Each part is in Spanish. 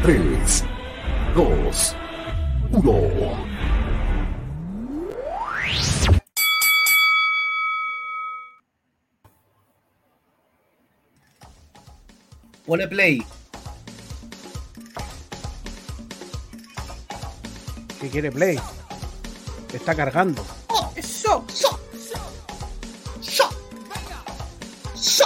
3, 2, 1. Pone play. ¿Qué quiere play? Está cargando. ¡Oh! ¡Eso! ¡So! ¡So! ¡So!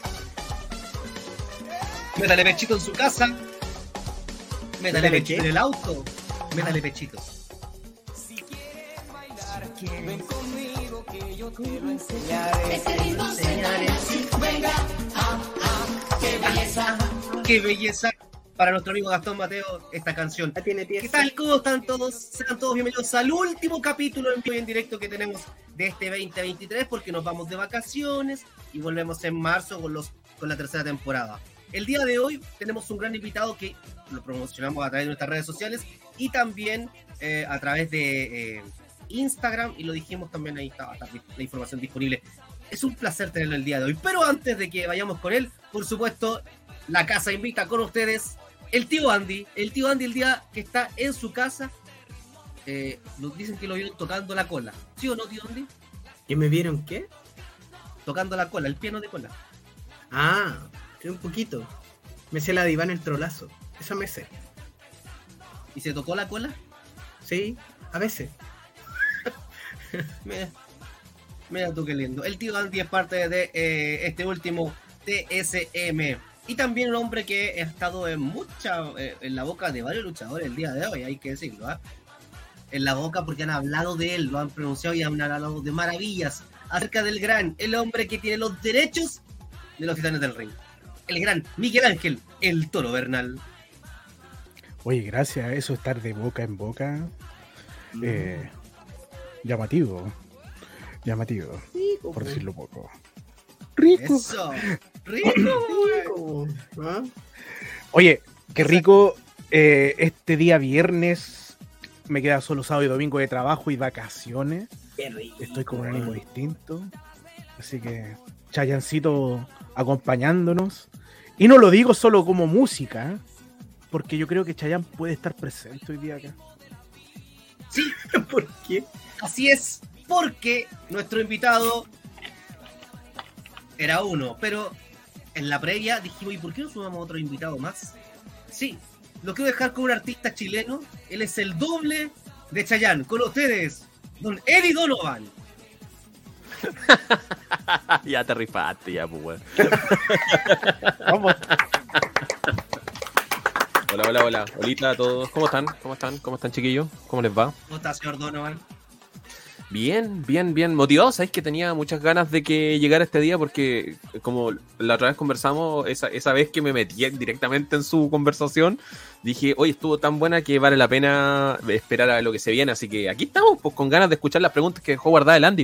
Métale pechito en su casa. Métale pechito en el auto. Métale pechito. Si quieres bailar, ven conmigo que yo te lo enseñaré. Ese ritmo enseñaré. Venga, qué belleza. ¡Qué belleza! Para nuestro amigo Gastón Mateo, esta canción. ¿Qué tal? ¿Cómo están todos? Sean todos bienvenidos al último capítulo en vivo y en directo que tenemos de este 2023, porque nos vamos de vacaciones y volvemos en marzo con la tercera temporada. El día de hoy tenemos un gran invitado que lo promocionamos a través de nuestras redes sociales y también a través de Instagram, y lo dijimos también, ahí está la información disponible. Es un placer tenerlo el día de hoy, pero antes de que vayamos con él, por supuesto, la casa invita con ustedes el tío Andy. El tío Andy, el día que está en su casa, nos dicen que lo vieron tocando la cola. ¿Sí o no, tío Andy? ¿Que me vieron qué? Tocando la cola, el piano de cola. Ah, sí, un poquito. Me sé la de Iván el Trolazo. Eso me sé. ¿Y se tocó la cola? Sí, a veces. Mira tú qué lindo. El tío Andy es parte de este último TSM. Y también un hombre que ha estado en la boca de varios luchadores el día de hoy, hay que decirlo, ¿eh? En la boca, porque han hablado de él, lo han pronunciado y han hablado de maravillas acerca del gran, el hombre que tiene los derechos de los Titanes del Ring. El gran Miguel Ángel, el Toro Bernal. Oye, gracias a eso, estar de boca en boca. Llamativo. Rico, por decirlo poco. Rico. Eso. Rico. ¿Ah? Oye, qué rico. Este día viernes me queda solo sábado y domingo de trabajo y vacaciones. Qué rico. Estoy con un ánimo distinto. Así que Chayancito acompañándonos. Y no lo digo solo como música, porque yo creo que Chayanne puede estar presente hoy día acá. Sí, ¿Por qué? así es, porque nuestro invitado era uno, pero en la previa dijimos, ¿y por qué no sumamos otro invitado más? Sí, lo quiero dejar con un artista chileno. Él es el doble de Chayanne. Con ustedes, don Eddie Donovan. Ya te rifaste, ya, pues, weón. Vamos. Hola. Holita a todos. ¿Cómo están, chiquillos? ¿Cómo les va? ¿Cómo está, señor Donovan? Bien. Motivado. Sabéis que tenía muchas ganas de que llegara este día porque, como la otra vez conversamos, esa vez que me metí directamente en su conversación, dije, oye, estuvo tan buena que vale la pena esperar a lo que se viene. Así que aquí estamos, pues, con ganas de escuchar las preguntas que dejó guardada el Andy.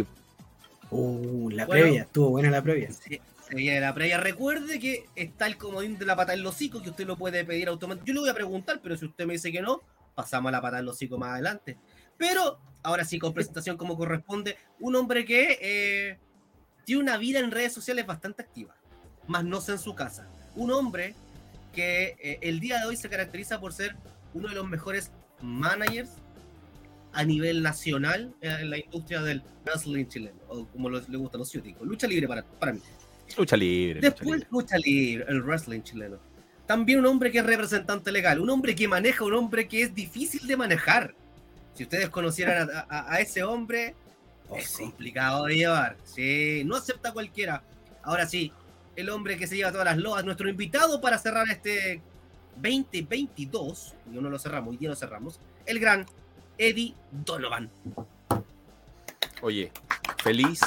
Previa, estuvo buena la previa. Sí, se viene la previa. Recuerde que está el comodín de la pata en los hocico, que usted lo puede pedir automáticamente. Yo le voy a preguntar, pero si usted me dice que no, pasamos a la pata en los hocico más adelante. Pero ahora sí, con presentación como corresponde, un hombre que tiene una vida en redes sociales bastante activa, más no sé en su casa. Un hombre que el día de hoy se caracteriza por ser uno de los mejores managers a nivel nacional en la industria del wrestling chileno, o como le gustan los ciúticos. Lucha libre para mí. Lucha libre. Después lucha libre, el wrestling chileno. También un hombre que es representante legal, un hombre que maneja, un hombre que es difícil de manejar. Si ustedes conocieran a ese hombre, es complicado de llevar. Sí, no acepta cualquiera. Ahora sí, el hombre que se lleva todas las loas, nuestro invitado para cerrar este 2022, y no lo cerramos, hoy día lo cerramos, el gran Eddie Donovan. Oye, feliz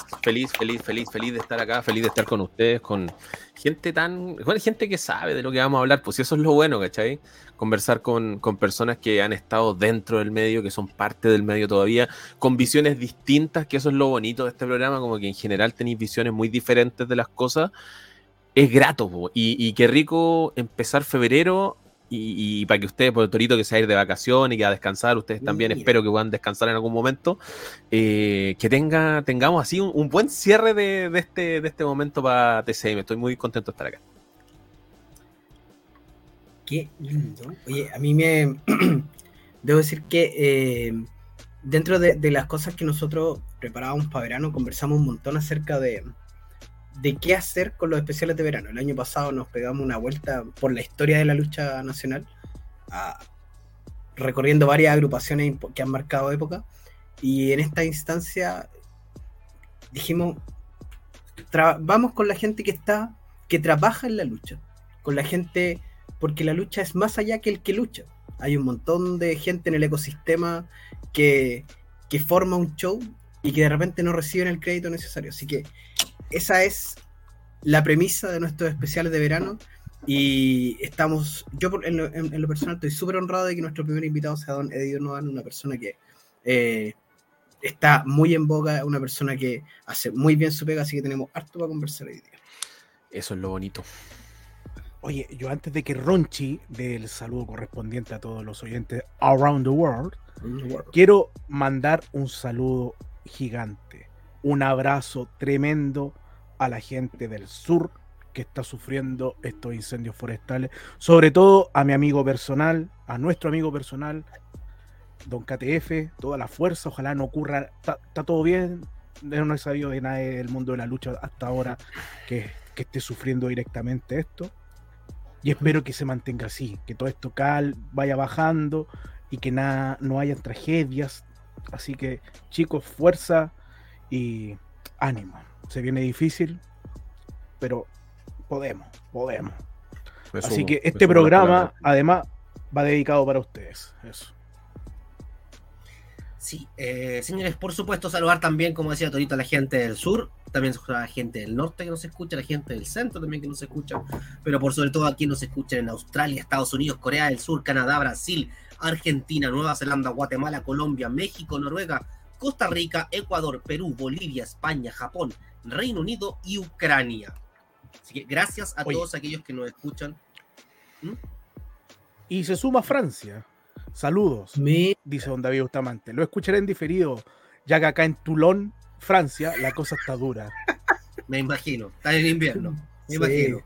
de estar acá, feliz de estar con ustedes, con gente gente que sabe de lo que vamos a hablar, pues eso es lo bueno, ¿cachai? Conversar con personas que han estado dentro del medio, que son parte del medio todavía, con visiones distintas, que eso es lo bonito de este programa, como que en general tenéis visiones muy diferentes de las cosas. Es grato, po. Y qué rico empezar febrero. Y para que ustedes, por el Torito que se va a ir de vacaciones y que va a descansar, ustedes también espero que puedan descansar en algún momento, que tengamos así un buen cierre de este momento para TCM. Estoy muy contento de estar acá. Qué lindo. Oye, a mí me... Debo decir que dentro de las cosas que nosotros preparábamos para verano, conversamos un montón acerca de qué hacer con los especiales de verano. El año pasado nos pegamos una vuelta por la historia de la lucha nacional, recorriendo varias agrupaciones que han marcado época, y en esta instancia dijimos, vamos con la gente que trabaja en la lucha, con la gente, porque la lucha es más allá que el que lucha. Hay un montón de gente en el ecosistema que forma un show y que de repente no reciben el crédito necesario. Así que esa es la premisa de nuestros especiales de verano. Y yo en lo personal estoy súper honrado de que nuestro primer invitado sea don Eddie Donovan, una persona que está muy en boga, una persona que hace muy bien su pega, así que tenemos harto para conversar hoy día. Eso es lo bonito. Oye, yo antes de que Ronchi dé el saludo correspondiente a todos los oyentes around the world, quiero mandar un saludo gigante, un abrazo tremendo a la gente del sur que está sufriendo estos incendios forestales, sobre todo a mi amigo personal, a nuestro amigo personal, don KTF, toda la fuerza, ojalá no ocurra, está todo bien, no he sabido de nadie del mundo de la lucha hasta ahora que esté sufriendo directamente esto. Y espero que se mantenga así, que todo esto vaya bajando y que no haya tragedias. Así que, chicos, fuerza y ánimo. Se viene difícil, pero podemos. Así que este programa, además, va dedicado para ustedes. Eso. Sí, señores, por supuesto, saludar también, como decía Torito, a la gente del sur, también a la gente del norte que nos escucha, a la gente del centro también que nos escucha, pero por sobre todo a quienes nos escuchan en Australia, Estados Unidos, Corea del Sur, Canadá, Brasil, Argentina, Nueva Zelanda, Guatemala, Colombia, México, Noruega, Costa Rica, Ecuador, Perú, Bolivia, España, Japón, Reino Unido y Ucrania. Así que gracias a todos aquellos que nos escuchan. Y se suma Francia. Saludos, dice don David Bustamante. Lo escucharé en diferido, ya que acá en Toulon, Francia, la cosa está dura. Me imagino, está en invierno. Me imagino.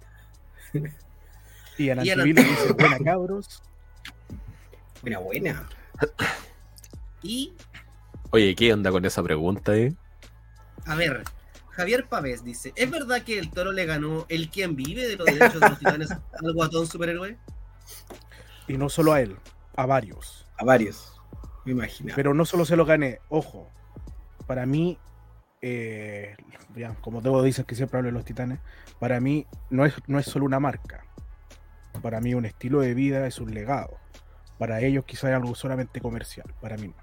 Y Anantivilo dice, buena cabros. Buena. Y... Oye, ¿qué onda con esa pregunta, A ver, Javier Pavés dice, ¿es verdad que el Toro le ganó el quien vive de los derechos de los titanes al guatón superhéroe? Y no solo a él, a varios. Me imagino. Pero no solo se lo gané, ojo, para mí, como Debo dicen que siempre hablo de los titanes, para mí no es solo una marca, para mí un estilo de vida es un legado, para ellos quizás es algo solamente comercial, para mí no.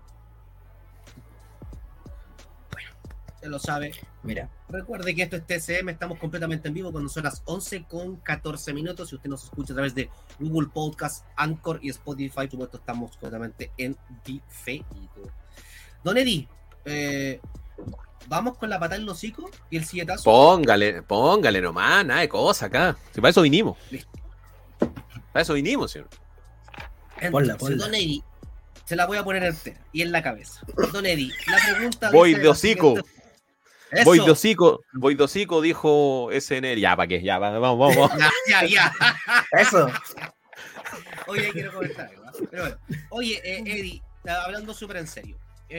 Bueno, ya lo sabe. Mira, recuerde que esto es TCM, estamos completamente en vivo cuando son las 11:14. Si usted nos escucha a través de Google Podcast, Anchor y Spotify, por supuesto, estamos completamente en diferido. Don Eddie, ¿vamos con la patada en el hocico y el silletazo? Póngale nomás, nada de cosa acá. Si para eso vinimos. Listo. Para eso vinimos, señor. Entonces, ponla. Don Eddie, se la voy a poner entera y en la cabeza. Don Eddie, la pregunta... Voy de hocico. Voy de hocico, dijo SNL. Ya, ¿para qué? Ya, vamos. Ya. Eso. Oye, quiero comentar algo, ¿no? Pero bueno. Oye, Eddie, hablando súper en serio.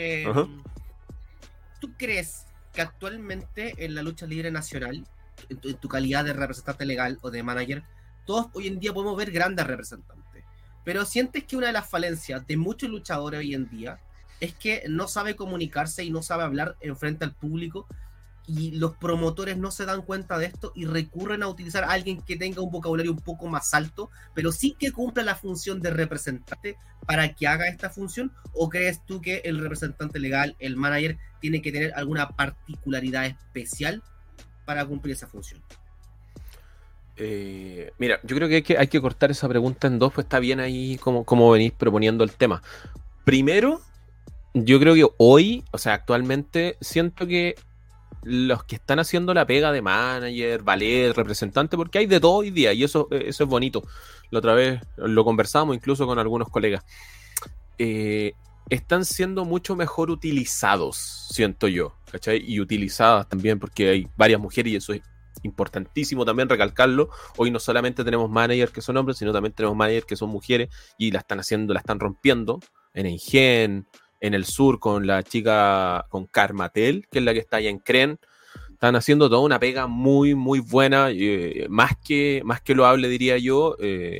¿Tú crees que actualmente en la lucha libre nacional, en tu calidad de representante legal o de manager, todos hoy en día podemos ver grandes representantes? Pero ¿sientes que una de las falencias de muchos luchadores hoy en día es que no sabe comunicarse y no sabe hablar en frente al público, y los promotores no se dan cuenta de esto y recurren a utilizar a alguien que tenga un vocabulario un poco más alto, pero sí que cumpla la función de representante para que haga esta función? ¿O crees tú que el representante legal, el manager, tiene que tener alguna particularidad especial para cumplir esa función? Mira, yo creo que hay que cortar esa pregunta en dos, pues está bien ahí como venís proponiendo el tema. Primero, yo creo que hoy, o sea, actualmente, siento que los que están haciendo la pega de manager, valet, representante, porque hay de todo hoy día, y eso es bonito. La otra vez lo conversamos incluso con algunos colegas. Están siendo mucho mejor utilizados, siento yo, ¿cachai? Y utilizadas también, porque hay varias mujeres y eso es importantísimo también recalcarlo. Hoy no solamente tenemos managers que son hombres, sino también tenemos managers que son mujeres y la están haciendo, la están rompiendo en Engen, en el sur con la chica, con Karmatel, que es la que está allá en Cren. Están haciendo toda una pega muy, muy buena, más que loable, diría yo.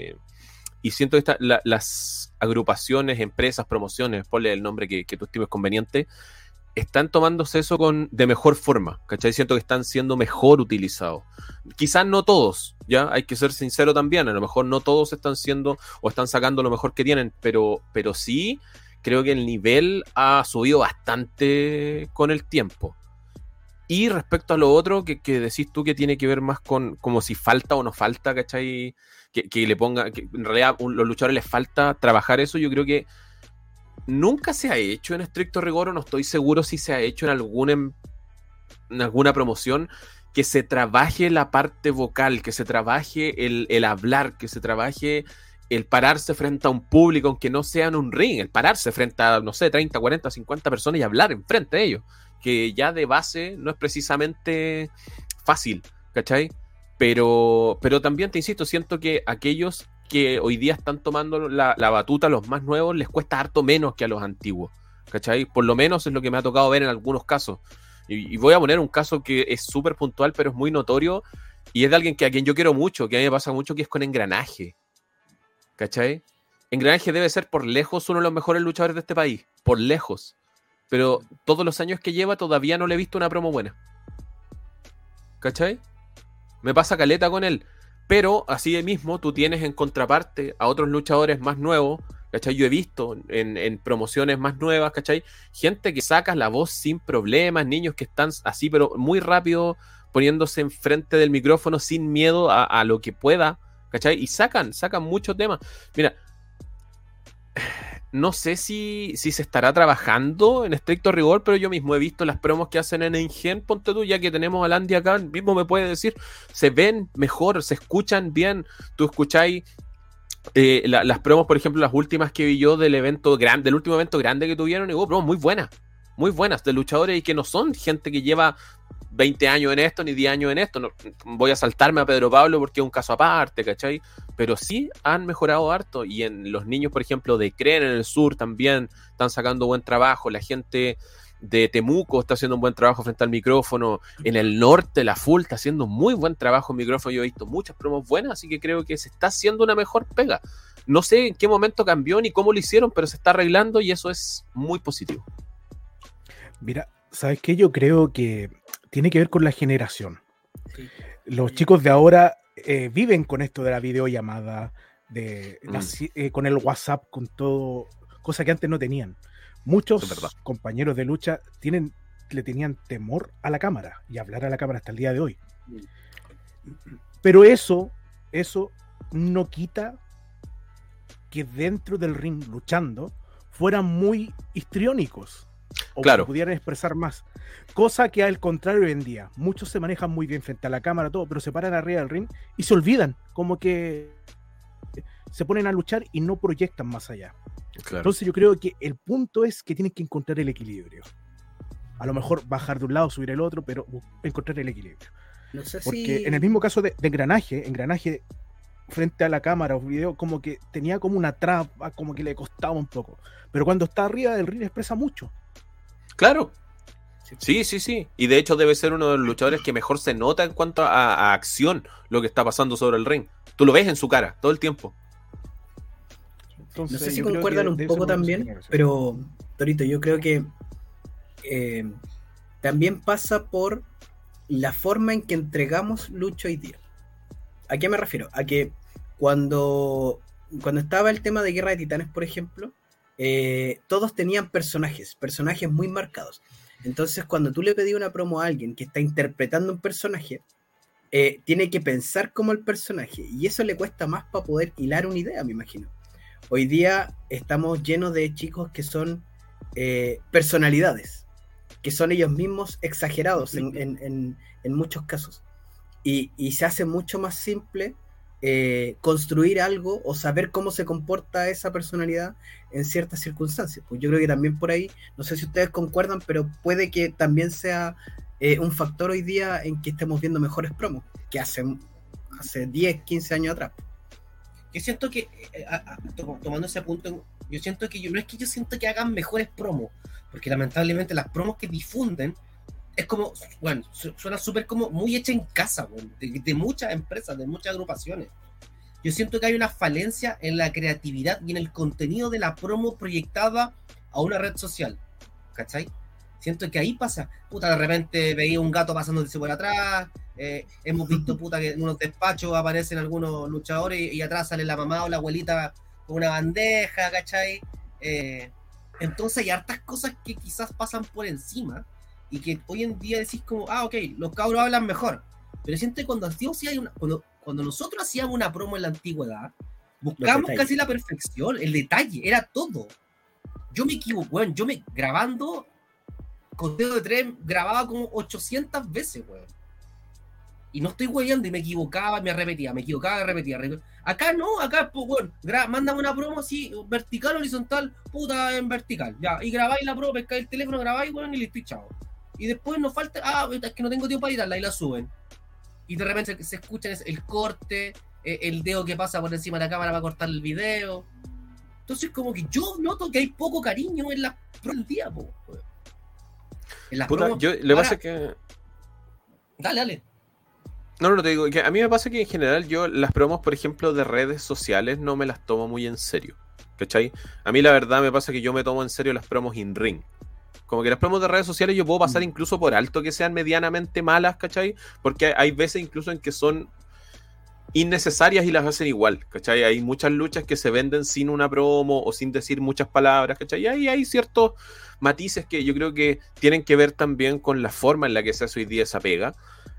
Y siento que las agrupaciones, empresas, promociones, ponle el nombre que tú estimes conveniente, están tomándose eso de mejor forma, ¿cachai? Siento que están siendo mejor utilizados. Quizás no todos, ¿ya? Hay que ser sincero también, a lo mejor no todos están siendo o están sacando lo mejor que tienen, pero sí creo que el nivel ha subido bastante con el tiempo. Y respecto a lo otro que decís tú, que tiene que ver más con como si falta o no falta, ¿cachai? Que le ponga, que en realidad a los luchadores les falta trabajar eso. Yo creo que nunca se ha hecho en estricto rigor, o no estoy seguro si se ha hecho en alguna promoción, que se trabaje la parte vocal, que se trabaje el hablar, que se trabaje el pararse frente a un público, aunque no sea en un ring, el pararse frente a, no sé, 30, 40, 50 personas y hablar enfrente de ellos, que ya de base no es precisamente fácil, ¿cachai? Pero también te insisto, siento que aquellos que hoy día están tomando la batuta, los más nuevos, les cuesta harto menos que a los antiguos, ¿cachai? Por lo menos es lo que me ha tocado ver en algunos casos. Y voy a poner un caso que es súper puntual, pero es muy notorio, y es de alguien a quien yo quiero mucho, que a mí me pasa mucho, que es con Engranaje, ¿cachai? Engranaje debe ser por lejos uno de los mejores luchadores de este país, por lejos. Pero todos los años que lleva todavía no le he visto una promo buena, ¿cachai? Me pasa caleta con él. Pero así mismo tú tienes en contraparte a otros luchadores más nuevos, ¿cachai? Yo he visto en promociones más nuevas, ¿cachai? Gente que saca la voz sin problemas, niños que están así, pero muy rápido, poniéndose enfrente del micrófono sin miedo a lo que pueda, ¿cachai? Y sacan muchos temas. Mira, no sé si se estará trabajando en estricto rigor, pero yo mismo he visto las promos que hacen en Engen, ponte tú, ya que tenemos a Landy acá, mismo me puede decir, se ven mejor, se escuchan bien. Tú escucháis las promos, por ejemplo, las últimas que vi yo del último evento grande que tuvieron, y hubo promos muy buenas, de luchadores y que no son gente que lleva 20 años en esto, ni 10 años en esto. No, voy a saltarme a Pedro Pablo porque es un caso aparte, ¿cachai? Pero sí han mejorado harto, y en los niños, por ejemplo, de Cren en el sur también están sacando buen trabajo. La gente de Temuco está haciendo un buen trabajo frente al micrófono. En el norte, la Full está haciendo muy buen trabajo en micrófono. Yo he visto muchas promos buenas, así que creo que se está haciendo una mejor pega. No sé en qué momento cambió ni cómo lo hicieron, pero se está arreglando y eso es muy positivo. Mira, ¿sabes qué? Yo creo que tiene que ver con la generación. Sí. Los chicos de ahora viven con esto de la videollamada, con el WhatsApp, con todo, cosa que antes no tenían. Muchos compañeros de lucha le tenían temor a la cámara y hablar a la cámara hasta el día de hoy. Pero eso no quita que dentro del ring luchando fueran muy histriónicos. O claro, pudieran expresar más, cosa que al contrario hoy en día muchos se manejan muy bien frente a la cámara, todo, pero se paran arriba del ring y se olvidan, como que se ponen a luchar y no proyectan más allá. Claro. Entonces yo creo que el punto es que tienen que encontrar el equilibrio. A lo mejor bajar de un lado, subir el otro, pero encontrar el equilibrio. No sé porque en el mismo caso de Engranaje frente a la cámara o video, como que tenía como una traba, como que le costaba un poco, pero cuando está arriba del ring expresa mucho. Claro. Sí. Y de hecho debe ser uno de los luchadores que mejor se nota en cuanto a acción lo que está pasando sobre el ring. Tú lo ves en su cara todo el tiempo. Entonces, no sé si concuerdan un poco también, pero Torito, yo creo que también pasa por la forma en que entregamos lucha hoy día. ¿A qué me refiero? A que cuando estaba el tema de Guerra de Titanes, por ejemplo, todos tenían personajes muy marcados. Entonces, cuando tú le pedís una promo a alguien que está interpretando un personaje, tiene que pensar como el personaje, y eso le cuesta más para poder hilar una idea, me imagino. Hoy día estamos llenos de chicos que son personalidades, que son ellos mismos exagerados en muchos casos, y se hace mucho más simple construir algo o saber cómo se comporta esa personalidad en ciertas circunstancias. Pues yo creo que también por ahí, no sé si ustedes concuerdan, pero puede que también sea un factor hoy día en que estemos viendo mejores promos que hace 10, 15 años atrás. Yo siento que, tomando ese punto, yo siento que no es que yo siento que hagan mejores promos, porque lamentablemente las promos que difunden es como, bueno, suena súper como muy hecha en casa, bueno, de muchas empresas, de muchas agrupaciones. Yo siento que hay una falencia en la creatividad y en el contenido de la promo proyectada a una red social, ¿cachai? Siento que ahí pasa, puta, de repente veía un gato pasándose por atrás, hemos visto, puta, que en unos despachos aparecen algunos luchadores y atrás sale la mamá o la abuelita con una bandeja, ¿cachai? Entonces hay hartas cosas que quizás pasan por encima y que hoy en día decís como, ok, los cabros hablan mejor, pero siento que cuando nosotros hacíamos una promo en la antigüedad, buscamos casi la perfección, el detalle, era todo. Yo me equivoco, weón, grabando con dedo de tren, grababa como 800 veces, weón. Y no estoy weyando, y me equivocaba, me repetía. Acá no, acá, pues, weón, mándame una promo así, vertical, horizontal, puta, en vertical, ya, y grabáis la promo, pescáis el teléfono, grabáis, weón, y listo, y chao. Y después nos falta, es que no tengo tiempo para editarla, y la suben. Y de repente se escucha el corte, el dedo que pasa por encima de la cámara para cortar el video. Entonces, como que yo noto que hay poco cariño en la promo del día, po, weón. En las Puta, promos, le pasa que... Dale. No, te digo, que a mí me pasa que en general yo las promos, por ejemplo, de redes sociales no me las tomo muy en serio, ¿cachai? A mí la verdad me pasa que yo me tomo en serio las promos in-ring. Como que las promos de redes sociales yo puedo pasar incluso por alto que sean medianamente malas, ¿cachai? Porque hay veces incluso en que son innecesarias y las hacen igual, ¿cachai? Hay muchas luchas que se venden sin una promo o sin decir muchas palabras, ¿cachai? Y ahí hay ciertos matices que yo creo que tienen que ver también con la forma en la que se hace hoy día esa pega.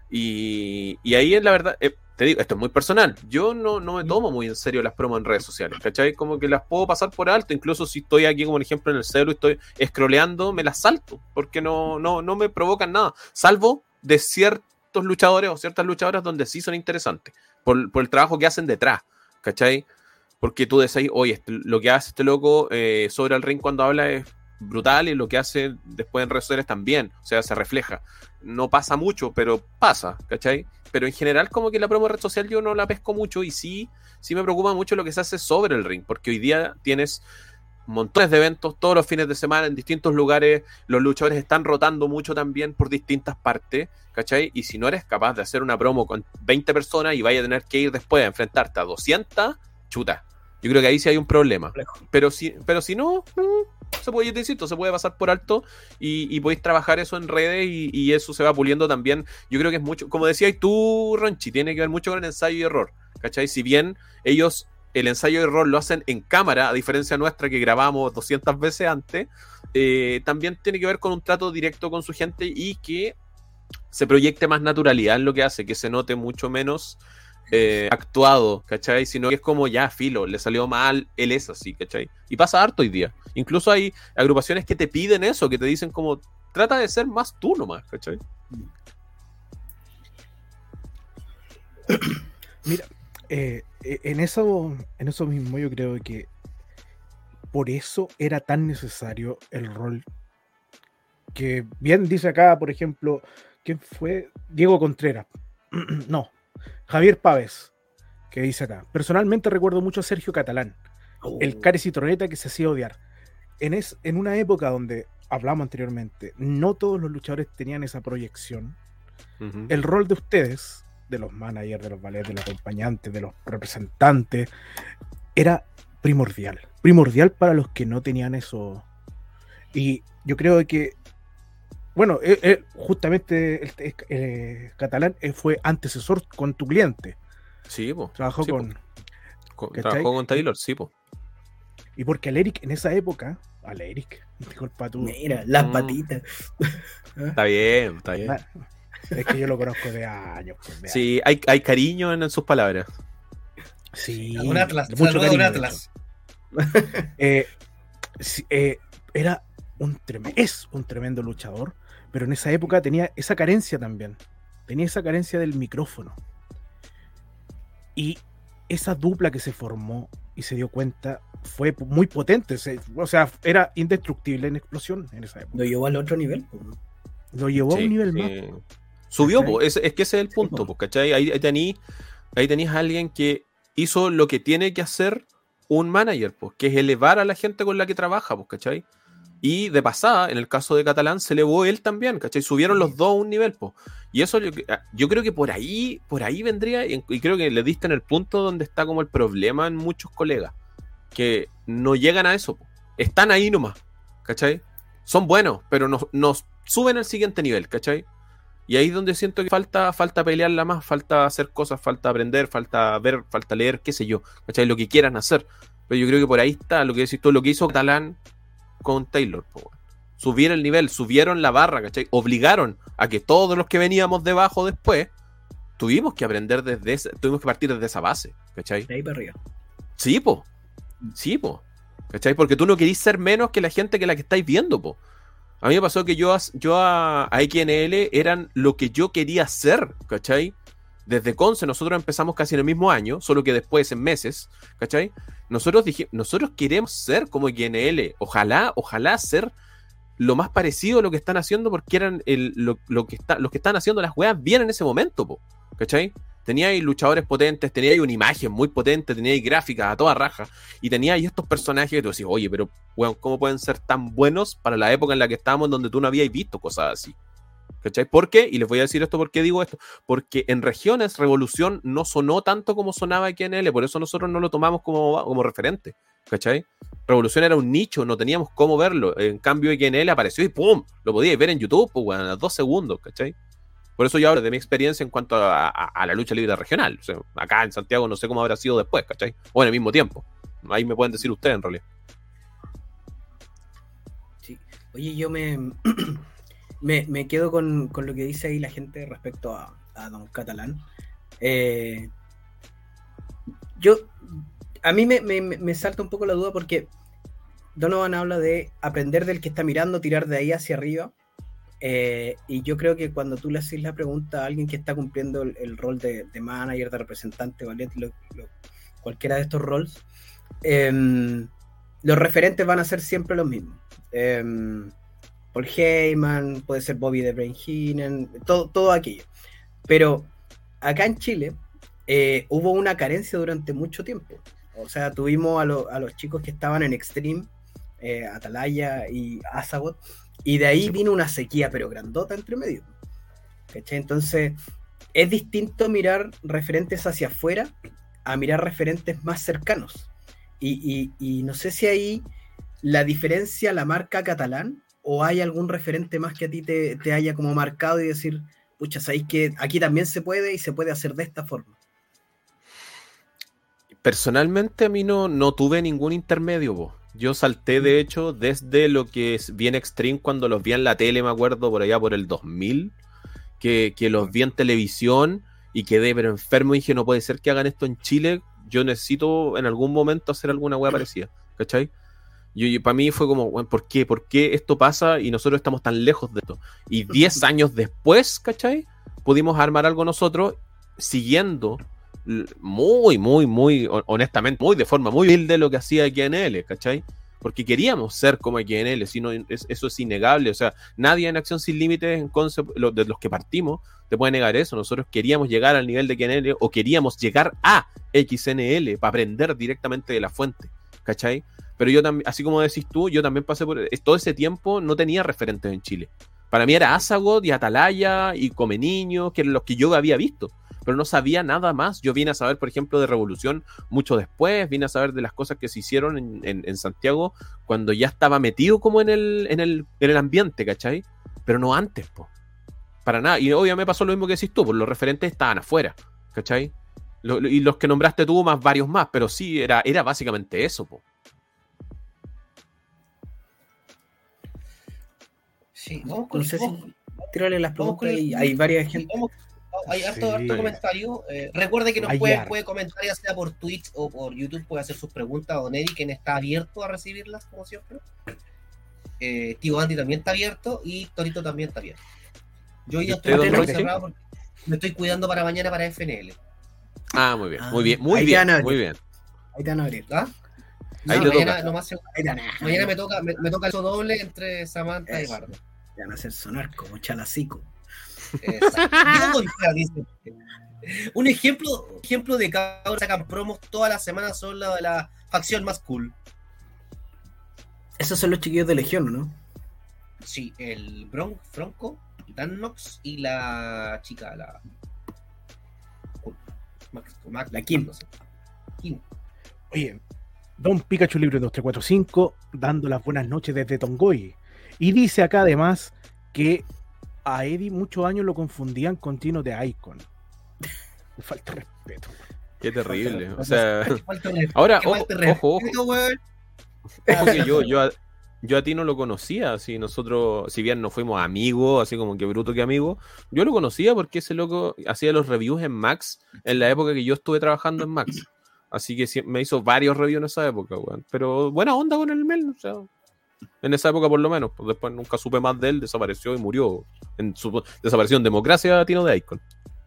Y ahí es la verdad, te digo, esto es muy personal, yo no me tomo muy en serio las promos en redes sociales, ¿cachai? Como que las puedo pasar por alto, incluso si estoy aquí como por ejemplo en el celu y estoy scrolleando, me las salto, porque no me provocan nada, salvo de ciertos luchadores o ciertas luchadoras donde sí son interesantes, por el trabajo que hacen detrás, ¿cachai? Porque tú decís, oye, lo que hace este loco sobre el ring cuando habla es brutal y lo que hace después en redes sociales también, o sea, se refleja. No pasa mucho, pero pasa, ¿cachai? Pero en general como que la promo de red social yo no la pesco mucho y sí me preocupa mucho lo que se hace sobre el ring, porque hoy día tienes montones de eventos todos los fines de semana en distintos lugares, los luchadores están rotando mucho también por distintas partes, ¿cachai? Y si no eres capaz de hacer una promo con 20 personas y vaya a tener que ir después a enfrentarte a 200, chuta. Yo creo que ahí sí hay un problema. Pero si no, se puede, yo te insisto, se puede pasar por alto y podéis trabajar eso en redes y eso se va puliendo también. Yo creo que es mucho, como decías tú, Ronchi, tiene que ver mucho con el ensayo y error, ¿cachai? Si bien ellos el ensayo y error lo hacen en cámara, a diferencia nuestra que grabamos 200 veces antes, también tiene que ver con un trato directo con su gente y que se proyecte más naturalidad en lo que hace, que se note mucho menos actuado, ¿cachai? Sino que es como ya, filo, le salió mal, él es así, ¿cachai? Y pasa harto hoy día. Incluso hay agrupaciones que te piden eso, que te dicen como, trata de ser más tú nomás, ¿cachai? Mira, en eso mismo yo creo que por eso era tan necesario el rol que bien dice acá, por ejemplo, ¿quién fue? Diego Contreras. No, Javier Pávez, que dice acá, personalmente recuerdo mucho a Sergio Catalán, el Cari Citroneta que se hacía odiar. En una época donde, hablamos anteriormente, no todos los luchadores tenían esa proyección, el rol de ustedes, de los managers, de los ballets, de los acompañantes, de los representantes, era primordial para los que no tenían eso. Y yo creo que bueno, justamente Catalán fue antecesor con tu cliente. Sí, po. Trabajó sí, trabajó con Taylor, sí, po. Y porque al Eric en esa época, disculpa tú. Mira, las patitas. Está bien. Es que yo lo conozco de años. Sí, hay cariño en sus palabras. Sí, un Atlas, mucho cariño, un Atlas. Es un tremendo luchador, pero en esa época tenía esa carencia también. Tenía esa carencia del micrófono. Y esa dupla que se formó y se dio cuenta fue muy potente. O sea, era indestructible en explosión en esa época. Lo llevó al otro nivel. Lo llevó a un nivel más. Subió, ¿Cachai? po. Es que ese es el punto, pues, ¿cachai? Ahí tenías a alguien que hizo lo que tiene que hacer un manager, pues, que es elevar a la gente con la que trabaja, pues, ¿cachai? Y de pasada, en el caso de Catalán, se elevó él también, ¿cachai? Subieron los dos a un nivel, pues. Y eso yo creo que por ahí vendría, y creo que le diste en el punto donde está como el problema en muchos colegas, que no llegan a eso, po. Están ahí nomás, ¿cachai? Son buenos, pero nos suben al siguiente nivel, ¿cachai? Y ahí es donde siento que falta pelearla más, falta hacer cosas, falta aprender, falta ver, falta leer, qué sé yo, ¿cachai? Lo que quieran hacer. Pero yo creo que por ahí está lo que decís tú, lo que hizo Catalán con Taylor, po. Subieron el nivel, subieron la barra, ¿cachai? Obligaron a que todos los que veníamos debajo después tuvimos que aprender tuvimos que partir desde esa base, ¿cachai? De ahí para arriba. Sí, po. ¿Cachai? Porque tú no querís ser menos que la gente que la que estáis viendo, po. A mí me pasó que yo a XNL eran lo que yo quería ser, ¿cachai? Desde Conce nosotros empezamos casi en el mismo año, solo que después en meses, ¿cachai? Nosotros queremos ser como XNL, ojalá ser lo más parecido a lo que están haciendo, porque eran los que están haciendo las weas bien en ese momento, po, ¿cachai? Teníais luchadores potentes, teníais una imagen muy potente, teníais gráficas a toda raja, y teníais estos personajes que tú decís, oye, pero weón, ¿cómo pueden ser tan buenos para la época en la que estábamos, donde tú no habías visto cosas así? ¿Cachai? ¿Por qué? Y les voy a decir esto, ¿por qué digo esto? Porque en regiones Revolución no sonó tanto como sonaba aquí en L, por eso nosotros no lo tomamos como referente, ¿cachai? Revolución era un nicho, no teníamos cómo verlo, en cambio XNL apareció y ¡pum! Lo podíais ver en YouTube, pues, bueno, a 2 segundos, ¿cachai? Por eso yo hablo de mi experiencia en cuanto a la lucha libre regional. O sea, acá en Santiago no sé cómo habrá sido después, ¿cachai? O en el mismo tiempo. Ahí me pueden decir ustedes, en realidad. Sí. Oye, yo me quedo con lo que dice ahí la gente respecto a Don Catalán. A mí me salta un poco la duda porque Donovan habla de aprender del que está mirando, tirar de ahí hacia arriba. Y yo creo que cuando tú le haces la pregunta a alguien que está cumpliendo el rol de manager, de representante, ¿vale? Cualquiera de estos roles, los referentes van a ser siempre los mismos. Paul Heyman, puede ser Bobby de Brain Heenan, todo aquello. Pero acá en Chile hubo una carencia durante mucho tiempo. O sea, tuvimos a los chicos que estaban en Extreme, Atalaya y Azagot, y de ahí vino una sequía, pero grandota entre medio. ¿Cachai? Entonces, es distinto mirar referentes hacia afuera a mirar referentes más cercanos. Y no sé si ahí la diferencia la marca Catalán, o hay algún referente más que a ti te haya como marcado y decir, pucha, sabéis que aquí también se puede y se puede hacer de esta forma. Personalmente a mí no tuve ningún intermedio, po. Yo salté, de hecho, desde lo que vi en Extreme cuando los vi en la tele, me acuerdo, por allá por el 2000, que los vi en televisión y quedé pero enfermo y dije, no puede ser que hagan esto en Chile, yo necesito en algún momento hacer alguna wea parecida, ¿cachai? Y para mí fue como, bueno, ¿por qué? ¿Por qué esto pasa y nosotros estamos tan lejos de esto? Y 10 años después, ¿cachai? Pudimos armar algo nosotros siguiendo muy honestamente, muy de forma muy humilde lo que hacía XNL, ¿cachai? Porque queríamos ser como XNL, eso es innegable, o sea, nadie en Acción Sin Límites, de los que partimos, te puede negar eso. Nosotros queríamos llegar al nivel de XNL o queríamos llegar a XNL para aprender directamente de la fuente, ¿cachai? Pero yo también, así como decís tú, yo también pasé por todo ese tiempo, no tenía referentes en Chile. Para mí era Azagot y Atalaya y Come Niño, que eran los que yo había visto, pero no sabía nada más. Yo vine a saber, por ejemplo, de Revolución mucho después, vine a saber de las cosas que se hicieron en Santiago cuando ya estaba metido como en el ambiente, ¿cachai? Pero no antes, po. Para nada. Y obviamente me pasó lo mismo que decís tú, pues los referentes estaban afuera, ¿cachai? Y los que nombraste tú, más varios más, pero sí, era básicamente eso, po. Sí, vamos tírale las preguntas y hay varias gente. Hay harto comentario. Recuerde que nos puede comentar, ya sea por Twitch o por YouTube, puede hacer sus preguntas a Don Eric, quien está abierto a recibirlas, como siempre. Tío Andy también está abierto y Torito también está abierto. Yo ya estoy cerrado porque me estoy cuidando para mañana para FNL. Ah, muy bien, muy bien, muy bien. Ahí te van a abrir. ¿Ah? Ahí no, te mañana, toca. Mañana me toca el doble entre Samantha y Bardo. Te van a hacer sonar como chalacico. Exacto. Diego Contreras dice: un ejemplo de cabros que sacan promos todas las semanas son la de la facción más cool. Esos son los chiquillos de Legión, ¿no? Sí, el Bronco, Dan Nox y la chica, la Kim. No sé. Kim. Oye, Don Pikachu Libre 2345 dando las buenas noches desde Tongoy. Y dice acá además que a Eddie muchos años lo confundían con Tino de Icon. Me falta respeto. Qué terrible. O sea, Ahora, ojo, que yo a ti no lo conocía, así nosotros, si bien no fuimos amigos, así como que bruto que amigo, yo lo conocía porque ese loco hacía los reviews en Max en la época que yo estuve trabajando en Max. Así que me hizo varios reviews en esa época, weón. Pero buena onda con el Mel, o sea, en esa época por lo menos. Pues después nunca supe más de él, desapareció y murió. Desapareció en democracia Tino de Icon.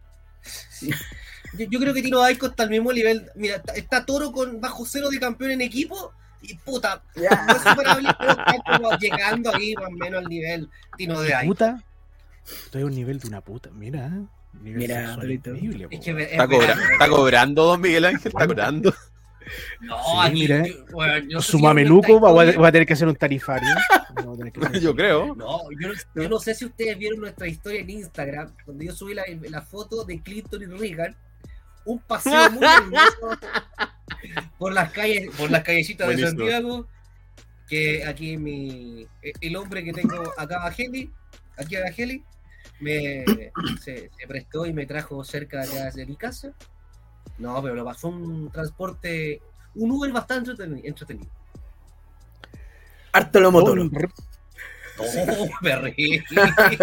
Yo creo que Tino de Icon está al mismo nivel. Mira, está Toro con bajo cero de campeón en equipo. Y puta, no es superable, pero está como llegando ahí más o menos al nivel Tino de Icon. ¿Puta? Estoy a un nivel de una puta, mira. Mira, increíble, Es que está cobrando, Don Miguel Ángel, está cobrando. No, sí, aquí, mira. Bueno, yo no sé Su si mameluco vieron nuestra va a tener que hacer un tarifario. Yo creo. No, yo no sé si ustedes vieron nuestra historia en Instagram, donde yo subí la foto de Clinton y Reagan, un paseo muy hermoso por las callecitas de Buenísimo. Santiago, que aquí el hombre que tengo acá aquí a Heli, se prestó y me trajo cerca de acá de mi casa. No, pero lo pasó un transporte, un Uber bastante entretenido. Harto lo motoro. Oh, perrito.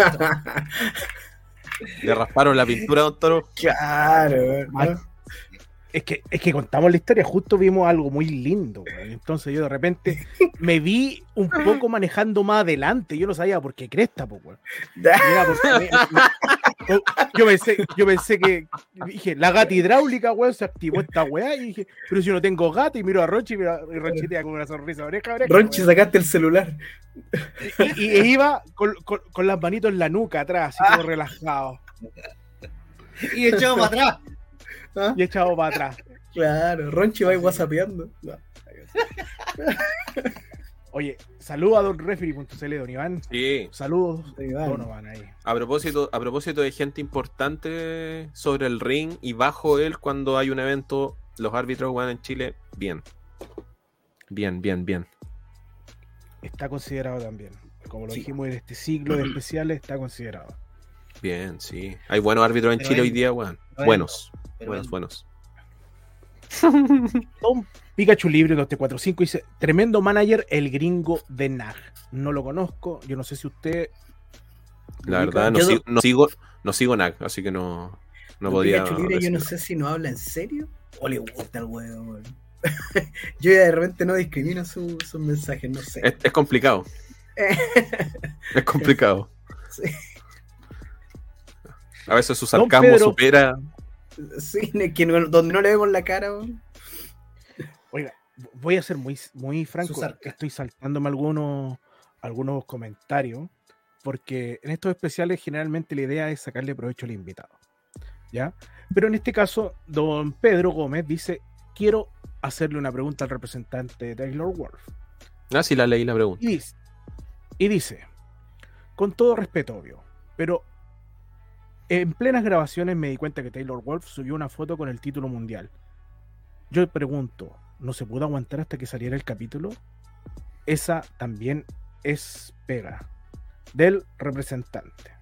Le rasparon la pintura, Don Toro. Claro, ¿no? Es que contamos la historia, justo vimos algo muy lindo, güey. Entonces yo de repente me vi un poco manejando más adelante, yo no sabía por qué cresta, pues, güey. Yo pensé que dije, la gata hidráulica, güey, se activó esta weá, y dije, pero si no tengo gata, y miro a Ronchi, y Ronchi te da con una sonrisa oreja, Ronchi, sacaste el celular. y iba con las manitos en la nuca atrás, así como relajado. Y echado para atrás. ¿Ah? Y echado para atrás. Claro, Ronchi va whatsappeando. No. Oye, saludos a Don Referee.cl, Don Iván. Sí. Saludos, Don Iván. Donovan ahí. A propósito de gente importante sobre el ring y bajo él cuando hay un evento, los árbitros van en Chile, bien. Bien. Está considerado también. Como lo dijimos en este ciclo de especiales, está considerado. Bien, sí. Hay buenos árbitros en Pero Chile hay- hoy día, weón. pero hay- Buenos. pero Buenos. Don Pikachu Libre 245 dice: tremendo manager, el gringo de Nag. No lo conozco, yo no sé si usted. La verdad, no sigo NAC, así que no podría. Pikachu Libre, yo no decirlo. sé si nos habla en serio o le gusta el huevo. Yo ya de repente no discrimino sus mensajes, no sé. Es complicado. Es complicado. Sí. A veces su Don sarcasmo Pedro. supera. Sí, donde no le vemos la cara. Weón. Oiga, voy a ser muy franco. Susarca. Estoy saltándome algunos comentarios, porque en estos especiales generalmente la idea es sacarle provecho al invitado, ¿ya? Pero en este caso, don Pedro Gómez dice: quiero hacerle una pregunta al representante de Taylor Wolf. Ah, sí, la leí la pregunta. Y dice, con todo respeto, obvio, pero en plenas grabaciones me di cuenta que Taylor Wolf subió una foto con el título mundial. Yo pregunto, ¿no se pudo aguantar hasta que saliera el capítulo? Esa también es pega del representante.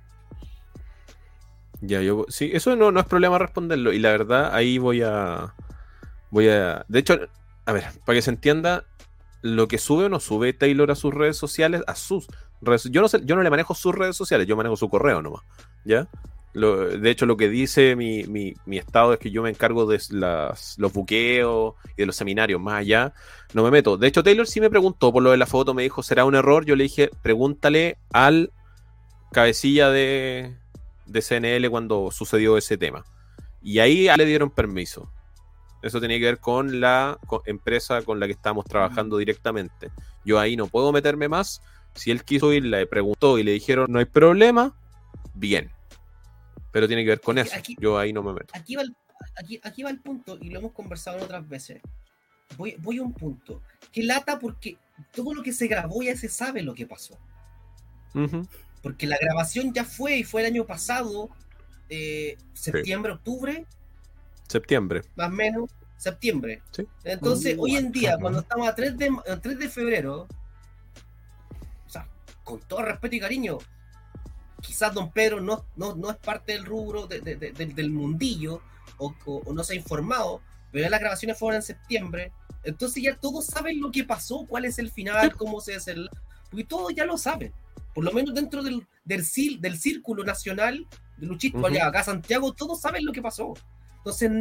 Ya, sí, eso no es problema responderlo. Y la verdad, ahí voy a. De hecho, a ver, para que se entienda, lo que sube o no sube Taylor a sus redes sociales, yo no le manejo sus redes sociales, yo manejo su correo nomás. ¿Ya? De hecho, lo que dice mi estado es que yo me encargo de los buqueos y de los seminarios, más allá no me meto. De hecho, Taylor sí me preguntó por lo de la foto, me dijo, ¿será un error? Yo le dije, pregúntale al cabecilla de CNL cuando sucedió ese tema. Y ahí le dieron permiso. Eso tenía que ver con la empresa con la que estamos trabajando directamente. Yo ahí no puedo meterme más Si él quiso ir, le preguntó y le dijeron no hay problema, bien. Pero tiene que ver con eso. Yo ahí no me meto. Aquí va el punto, y lo hemos conversado en otras veces. Voy a un punto. Que lata porque todo lo que se grabó ya se sabe lo que pasó. Uh-huh. Porque la grabación ya fue, y fue el año pasado, septiembre, octubre. Septiembre. Más o menos, septiembre. Sí. Entonces, hoy en día, cuando estamos a 3 de febrero, o sea, con todo respeto y cariño, quizás don Pedro no es parte del rubro del mundillo, o no se ha informado, pero ya las grabaciones fueron en septiembre, entonces ya todos saben lo que pasó, cuál es el final, cómo se hace porque todos ya lo saben, por lo menos dentro del círculo nacional de luchistas, allá acá Santiago, todos saben lo que pasó. Entonces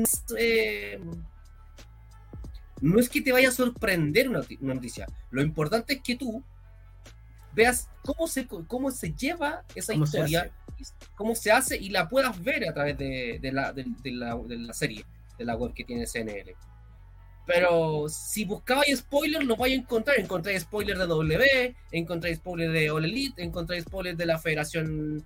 no es que te vaya a sorprender una noticia, lo importante es que tú veas cómo se lleva esa historia, cómo se hace, y la puedas ver a través de la serie, de la web que tiene CNL. Pero si buscabais spoilers, lo vais a encontrar. Encontráis spoilers de W, encontráis spoilers de All Elite, encontráis spoilers de la Federación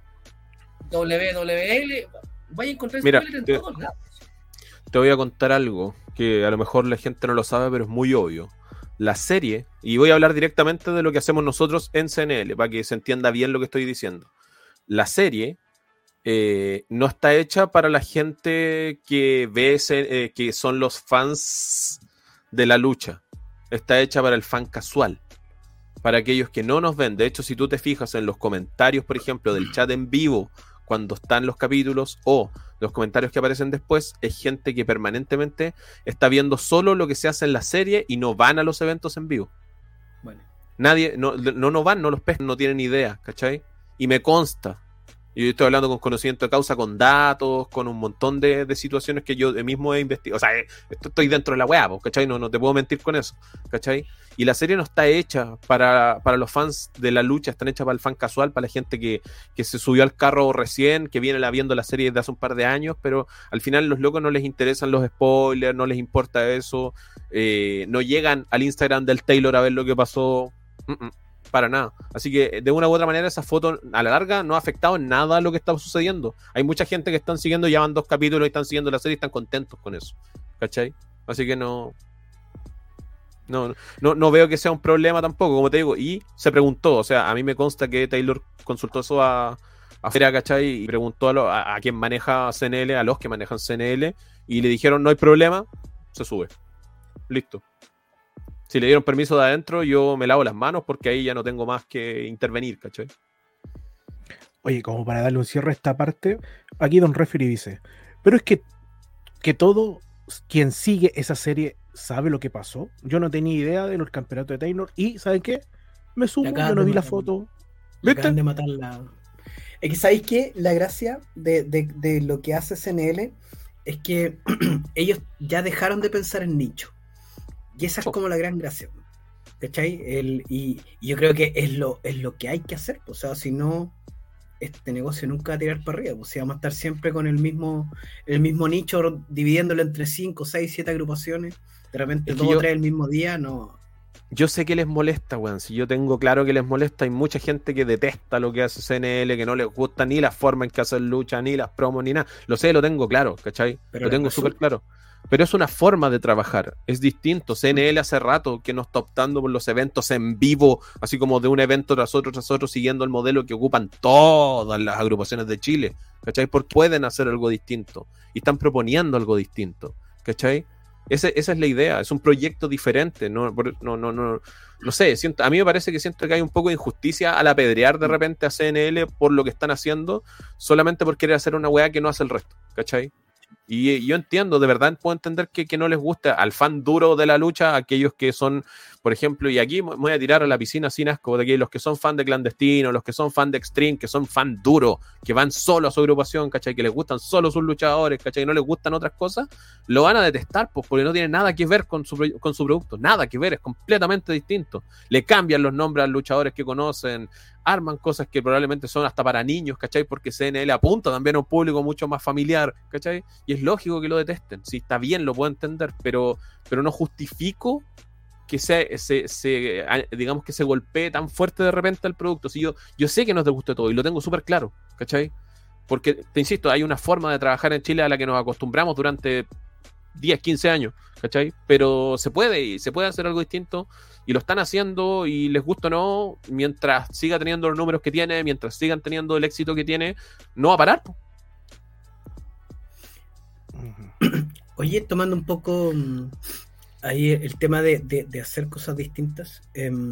WWL. Vais a encontrar spoilers en todos lados. Te voy a contar algo que a lo mejor la gente no lo sabe, pero es muy obvio. La serie, y voy a hablar directamente de lo que hacemos nosotros en CNL, para que se entienda bien lo que estoy diciendo. La serie no está hecha para la gente que ve, que son los fans de la lucha. Está hecha para el fan casual, para aquellos que no nos ven. De hecho, si tú te fijas en los comentarios, por ejemplo, del chat en vivo, cuando están los capítulos, o los comentarios que aparecen después, es gente que permanentemente está viendo solo lo que se hace en la serie y no van a los eventos en vivo. Bueno. Nadie, no van, no los pescan, no tienen idea, ¿cachai? Y me consta. Yo estoy hablando con conocimiento de causa, con datos, con un montón de situaciones que yo mismo he investigado. O sea, estoy dentro de la weá, ¿cachai? No te puedo mentir con eso, ¿cachai? Y la serie no está hecha para los fans de la lucha, está hecha para el fan casual, para la gente que se subió al carro recién, que viene viendo la serie desde hace un par de años, pero al final los locos no les interesan los spoilers, no les importa eso, no llegan al Instagram del Taylor a ver lo que pasó. Para nada. Así que de una u otra manera esa foto a la larga no ha afectado en nada lo que está sucediendo. Hay mucha gente que están siguiendo, ya van 2 capítulos y están siguiendo la serie y están contentos con eso, ¿cachai? Así que no veo que sea un problema tampoco, como te digo. Y se preguntó, o sea, a mí me consta que Taylor consultó eso a Feria, ¿cachai? Y preguntó a quien maneja CNL, a los que manejan CNL, y le dijeron no hay problema, se sube. Listo. Si le dieron permiso de adentro, yo me lavo las manos porque ahí ya no tengo más que intervenir, ¿cachai? Oye, como para darle un cierre a esta parte, aquí Don Referee dice, pero es que todo quien sigue esa serie sabe lo que pasó. Yo no tenía idea de los campeonatos de Taylor y, ¿saben qué? Me sumo, yo no vi la foto. ¿Viste? De matarla. Es que, ¿sabéis qué? La gracia de lo que hace CNL es que ellos ya dejaron de pensar en nicho. Y esa es como la gran gracia, ¿cachai? Y yo creo que es lo que hay que hacer, o sea, si no, este negocio nunca va a tirar para arriba, pues si vamos a estar siempre con el mismo nicho, dividiéndolo entre 5, 6, 7 agrupaciones, de repente 2 o 3 el mismo día, no. Yo sé que les molesta, weón, si yo tengo claro que les molesta, hay mucha gente que detesta lo que hace CNL, que no les gusta ni la forma en que hacen lucha, ni las promos, ni nada, lo sé, lo tengo claro, ¿cachai? Pero lo tengo súper claro. Pero es una forma de trabajar, es distinto. CNL hace rato que no está optando por los eventos en vivo, así como de un evento tras otro, siguiendo el modelo que ocupan todas las agrupaciones de Chile, ¿cachai? Porque pueden hacer algo distinto y están proponiendo algo distinto, ¿cachai? Esa es la idea, es un proyecto diferente, no sé, a mí me parece que hay un poco de injusticia al apedrear de repente a CNL por lo que están haciendo, solamente por querer hacer una weá que no hace el resto, ¿cachai? Y yo entiendo, de verdad puedo entender que no les gusta al fan duro de la lucha, aquellos que son, por ejemplo, y aquí me voy a tirar a la piscina sin asco, de que los que son fan de Clandestino, los que son fan de Extreme, que son fan duro, que van solo a su agrupación, ¿cachai? Que les gustan solo sus luchadores, ¿cachai? Que no les gustan otras cosas, lo van a detestar, pues, porque no tiene nada que ver con su producto, nada que ver, es completamente distinto. Le cambian los nombres a los luchadores que conocen, arman cosas que probablemente son hasta para niños, ¿cachai? Porque CNL apunta también a un público mucho más familiar, ¿cachai? Y es lógico que lo detesten, si está bien, lo puedo entender, pero no justifico digamos que se golpee tan fuerte de repente el producto. Si yo sé que no te gusta todo y lo tengo súper claro, ¿cachai? Porque, te insisto, hay una forma de trabajar en Chile a la que nos acostumbramos durante 10, 15 años, ¿cachai? Pero se puede hacer algo distinto y lo están haciendo y les gusta o no, mientras siga teniendo los números que tiene, mientras sigan teniendo el éxito que tiene, no va a parar. Oye, tomando un poco ahí el tema de hacer cosas distintas,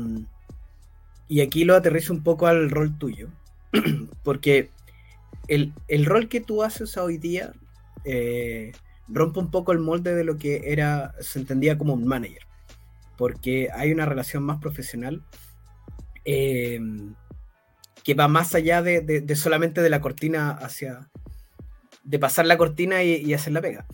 y aquí lo aterrizo un poco al rol tuyo, porque el rol que tú haces hoy día rompe un poco el molde de lo que se entendía como un manager, porque hay una relación más profesional que va más allá de solamente de la cortina de pasar la cortina y hacer la pega.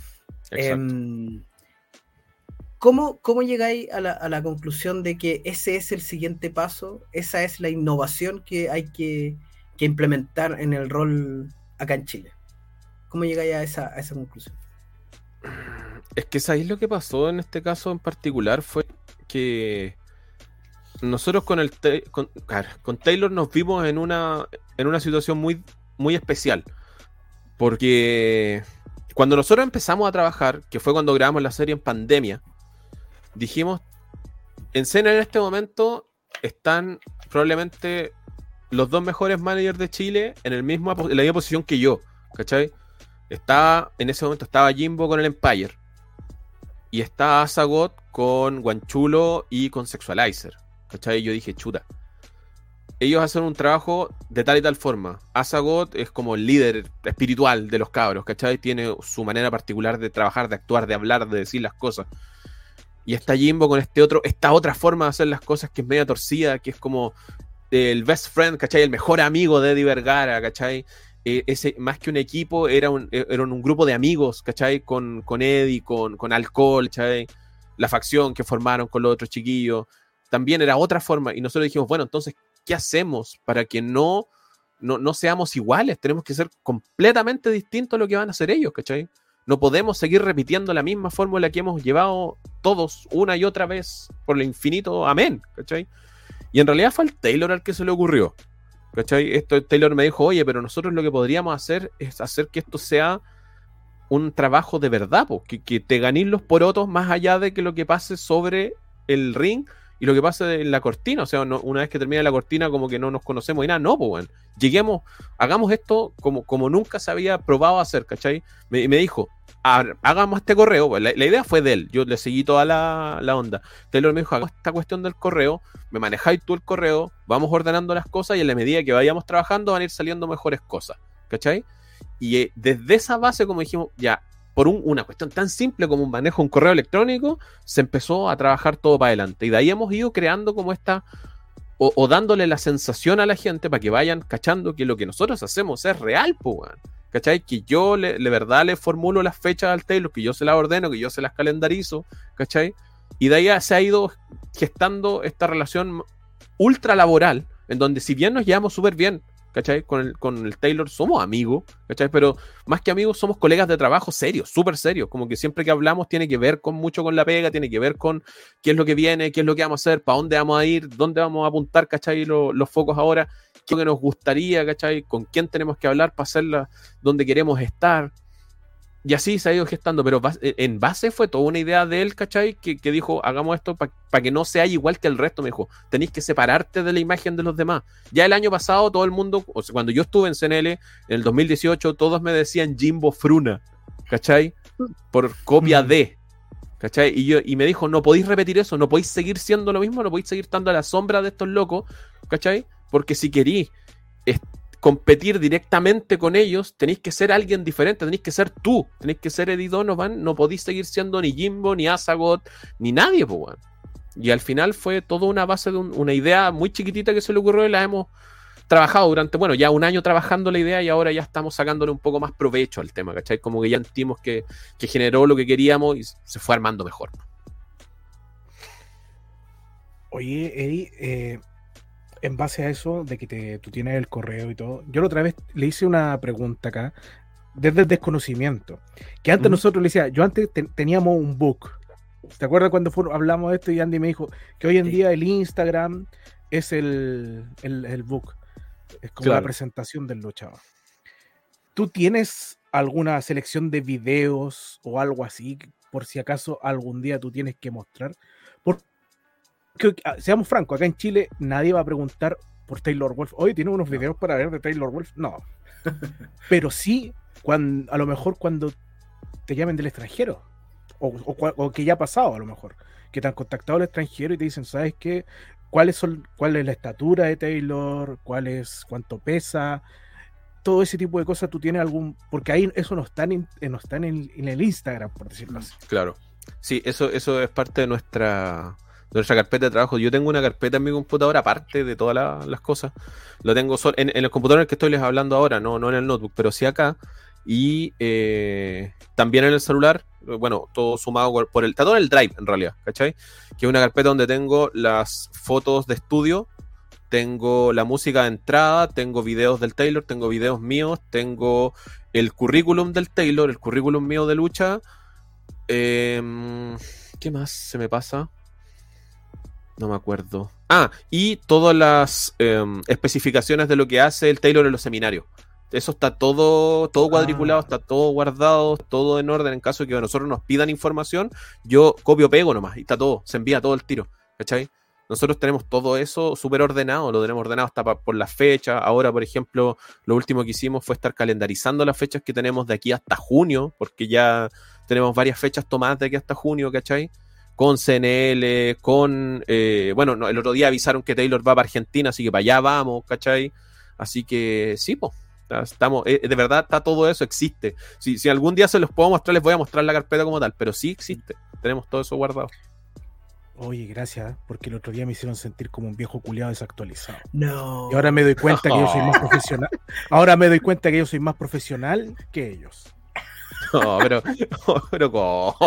¿Cómo llegáis a la conclusión de que ese es el siguiente paso? Esa es la innovación que hay que implementar en el rol acá en Chile. ¿Cómo llegáis a esa conclusión? Es que ¿sabéis lo que pasó en este caso en particular? Fue que nosotros con Taylor nos vimos en una situación muy, muy especial. Porque cuando nosotros empezamos a trabajar, que fue cuando grabamos la serie en pandemia, dijimos, en escena en este momento están probablemente los dos mejores managers de Chile en la misma posición que yo, ¿cachai? En ese momento estaba Jimbo con el Empire y está Asagot con Guanchulo y con Sexualizer, ¿cachai? Y yo dije, chuta, ellos hacen un trabajo de tal y tal forma. Asagot es como el líder espiritual de los cabros, ¿cachai? Tiene su manera particular de trabajar, de actuar, de hablar, de decir las cosas. Y está Jimbo con esta otra forma de hacer las cosas que es media torcida, que es como el best friend, ¿cachai? El mejor amigo de Eddie Vergara, ¿cachai? Ese, más que un equipo, era un grupo de amigos, ¿cachai? Con Eddie, con Alcohol, ¿cachai? La facción que formaron con los otros chiquillos. También era otra forma. Y nosotros dijimos, bueno, entonces, ¿qué hacemos para que no seamos iguales? Tenemos que ser completamente distintos a lo que van a hacer ellos, ¿cachai? No podemos seguir repitiendo la misma fórmula que hemos llevado todos una y otra vez por lo infinito, amén, ¿cachai? Y en realidad fue el Taylor al que se le ocurrió, ¿cachai? Taylor me dijo, oye, pero nosotros lo que podríamos hacer es hacer que esto sea un trabajo de verdad, que te ganéis los porotos más allá de que lo que pase sobre el ring y lo que pase en la cortina. O sea, una vez que termine la cortina como que no nos conocemos y nada, no, pues bueno, lleguemos, hagamos esto como nunca se había probado a hacer, ¿cachai? Me dijo, hagamos este correo. La idea fue de él, yo le seguí toda la onda. Taylor me dijo, hagamos esta cuestión del correo, me manejáis tú el correo, vamos ordenando las cosas y en la medida que vayamos trabajando van a ir saliendo mejores cosas, ¿cachai? Y desde esa base, como dijimos, ya, por una cuestión tan simple como un manejo de un correo electrónico, se empezó a trabajar todo para adelante. Y de ahí hemos ido creando como o dándole la sensación a la gente para que vayan cachando que lo que nosotros hacemos es real, pues, ¿cachai? Que yo de verdad le formulo las fechas al Taylor, que yo se las ordeno, que yo se las calendarizo, ¿cachai? Y de ahí se ha ido gestando esta relación ultra laboral, en donde si bien nos llevamos súper bien, ¿cachai? Con el Taylor somos amigos, ¿cachai? Pero más que amigos somos colegas de trabajo serios, súper serios, como que siempre que hablamos tiene que ver mucho con la pega, tiene que ver con qué es lo que viene, qué es lo que vamos a hacer, para dónde vamos a ir, dónde vamos a apuntar, ¿cachai? Los focos ahora, qué es lo que nos gustaría, ¿cachai? Con quién tenemos que hablar para hacerla donde queremos estar. Y así se ha ido gestando, pero en base fue toda una idea de él, ¿cachai? Que dijo, hagamos esto para que no sea igual que el resto. Me dijo, tenéis que separarte de la imagen de los demás. Ya el año pasado todo el mundo, o sea, cuando yo estuve en CNL, en el 2018, todos me decían Jimbo Fruna, ¿cachai? Por copia de, ¿cachai? Y me dijo, no podéis repetir eso, no podéis seguir siendo lo mismo, no podéis seguir estando a la sombra de estos locos, ¿cachai? Porque si querís competir directamente con ellos, tenéis que ser alguien diferente, tenéis que ser tú, tenéis que ser Eddie Donovan, no podéis seguir siendo ni Jimbo, ni Asagot, ni nadie, pues, bueno. Y al final fue toda una base de una idea muy chiquitita que se le ocurrió y la hemos trabajado durante, bueno, ya un año trabajando la idea y ahora ya estamos sacándole un poco más provecho al tema, ¿cachai? Como que ya sentimos que generó lo que queríamos y se fue armando mejor. Oye, Eddie, en base a eso, de que tú tienes el correo y todo, yo la otra vez le hice una pregunta acá, desde el desconocimiento, que antes nosotros le decía, yo antes teníamos un book, ¿Te acuerdas cuando hablamos de esto y Andy me dijo que hoy en Sí. día el Instagram es el book? Es como Claro. la presentación del luchador. ¿Tú tienes alguna selección de videos o algo así, por si acaso algún día tú tienes que mostrar? Porque, seamos francos, acá en Chile nadie va a preguntar por Taylor Wolf. Oye, ¿tienes unos videos para ver de Taylor Wolf? No. Pero sí, a lo mejor cuando te llamen del extranjero, o que ya ha pasado a lo mejor, que te han contactado al extranjero y te dicen, ¿sabes qué? ¿Cuál es la estatura de Taylor? ¿Cuánto pesa? Todo ese tipo de cosas, tú tienes algún... Porque ahí eso no está en el Instagram, por decirlo así. Claro. Sí, eso es parte de nuestra carpeta de trabajo. Yo tengo una carpeta en mi computadora, aparte de todas las cosas. Lo tengo en el computador en el que estoy les hablando ahora, no en el notebook, pero sí acá. Y también en el celular, bueno, todo sumado está todo en el Drive, en realidad, ¿cachai? Que es una carpeta donde tengo las fotos de estudio, tengo la música de entrada, tengo videos del Taylor, tengo videos míos, tengo el currículum del Taylor, el currículum mío de lucha. ¿Qué más se me pasa? No me acuerdo. Y todas las especificaciones de lo que hace el Taylor en los seminarios. Eso está todo cuadriculado, está todo guardado, todo en orden. En caso de que a nosotros nos pidan información, yo copio, pego nomás y está todo, se envía todo el tiro, ¿cachai? Nosotros tenemos todo eso súper ordenado, lo tenemos ordenado hasta por las fechas. Ahora, por ejemplo, lo último que hicimos fue estar calendarizando las fechas que tenemos de aquí hasta junio, porque ya tenemos varias fechas tomadas de aquí hasta junio, ¿cachai? Con CNL, bueno, el otro día avisaron que Taylor va para Argentina, así que para allá vamos, ¿cachai? Así que sí, pues, estamos, de verdad está todo eso, existe. Si algún día se los puedo mostrar, les voy a mostrar la carpeta como tal, pero sí existe, tenemos todo eso guardado. Oye, gracias, porque el otro día me hicieron sentir como un viejo culiado desactualizado. No. Y ahora me doy cuenta que yo soy más profesional. Ahora me doy cuenta que yo soy más profesional que ellos. No, pero ¿cómo?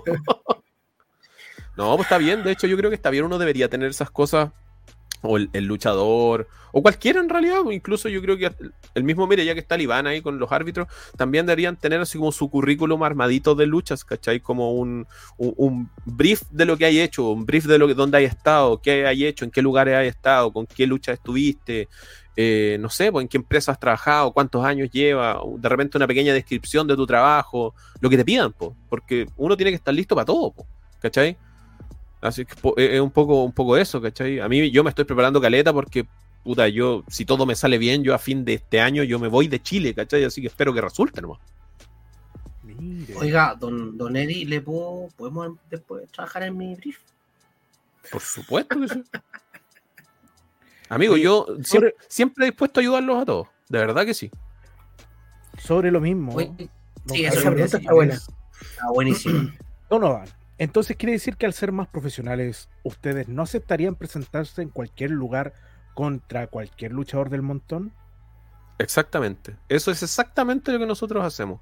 No, pues está bien, de hecho yo creo que está bien, uno debería tener esas cosas, o el luchador, o cualquiera en realidad, o incluso yo creo que el mismo, mire, ya que está el Iván ahí con los árbitros, también deberían tener así como su currículum armadito de luchas, ¿cachai? Como un brief de lo que hay hecho, un brief de dónde hay estado, qué hay hecho, en qué lugares hay estado, con qué lucha estuviste, no sé, pues en qué empresa has trabajado, cuántos años lleva, de repente una pequeña descripción de tu trabajo, lo que te pidan, po, porque uno tiene que estar listo para todo, po, ¿cachai? Así que es un poco eso, ¿cachai? A mí yo me estoy preparando caleta porque, puta, si todo me sale bien, yo a fin de este año yo me voy de Chile, ¿cachai? Así que espero que resulte nomás. Mire. Oiga, don Eddie, ¿podemos después trabajar en mi brief? Por supuesto que sí. Amigo, yo siempre dispuesto a ayudarlos a todos, de verdad que sí. Sobre lo mismo. Oye, don sí, Javier, esa pregunta está buena. Está buenísimo. Donovan, entonces quiere decir que al ser más profesionales, ustedes no aceptarían presentarse en cualquier lugar contra cualquier luchador del montón. Exactamente. Eso es exactamente lo que nosotros hacemos.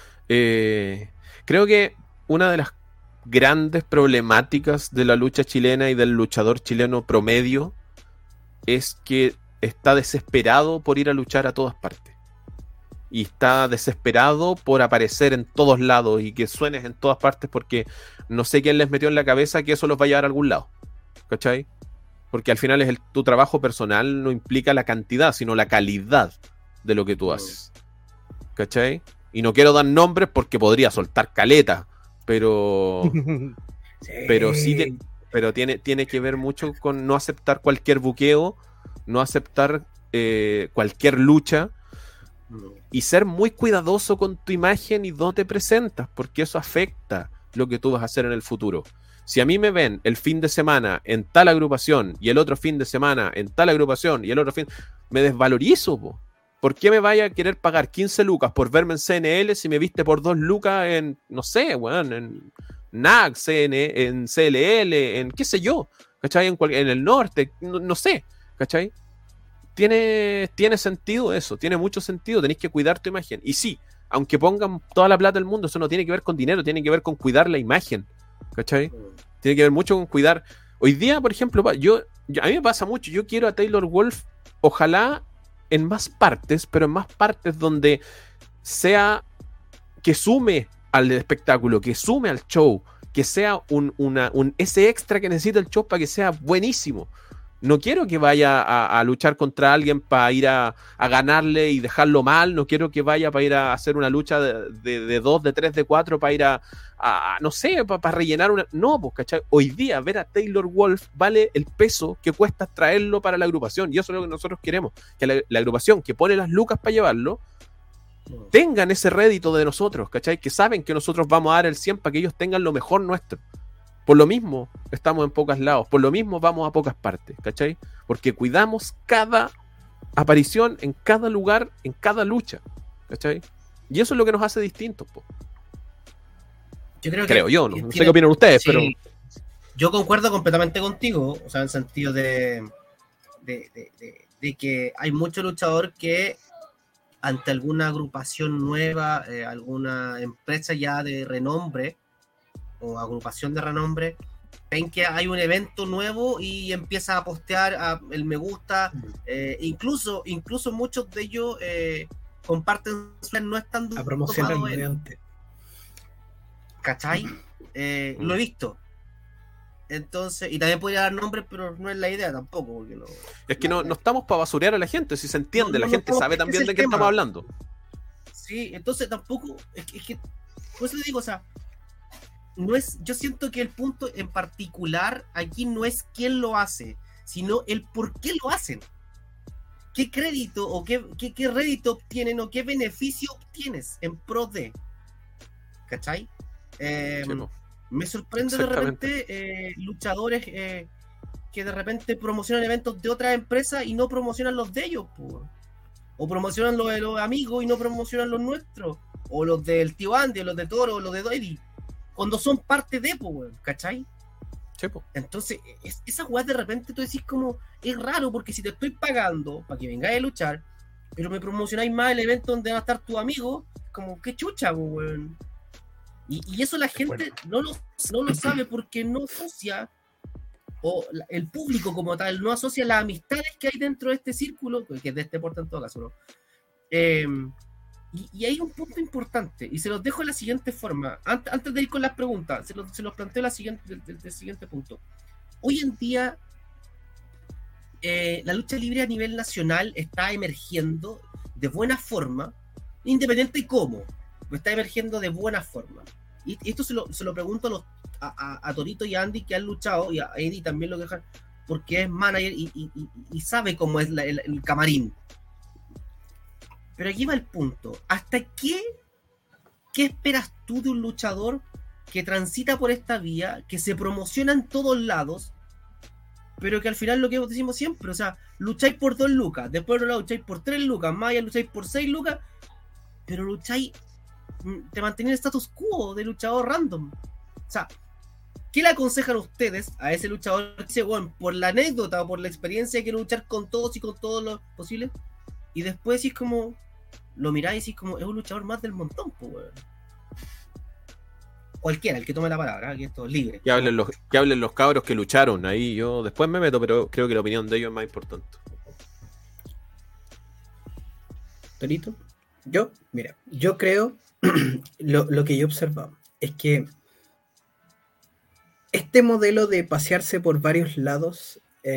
Creo que una de las grandes problemáticas de la lucha chilena y del luchador chileno promedio es que está desesperado por ir a luchar a todas partes. Y está desesperado por aparecer en todos lados y que suenes en todas partes porque no sé quién les metió en la cabeza que eso los va a llevar a algún lado. ¿Cachai? Porque al final tu trabajo personal no implica la cantidad, sino la calidad de lo que tú haces. ¿Cachai? Y no quiero dar nombres porque podría soltar caleta, pero sí, pero tiene que ver mucho con no aceptar cualquier buqueo, no aceptar cualquier lucha y ser muy cuidadoso con tu imagen y dónde te presentas, porque eso afecta lo que tú vas a hacer en el futuro. Si a mí me ven el fin de semana en tal agrupación y el otro fin de semana en tal agrupación y el otro me desvalorizo, po. ¿Por qué me vaya a querer pagar 15 lucas por verme en CNL si me viste por 2 lucas en, no sé, weón, en NAG, en CLL, en qué sé yo, ¿cachai? En el norte, no sé, ¿cachai? Tiene sentido eso, tiene mucho sentido, tenéis que cuidar tu imagen. Y sí, aunque pongan toda la plata del mundo, eso no tiene que ver con dinero, tiene que ver con cuidar la imagen, ¿cachai? Tiene que ver mucho con cuidar. Hoy día, por ejemplo, a mí me pasa mucho, yo quiero a Taylor Wolf, ojalá en más partes, pero en más partes donde sea que sume al espectáculo, que sume al show, que sea ese extra que necesita el show para que sea buenísimo. No quiero que vaya a luchar contra alguien para ir a ganarle y dejarlo mal. No quiero que vaya para ir a hacer una lucha de 2, de 3, de 4 para ir a no sé, para rellenar una... No, pues, ¿cachai? Hoy día ver a Taylor Wolf vale el peso que cuesta traerlo para la agrupación. Y eso es lo que nosotros queremos. Que la agrupación que pone las lucas para llevarlo tengan ese rédito de nosotros, ¿cachai? Que saben que nosotros vamos a dar el 100 para que ellos tengan lo mejor nuestro. Por lo mismo estamos en pocos lados, por lo mismo vamos a pocas partes, ¿cachai? Porque cuidamos cada aparición en cada lugar, en cada lucha, ¿cachai? Y eso es lo que nos hace distintos, po. Creo yo, no sé qué opinan ustedes, sí, pero... Yo concuerdo completamente contigo, o sea, en el sentido de que hay mucho luchador que ante alguna agrupación nueva, alguna empresa ya de renombre, o agrupación de renombre, ven que hay un evento nuevo y empieza a postear el me gusta, incluso muchos de ellos comparten, no están a promocionar el mediante. ¿Cachai? Lo he visto. Entonces, y también podría dar nombres, pero no es la idea tampoco. Porque no, es que no estamos para basurear a la gente, si se entiende, la gente sabe también de qué estamos hablando. Sí, entonces tampoco, es que por eso le digo, o sea, no es, yo siento que el punto en particular aquí no es quién lo hace, sino el por qué lo hacen. ¿Qué crédito o qué rédito obtienen o qué beneficio obtienes en pro de? ¿Cachai? Me sorprende de repente luchadores que de repente promocionan eventos de otras empresas y no promocionan los de ellos, po. O promocionan los de los amigos y no promocionan los nuestros, o los del tío Andy, o los de Toro, o los de Dory, cuando son parte de, ¿cachai? Sí, po. Entonces, esa weá de repente tú decís como, es raro, porque si te estoy pagando para que vengáis a luchar, pero me promocionáis más el evento donde van a estar tus amigos, como, qué chucha, weón. Y eso la gente no lo sabe porque no asocia, o el público como tal, no asocia las amistades que hay dentro de este círculo, que es de este porte en todo caso, ¿no? Y hay un punto importante, y se los dejo de la siguiente forma. Antes de ir con las preguntas, se los planteo del siguiente punto. Hoy en día, la lucha libre a nivel nacional está emergiendo de buena forma, independiente de cómo, está emergiendo de buena forma. Y esto se lo pregunto a Torito y a Andy, que han luchado, y a Eddie también lo dejan, porque es manager y sabe cómo es el camarín. Pero aquí va el punto. ¿Hasta qué esperas tú de un luchador que transita por esta vía, que se promociona en todos lados, pero que al final lo que decimos siempre, o sea, lucháis por 2 lucas, después no lucháis por 3 lucas, más allá lucháis por 6 lucas, pero lucháis, te mantener el status quo de luchador random? O sea, ¿qué le aconsejan ustedes a ese luchador que dice, bueno, por la anécdota o por la experiencia quiero luchar con todos y con todo lo posible? Y después decís como, lo miráis y decís como, es un luchador más del montón, pues, weón. Cualquiera, el que tome la palabra, que esto es libre. Que hablen los cabros que lucharon. Ahí yo después me meto, pero creo que la opinión de ellos es más importante. Torito, yo creo, lo que yo he observado es que este modelo de pasearse por varios lados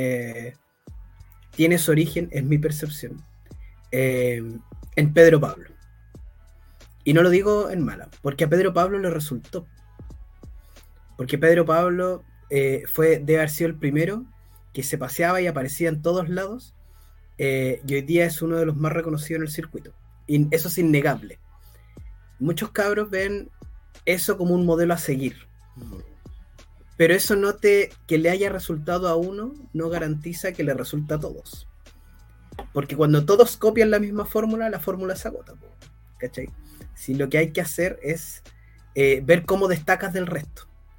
tiene su origen, en mi percepción, en Pedro Pablo. Y no lo digo en mala, porque a Pedro Pablo le resultó. Porque Pedro Pablo debe haber sido el primero que se paseaba y aparecía en todos lados, y hoy día es uno de los más reconocidos en el circuito. Y eso es innegable. Muchos cabros ven eso como un modelo a seguir. Pero eso que le haya resultado a uno no garantiza que le resulta a todos. Porque cuando todos copian la misma fórmula, la fórmula se agota, ¿cachai? Si lo que hay que hacer es ver cómo destacas del resto.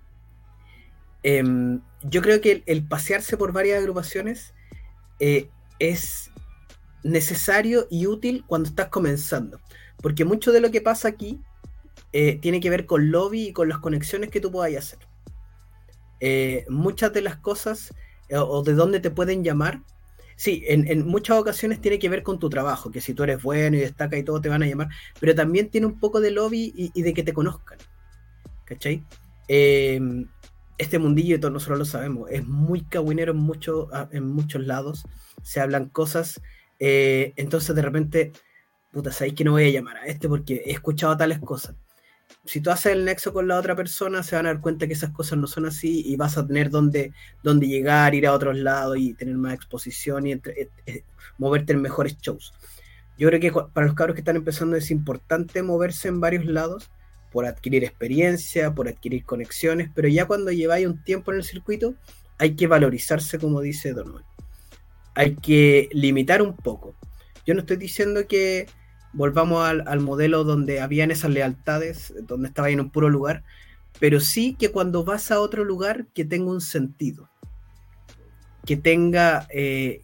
Yo creo que el pasearse por varias agrupaciones es necesario y útil cuando estás comenzando. Porque mucho de lo que pasa aquí tiene que ver con lobby y con las conexiones que tú puedas hacer. Muchas de las cosas o de dónde te pueden llamar, sí, en muchas ocasiones tiene que ver con tu trabajo, que si tú eres bueno y destaca y todo te van a llamar, pero también tiene un poco de lobby y de que te conozcan, ¿cachai? este mundillo, y todos nosotros lo sabemos, es muy cagüinero en muchos lados, se hablan cosas, entonces de repente, puta, sabéis que no voy a llamar a este porque he escuchado tales cosas. Si tú haces el nexo con la otra persona, se van a dar cuenta que esas cosas no son así y vas a tener donde llegar, ir a otros lados y tener más exposición y moverte en mejores shows. Yo creo que para los cabros que están empezando es importante moverse en varios lados por adquirir experiencia, por adquirir conexiones, pero ya cuando lleváis un tiempo en el circuito hay que valorizarse, como dice Donovan. Hay que limitar un poco. Yo no estoy diciendo que volvamos al modelo donde habían esas lealtades, donde estaba en un puro lugar, pero sí que cuando vas a otro lugar que tenga un sentido, que tenga, que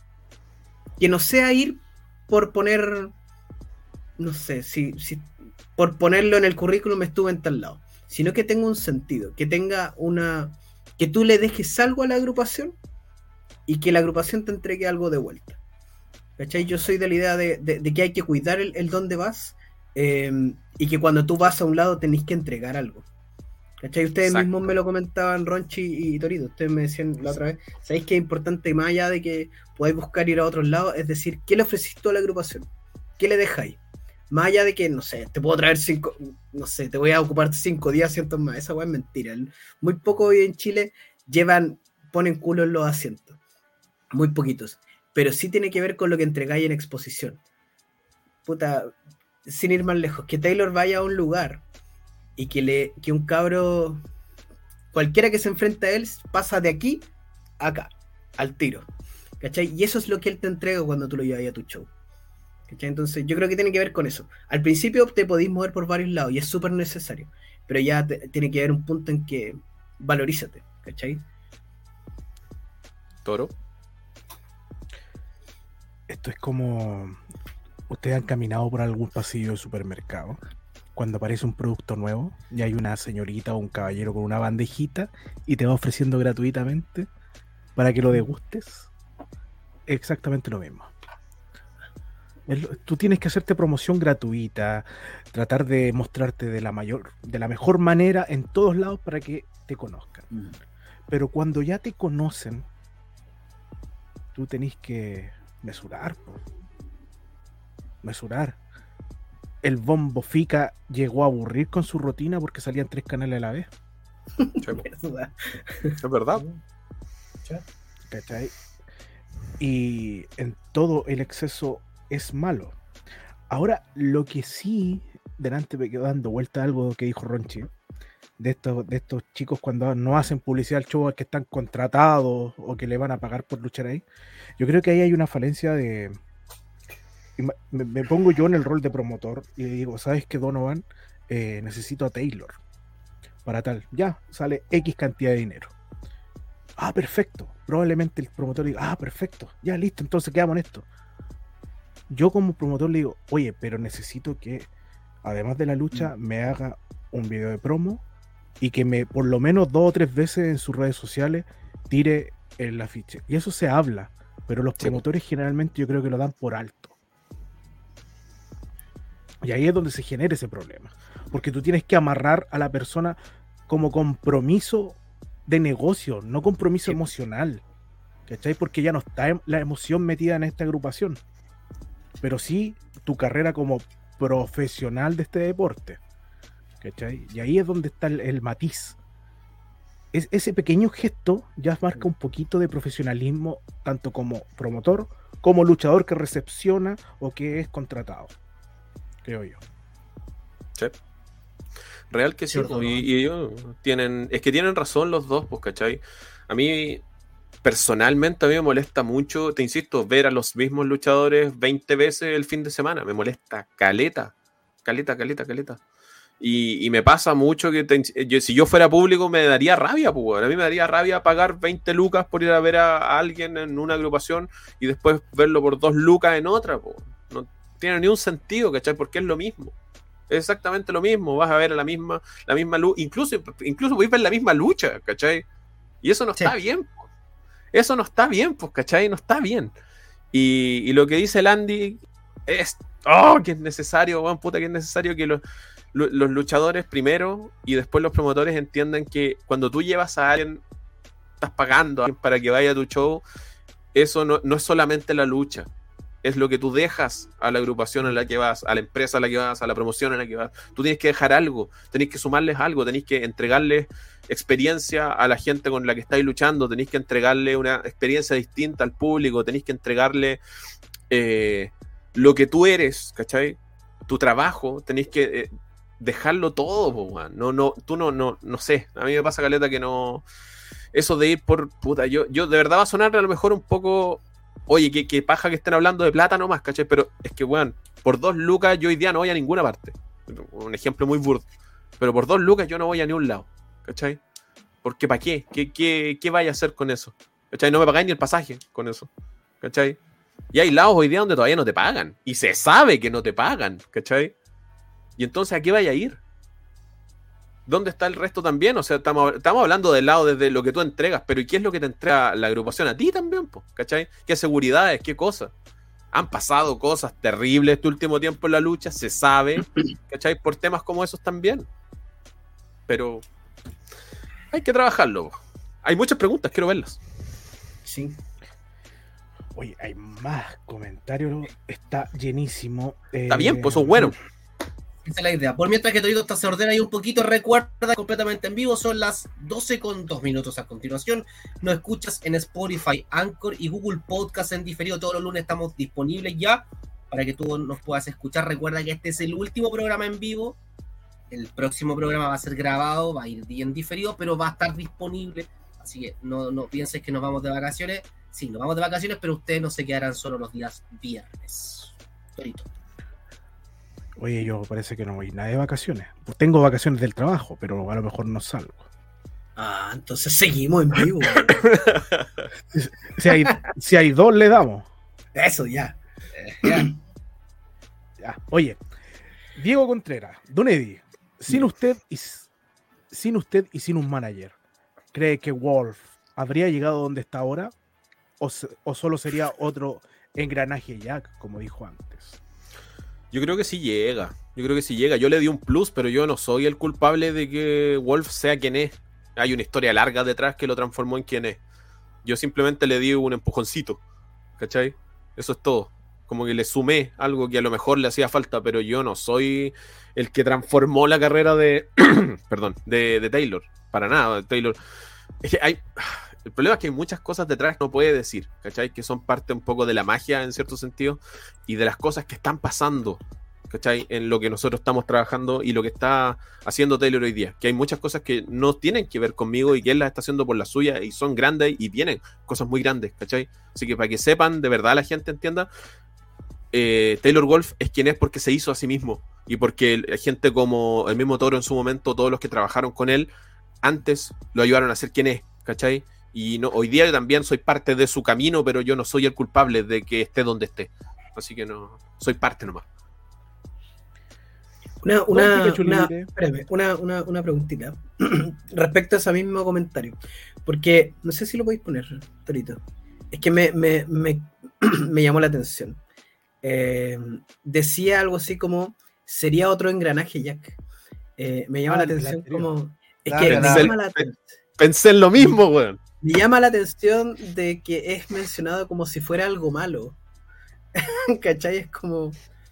no sea ir por poner, no sé, si por ponerlo en el currículum estuve en tal lado, sino que tenga un sentido, que tenga que tú le dejes algo a la agrupación y que la agrupación te entregue algo de vuelta. ¿Cachai? Yo soy de la idea de que hay que cuidar el dónde vas, y que cuando tú vas a un lado tenés que entregar algo. ¿Cachai? Ustedes mismos me lo comentaban, Ronchi y Torito. Ustedes me decían la otra vez, ¿sabéis que es importante, más allá de que podáis buscar ir a otros lados? Es decir, ¿qué le ofrecís tú a la agrupación? ¿Qué le dejáis? Más allá de que, no sé, te puedo traer 5, no sé, te voy a ocupar 5 días, asientos más. Esa weá es mentira. Muy pocos hoy en Chile ponen culo en los asientos. Muy poquitos. Pero sí tiene que ver con lo que entregáis en exposición. Puta, sin ir más lejos, que Taylor vaya a un lugar y que un cabro, cualquiera que se enfrente a él, pasa de aquí a acá, al tiro. ¿Cachai? Y eso es lo que él te entrega cuando tú lo llevas a tu show. ¿Cachai? Entonces yo creo que tiene que ver con eso. Al principio te podéis mover por varios lados y es súper necesario, pero ya tiene que haber un punto en que valorízate. ¿Cachai? Toro. Esto es como ustedes han caminado por algún pasillo de supermercado cuando aparece un producto nuevo y hay una señorita o un caballero con una bandejita y te va ofreciendo gratuitamente para que lo degustes. Exactamente lo mismo. Tú tienes que hacerte promoción gratuita, tratar de mostrarte de la mejor manera en todos lados para que te conozcan. Pero cuando ya te conocen, tú tenés que mesurar. El Bombo Fica llegó a aburrir con su rutina porque salían 3 canales a la vez. Es verdad. ¿Cachai? Y en todo el exceso es malo. Ahora, lo que sí, delante me quedó dando vuelta algo que dijo Ronchi, de estos chicos cuando no hacen publicidad al show, que están contratados o que le van a pagar por luchar ahí. Yo creo que ahí hay una falencia de... Me pongo yo en el rol de promotor y le digo, ¿sabes qué, Donovan? Necesito a Taylor para tal. Ya, sale X cantidad de dinero. Ah, perfecto. Probablemente el promotor diga, ah, perfecto. Ya, listo, entonces quedamos en esto. Yo como promotor le digo, oye, pero necesito que, además de la lucha, me haga un video de promo y que me, por lo menos 2 o 3 veces en sus redes sociales, tire el afiche. Y eso se habla, pero los promotores generalmente yo creo que lo dan por alto. Y ahí es donde se genera ese problema. Porque tú tienes que amarrar a la persona como compromiso de negocio, no compromiso emocional. ¿Cachai? Porque ya no está la emoción metida en esta agrupación. Pero sí tu carrera como profesional de este deporte. ¿Cachai? Y ahí es donde está el matiz. Ese pequeño gesto ya marca un poquito de profesionalismo, tanto como promotor, como luchador que recepciona o que es contratado. Creo yo. Sí. Real que sí. Y ellos tienen razón los dos, pues, ¿cachai? A mí, personalmente, a mí me molesta mucho, te insisto, ver a los mismos luchadores 20 veces el fin de semana. Me molesta caleta. Y me pasa mucho que si yo fuera público me daría rabia, pues. A mí me daría rabia pagar 20 lucas por ir a ver a alguien en una agrupación y después verlo por 2 lucas en otra, pues. No tiene ni un sentido, ¿cachai? Porque es lo mismo. Es exactamente lo mismo. Vas a ver a la misma lucha. Incluso podéis ver la misma lucha, ¿cachai? Y eso no está bien. Po. Eso no está bien, pues, ¿cachai? No está bien. Y lo que dice el Andy es... ¡Oh! Que es necesario, weón, puta, que es necesario que los luchadores primero y después los promotores entiendan que cuando tú llevas a alguien, estás pagando a alguien para que vaya a tu show, eso no es solamente la lucha, es lo que tú dejas a la agrupación en la que vas, a la empresa en la que vas, a la promoción en la que vas. Tú tienes que dejar algo, tenés que sumarles algo, tenés que entregarles experiencia a la gente con la que estáis luchando, tenés que entregarle una experiencia distinta al público, tenés que entregarle lo que tú eres, ¿cachai? Tu trabajo, tenés que dejarlo todo, man. Tú no sé, a mí me pasa, caleta, que no, eso de ir por puta, yo de verdad va a sonar a lo mejor un poco, oye, que paja que estén hablando de plata nomás, ¿cachai? Pero es que, weón, por 2 lucas yo hoy día no voy a ninguna parte, un ejemplo muy burdo, pero por 2 lucas yo no voy a ningún lado, ¿cachai? Porque ¿para qué? ¿Qué vaya a hacer con eso? ¿Cachai? No me pagáis ni el pasaje con eso, ¿cachai? Y hay lados hoy día donde todavía no te pagan. Y se sabe que no te pagan, ¿cachai? Y entonces, ¿a qué vaya a ir? ¿Dónde está el resto también? O sea, estamos hablando del lado desde lo que tú entregas, pero ¿y qué es lo que te entrega la agrupación a ti también, po? ¿Cachai? ¿Qué seguridades? ¿Qué cosas? Han pasado cosas terribles este último tiempo en la lucha, se sabe, ¿cachai? Por temas como esos también. Pero hay que trabajarlo. Hay muchas preguntas, quiero verlas. Sí. Oye, hay más comentarios, está llenísimo. Está bien, pues eso es bueno. Esa es la idea. Por mientras que todo esto se ordena ahí un poquito, recuerda completamente en vivo, son las 12:02 a continuación. Nos escuchas en Spotify, Anchor y Google Podcast en diferido. Todos los lunes estamos disponibles ya para que tú nos puedas escuchar. Recuerda que este es el último programa en vivo. El próximo programa va a ser grabado, va a ir bien diferido, pero va a estar disponible. Así que no pienses que nos vamos de vacaciones. Sí, nos vamos de vacaciones, pero ustedes no se quedarán solo los días viernes. Torito. Oye, yo parece que no voy nada de vacaciones. Pues tengo vacaciones del trabajo, pero a lo mejor no salgo. Ah, entonces seguimos en vivo. Si hay 2, le damos. Eso, ya. Ya. Oye, Diego Contreras, Don Eddie, sin usted y sin un manager, ¿cree que Wolf habría llegado donde está ahora? ¿O solo sería otro engranaje Jack, como dijo antes? Yo creo que sí llega. Yo le di un plus, pero yo no soy el culpable de que Wolf sea quien es. Hay una historia larga detrás que lo transformó en quien es. Yo simplemente le di un empujoncito, ¿cachai? Eso es todo. Como que le sumé algo que a lo mejor le hacía falta, pero yo no soy el que transformó la carrera de perdón, de Taylor. Para nada, Taylor. Es que el problema es que hay muchas cosas detrás que no puede decir, ¿cachai? Que son parte un poco de la magia en cierto sentido y de las cosas que están pasando, ¿cachai? En lo que nosotros estamos trabajando y lo que está haciendo Taylor hoy día. Que hay muchas cosas que no tienen que ver conmigo y que él las está haciendo por la suya y son grandes y vienen cosas muy grandes, ¿cachai? Así que para que sepan, de verdad la gente entienda, Taylor Wolf es quien es porque se hizo a sí mismo y porque gente como el mismo Toro en su momento, todos los que trabajaron con él antes lo ayudaron a ser quien es, ¿cachai? Y no, hoy día también soy parte de su camino, pero yo no soy el culpable de que esté donde esté. Así que no, soy parte nomás. Una preguntita respecto a ese mismo comentario. Porque no sé si lo podéis poner, Torito. Es que me llamó la atención. Decía algo así como sería otro engranaje Jack. Me llama la atención como... Es que me llama la atención. Pensé en lo mismo, weón. Me llama la atención de que es mencionado como si fuera algo malo. ¿Cachai? Es como...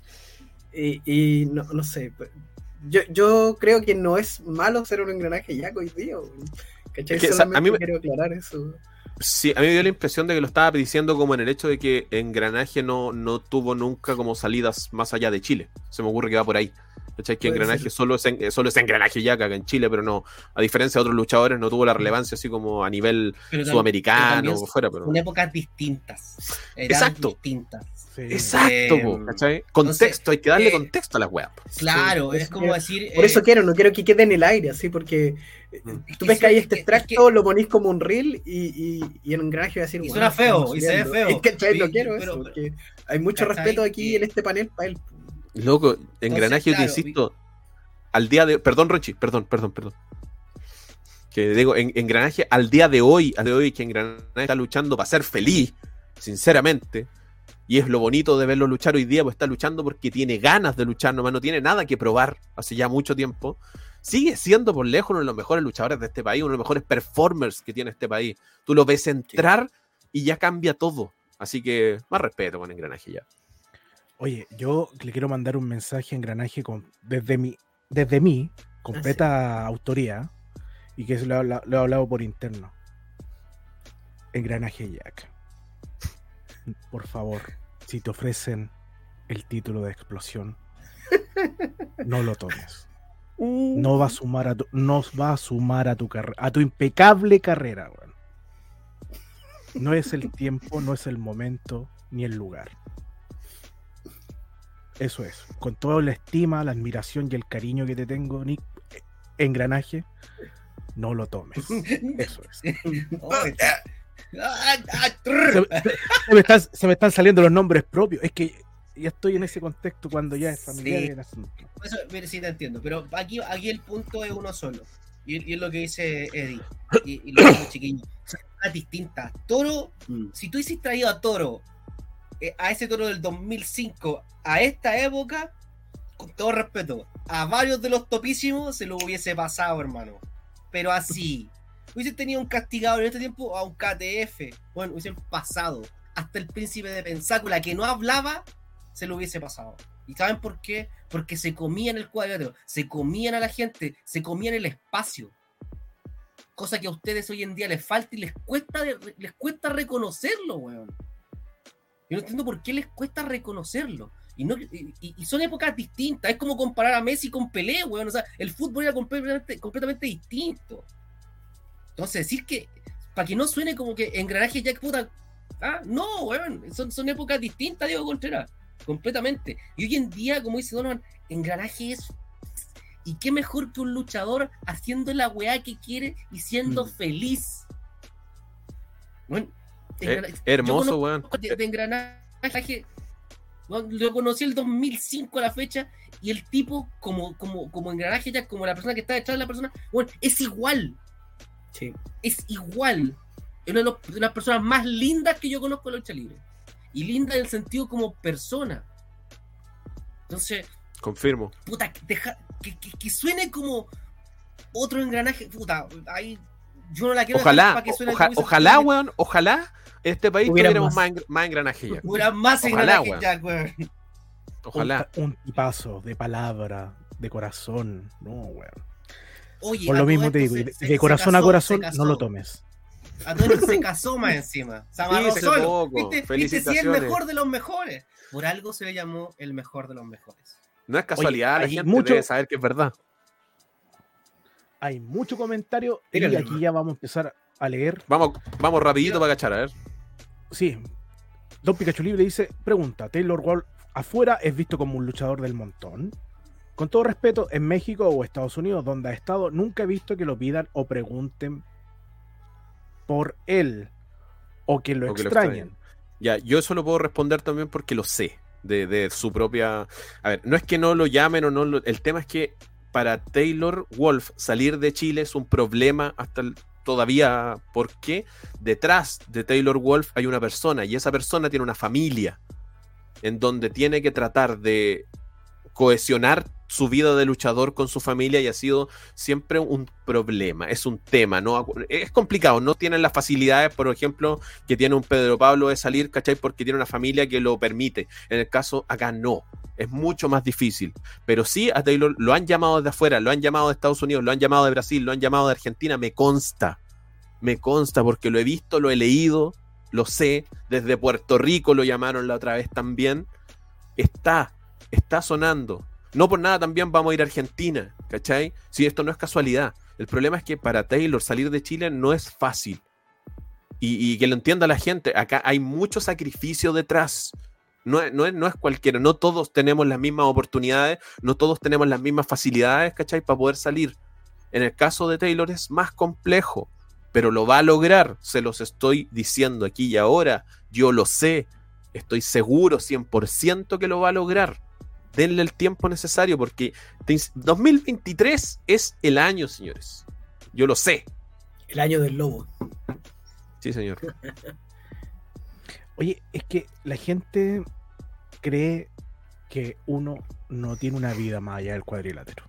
Y no sé. Yo creo que no es malo ser un engranaje Jack hoy día. ¿Cachai? Es que, solamente quiero aclarar eso. Sí, a mí me dio la impresión de que lo estaba diciendo como en el hecho de que Engranaje no tuvo nunca como salidas más allá de Chile. Se me ocurre que va por ahí. ¿Cachai? Que Engranaje solo es Engranaje ya acá en Chile, pero no, a diferencia de otros luchadores, no tuvo la relevancia así como a nivel sudamericano o fuera. Pero... Son épocas distintas. Exacto. Distintas. Sí. Exacto, ¿cachai? Contexto, hay que darle contexto a las weas. Claro, Sí, es como decir... Por eso no quiero que quede en el aire, así, porque tú ves que hay este extracto, lo ponís como un reel y en un engranaje va a decir... Y suena feo, y se ve feo. ¿Cachai? No quiero eso, porque hay mucho respeto aquí en este panel para él. Loco, Engranaje, yo te insisto, al día de... Perdón, Rochi, perdón. Que digo, Engranaje al día de hoy, que Engranaje está luchando para ser feliz, sinceramente, Y es lo bonito de verlo luchar hoy día, pues está luchando porque tiene ganas de luchar, nomás no tiene nada que probar hace ya mucho tiempo. Sigue siendo por lejos uno de los mejores luchadores de este país, uno de los mejores performers que tiene este país. Tú lo ves entrar y ya cambia todo. Así que más respeto con Engranaje ya. Oye, yo le quiero mandar un mensaje a Engranaje desde mi completa autoría, y que lo he hablado por interno. Engranaje Jack, por favor, si te ofrecen el título de explosión, no lo tomes. No va a sumar a tu impecable carrera, weón. No es el tiempo, no es el momento, ni el lugar. Eso es. Con toda la estima, la admiración y el cariño que te tengo, Nick, Engranaje, no lo tomes. Eso es. Se me están saliendo los nombres propios. Es que ya estoy en ese contexto cuando ya es familiar el asunto. Eso, sí te entiendo, pero aquí el punto es uno solo. Y es lo que dice Eddie. Y lo que dice chiquillo. Son cosas distintas. Toro, si tú hiciste traído a Toro, a ese Toro del 2005, a esta época, con todo respeto, a varios de los topísimos se lo hubiese pasado, hermano. Pero así. Hubiesen tenido un castigado en este tiempo a un KTF. Bueno, hubiesen pasado. Hasta el príncipe de Pensácula, que no hablaba, se lo hubiese pasado. ¿Y saben por qué? Porque se comían el cuadrilátero, se comían a la gente, se comían el espacio. Cosa que a ustedes hoy en día les falta y les cuesta reconocerlo, weón. Yo no entiendo por qué les cuesta reconocerlo. Y son épocas distintas. Es como comparar a Messi con Pelé, weón. O sea, el fútbol era completamente distinto. Entonces, decir que, para que no suene como que Engranaje Jack, puta, no, weón, son épocas distintas, Diego Contreras, completamente. Y hoy en día, como dice Donovan, Engranaje es, y qué mejor que un luchador haciendo la weá que quiere y siendo feliz. Bueno, hermoso, weón. De Engranaje, bueno, lo conocí el 2005 a la fecha, y el tipo, como Engranaje Jack, como la persona que está detrás de la persona, bueno, es igual. Sí. Es igual. Es una de las personas más lindas que yo conozco en la lucha libre. Y linda en el sentido como persona. Entonces, confirmo. Puta, que suene como otro Engranaje. Puta, ahí yo no la quiero ojalá, para que suene ojalá, weón, ojalá en este país tuviéramos más Engranaje Jack. Hubiera más Engranaje Jack, weón. Ojalá. Un tipazo de palabra, de corazón. No, weón. Oye, por lo mismo te digo, de corazón a corazón, no lo tomes. A todo se casó más encima. Se amarró solo. ¿Viste? Si es el mejor de los mejores. Por algo se le llamó el mejor de los mejores. No es casualidad, oye, la gente debe saber que es verdad. Hay mucho comentario y aquí ya vamos a empezar a leer. Vamos rapidito para cachar, a ver. Sí. Don Pikachu Libre dice, pregunta, ¿Taylor Wolf afuera es visto como un luchador del montón? Con todo respeto, en México o Estados Unidos, donde ha estado, nunca he visto que lo pidan o pregunten por él o que lo extrañen. Ya, yo eso lo puedo responder también porque lo sé de su propia... A ver, no es que no lo llamen o no lo... El tema es que para Taylor Wolf salir de Chile es un problema todavía, porque detrás de Taylor Wolf hay una persona y esa persona tiene una familia en donde tiene que tratar de cohesionar su vida de luchador con su familia y ha sido siempre un problema, es un tema, ¿no? Es complicado, no tienen las facilidades, por ejemplo, que tiene un Pedro Pablo de salir, ¿cachai? Porque tiene una familia que lo permite. En el caso acá no, es mucho más difícil, pero sí a Taylor lo han llamado desde afuera, lo han llamado de Estados Unidos, lo han llamado de Brasil, lo han llamado de Argentina, me consta porque lo he visto, lo he leído, lo sé, desde Puerto Rico lo llamaron la otra vez también, está sonando. No por nada también vamos a ir a Argentina, ¿cachai? Si esto no es casualidad. El problema es que para Taylor salir de Chile no es fácil. Y que lo entienda la gente. Acá hay mucho sacrificio detrás. No es cualquiera. No todos tenemos las mismas oportunidades. No todos tenemos las mismas facilidades, ¿cachai? Para poder salir. En el caso de Taylor es más complejo. Pero lo va a lograr. Se los estoy diciendo aquí y ahora. Yo lo sé. Estoy seguro 100% que lo va a lograr. Denle el tiempo necesario porque 2023 es el año, señores. Yo lo sé. El año del lobo. Sí, señor. Oye, es que la gente cree que uno no tiene una vida más allá del cuadrilátero.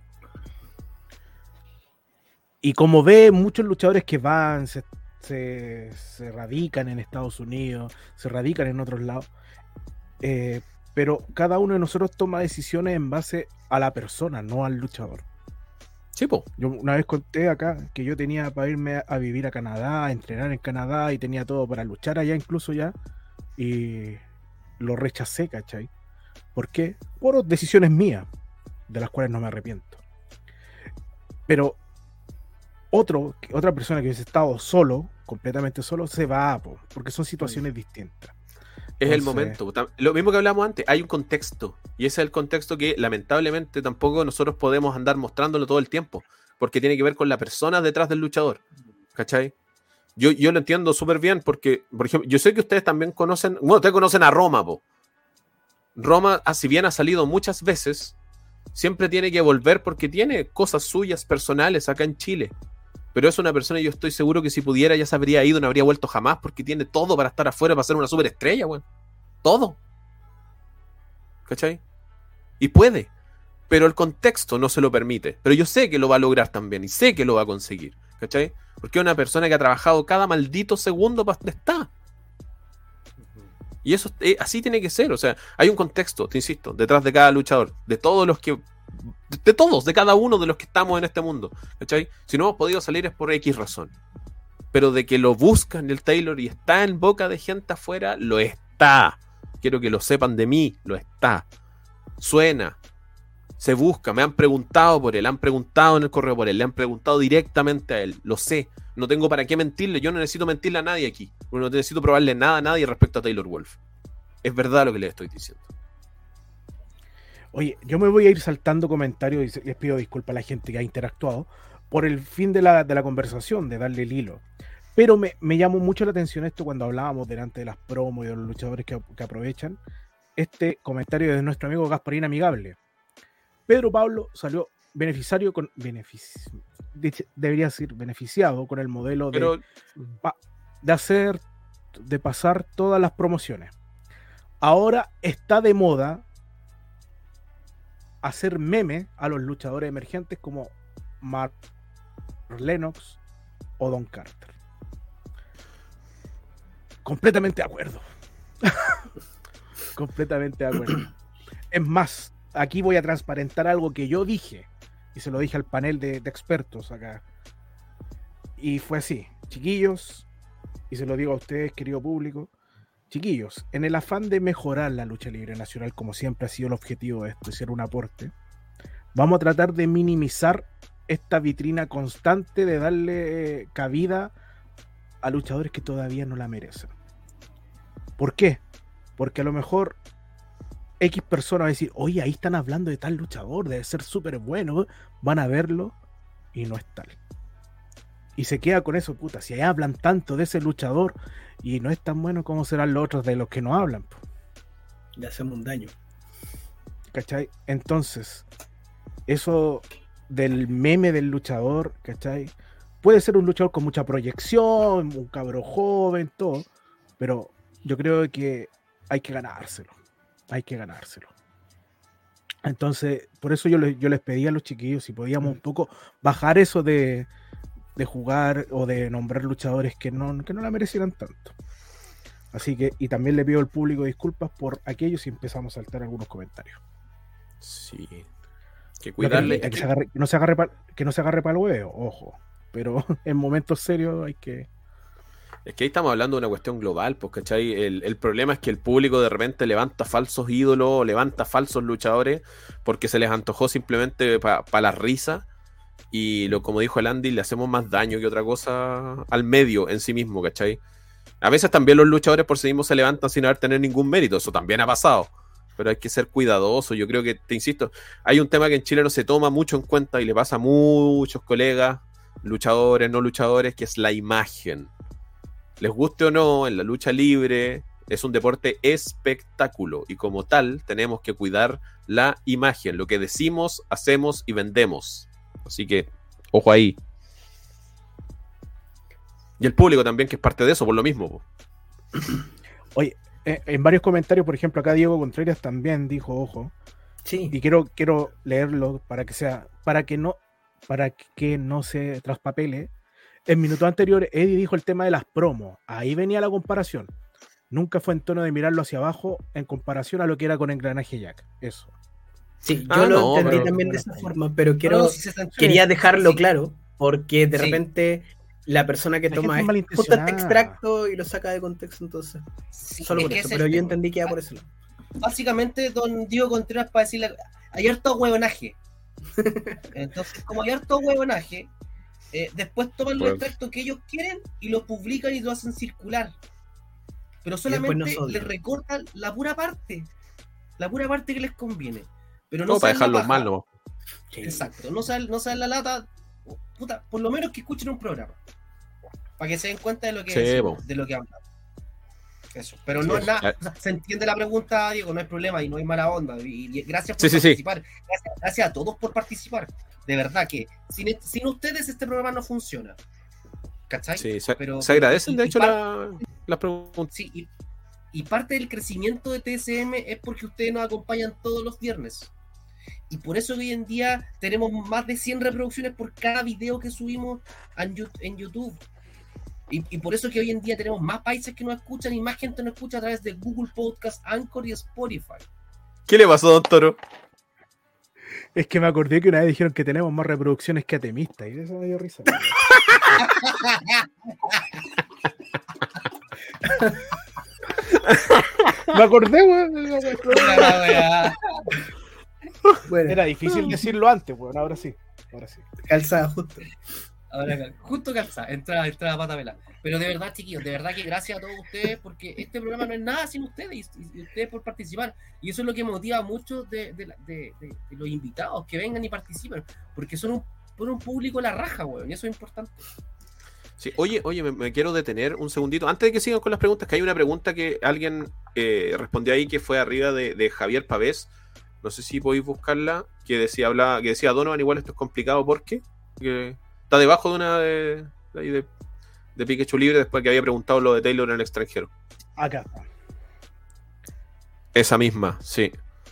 Y como ve muchos luchadores que van, se radican en Estados Unidos, se radican en otros lados, pero cada uno de nosotros toma decisiones en base a la persona, no al luchador. Sí, po. Yo una vez conté acá que yo tenía para irme a vivir a Canadá, a entrenar en Canadá y tenía todo para luchar allá incluso ya, y lo rechacé, ¿cachai? ¿Por qué? Por decisiones mías, de las cuales no me arrepiento. Pero otra persona que hubiese estado solo, completamente solo, se va, porque son situaciones distintas. Es el momento. Lo mismo que hablamos antes, hay un contexto. Y ese es el contexto que lamentablemente tampoco nosotros podemos andar mostrándolo todo el tiempo. Porque tiene que ver con la persona detrás del luchador. ¿Cachai? Yo lo entiendo súper bien porque, por ejemplo, yo sé que ustedes también conocen, bueno, ustedes conocen a Roma, po. Roma, si bien ha salido muchas veces, siempre tiene que volver porque tiene cosas suyas personales acá en Chile. Pero es una persona, yo estoy seguro que si pudiera ya se habría ido, no habría vuelto jamás, porque tiene todo para estar afuera, para ser una superestrella, weón. Todo. ¿Cachai? Y puede. Pero el contexto no se lo permite. Pero yo sé que lo va a lograr también, y sé que lo va a conseguir. ¿Cachai? Porque es una persona que ha trabajado cada maldito segundo para donde está. Y eso así tiene que ser. O sea, hay un contexto, te insisto, detrás de cada luchador, de todos los que... De todos, de cada uno de los que estamos en este mundo, ¿cachai? Si no hemos podido salir es por X razón. Pero de que lo buscan el Taylor y está en boca de gente afuera, lo está. Quiero que lo sepan de mí, lo está. Suena, se busca, me han preguntado por él, han preguntado en el correo por él, le han preguntado directamente a él, lo sé. No tengo para qué mentirle, yo no necesito mentirle a nadie aquí. No necesito probarle nada a nadie respecto a Taylor Wolf. Es verdad lo que le estoy diciendo. Oye, yo me voy a ir saltando comentarios y les pido disculpas a la gente que ha interactuado por el fin de la conversación, de darle el hilo. Pero me llamó mucho la atención esto cuando hablábamos delante de las promos y de los luchadores que aprovechan. Este comentario de nuestro amigo Gasparín Amigable. Pedro Pablo salió beneficiario con... debería decir beneficiado con el modelo de pasar todas las promociones. Ahora está de moda hacer meme a los luchadores emergentes como Mark Lennox o Don Carter. Completamente de acuerdo. Completamente de acuerdo. Es más, aquí voy a transparentar algo que yo dije y se lo dije al panel de expertos acá. Y fue así, chiquillos, y se lo digo a ustedes, querido público. Chiquillos, en el afán de mejorar la lucha libre nacional, como siempre ha sido el objetivo de esto, y ser un aporte, vamos a tratar de minimizar esta vitrina constante de darle cabida a luchadores que todavía no la merecen. ¿Por qué? Porque a lo mejor X personas va a decir, oye, ahí están hablando de tal luchador, debe ser súper bueno, van a verlo y no es tal. Y se queda con eso, puta, si hablan tanto de ese luchador y no es tan bueno, ¿cómo serán los otros de los que no hablan? Le hacemos un daño. ¿Cachai? Entonces, eso del meme del luchador, ¿cachai? Puede ser un luchador con mucha proyección, un cabro joven, todo, pero yo creo que hay que ganárselo. Hay que ganárselo. Entonces, por eso yo les pedí a los chiquillos si podíamos un poco bajar eso de jugar o de nombrar luchadores que no la merecieran tanto. Así que, y también le pido al público disculpas por aquello si empezamos a saltar algunos comentarios. Sí. Que cuidarle. Que no se agarre para el huevo, ojo. Pero en momentos serios hay que... Es que ahí estamos hablando de una cuestión global, pues, ¿cachai? El problema es que el público de repente levanta falsos ídolos, levanta falsos luchadores, porque se les antojó simplemente para la risa. Y como dijo el Andy, le hacemos más daño que otra cosa al medio en sí mismo, ¿cachai? A veces también los luchadores por sí mismos se levantan sin haber tener ningún mérito, eso también ha pasado, pero hay que ser cuidadoso. Yo creo que, te insisto, hay un tema que en Chile no se toma mucho en cuenta y le pasa a muchos colegas, luchadores, no luchadores, que es la imagen. Les guste o no, en la lucha libre es un deporte espectáculo y como tal tenemos que cuidar la imagen, lo que decimos, hacemos y vendemos. Así que, ojo ahí. Y el público también, que es parte de eso, por lo mismo. Oye, en varios comentarios, por ejemplo, acá Diego Contreras también dijo, ojo, Sí. y quiero leerlo para que no se traspapele. En minutos anteriores, Eddie dijo el tema de las promos. Ahí venía la comparación. Nunca fue en tono de mirarlo hacia abajo en comparación a lo que era con Engranaje Jack. Eso. Sí, yo lo entendí también de esa forma, pero quería dejarlo claro, porque de repente la persona que toma justo este extracto y lo saca de contexto, entonces solo por eso, pero yo entendí que iba por eso. Básicamente, don Diego Contreras, para decirle, hay harto huevonaje. Entonces, como hay harto huevonaje, después toman los extractos que ellos quieren y los publican y lo hacen circular. Pero solamente les recortan la pura parte que les conviene. Pero no para dejarlos mal, ¿no? Exacto, no sale la lata. Puta, por lo menos que escuchen un programa. Para que se den cuenta de lo que de lo que hablan. Eso, pero no es nada. O sea, se entiende la pregunta, Diego, no hay problema y no hay mala onda. Y gracias por participar. Gracias a todos por participar. De verdad que sin ustedes este programa no funciona. ¿Cachai? Sí, se agradecen, de hecho, las preguntas. Sí, y parte del crecimiento de TSM es porque ustedes nos acompañan todos los viernes. Y por eso hoy en día tenemos más de 100 reproducciones por cada video que subimos en YouTube. Y por eso que hoy en día tenemos más países que nos escuchan y más gente nos escucha a través de Google Podcast, Anchor y Spotify. ¿Qué le pasó, don Toro? Es que me acordé que una vez dijeron que tenemos más reproducciones que Atemista, y eso me dio risa. Me acordé, weón. Bueno, era difícil decirlo antes, weón. Ahora sí. Calzada justo. Ahora, justo calzada, entra pata pelada. Pero de verdad, chiquillos, de verdad que gracias a todos ustedes, porque este programa no es nada sin ustedes y ustedes por participar. Y eso es lo que motiva a muchos de los invitados que vengan y participen, porque son un público la raja, weón, y eso es importante. Sí, oye, me quiero detener un segundito. Antes de que sigan con las preguntas, que hay una pregunta que alguien respondió ahí que fue arriba de Javier Pavés. No sé si podéis buscarla, que decía Donovan, igual esto es complicado porque está debajo de una de Pikachu Libre después que había preguntado lo de Taylor en el extranjero. Acá. Esa misma, sí.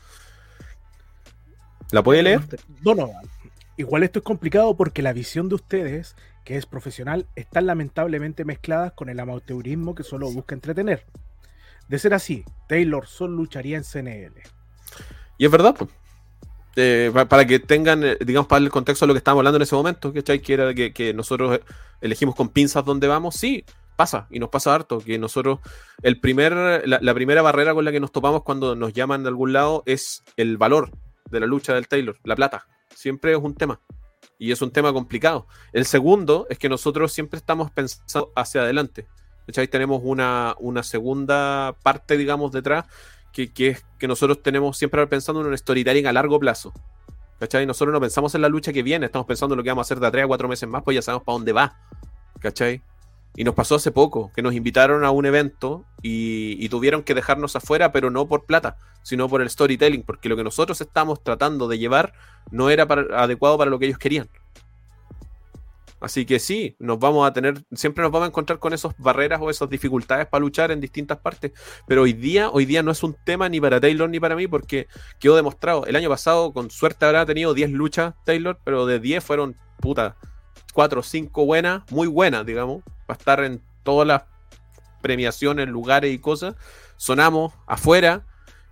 ¿La puede leer? Donovan. Igual esto es complicado porque la visión de ustedes, que es profesional, están lamentablemente mezcladas con el amateurismo que solo busca entretener. De ser así, Taylor solo lucharía en CNL. Y es verdad, pues. Para que tengan, digamos, para el contexto de lo que estábamos hablando en ese momento, ¿cachai? Que era que nosotros elegimos con pinzas dónde vamos, sí, pasa, y nos pasa harto, que nosotros, la primera barrera con la que nos topamos cuando nos llaman de algún lado es el valor de la lucha del Taylor, la plata, siempre es un tema, y es un tema complicado. El segundo es que nosotros siempre estamos pensando hacia adelante, ¿cachai? Tenemos una segunda parte, digamos, detrás, que es que nosotros tenemos siempre pensando en un storytelling a largo plazo, ¿cachai? Nosotros no pensamos en la lucha que viene, estamos pensando en lo que vamos a hacer de 3 a 4 meses más, pues ya sabemos para dónde va, ¿cachai? Y nos pasó hace poco, que nos invitaron a un evento y tuvieron que dejarnos afuera, pero no por plata, sino por el storytelling, porque lo que nosotros estamos tratando de llevar no era adecuado para lo que ellos querían. Así que sí, siempre nos vamos a encontrar con esas barreras o esas dificultades para luchar en distintas partes, pero hoy día no es un tema ni para Taylor ni para mí, porque quedó demostrado. El año pasado, con suerte, habrá tenido 10 luchas Taylor, pero de 10 fueron, 4 o 5 buenas, muy buenas, digamos, para estar en todas las premiaciones, lugares y cosas. Sonamos afuera.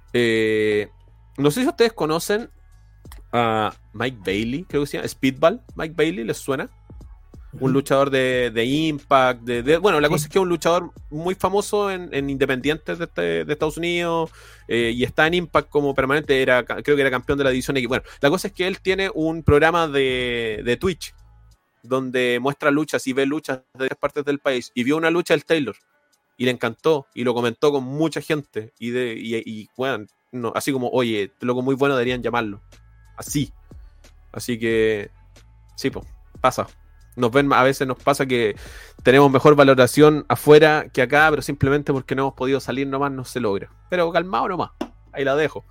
No sé si ustedes conocen a Mike Bailey, creo que se llama Speedball. Mike Bailey, ¿les suena? Un luchador de Impact, bueno, la cosa es que es un luchador muy famoso en independientes de Estados Unidos, y está en Impact como permanente, creo que era campeón de la división X. Bueno, la cosa es que él tiene un programa de Twitch donde muestra luchas y ve luchas de varias partes del país, y vio una lucha del Taylor y le encantó y lo comentó con mucha gente y bueno, no, así como, oye, este loco muy bueno, deberían llamarlo así que sí, pasa. A veces nos pasa que tenemos mejor valoración afuera que acá, pero simplemente porque no hemos podido salir nomás no se logra. Pero calmado nomás, ahí la dejo.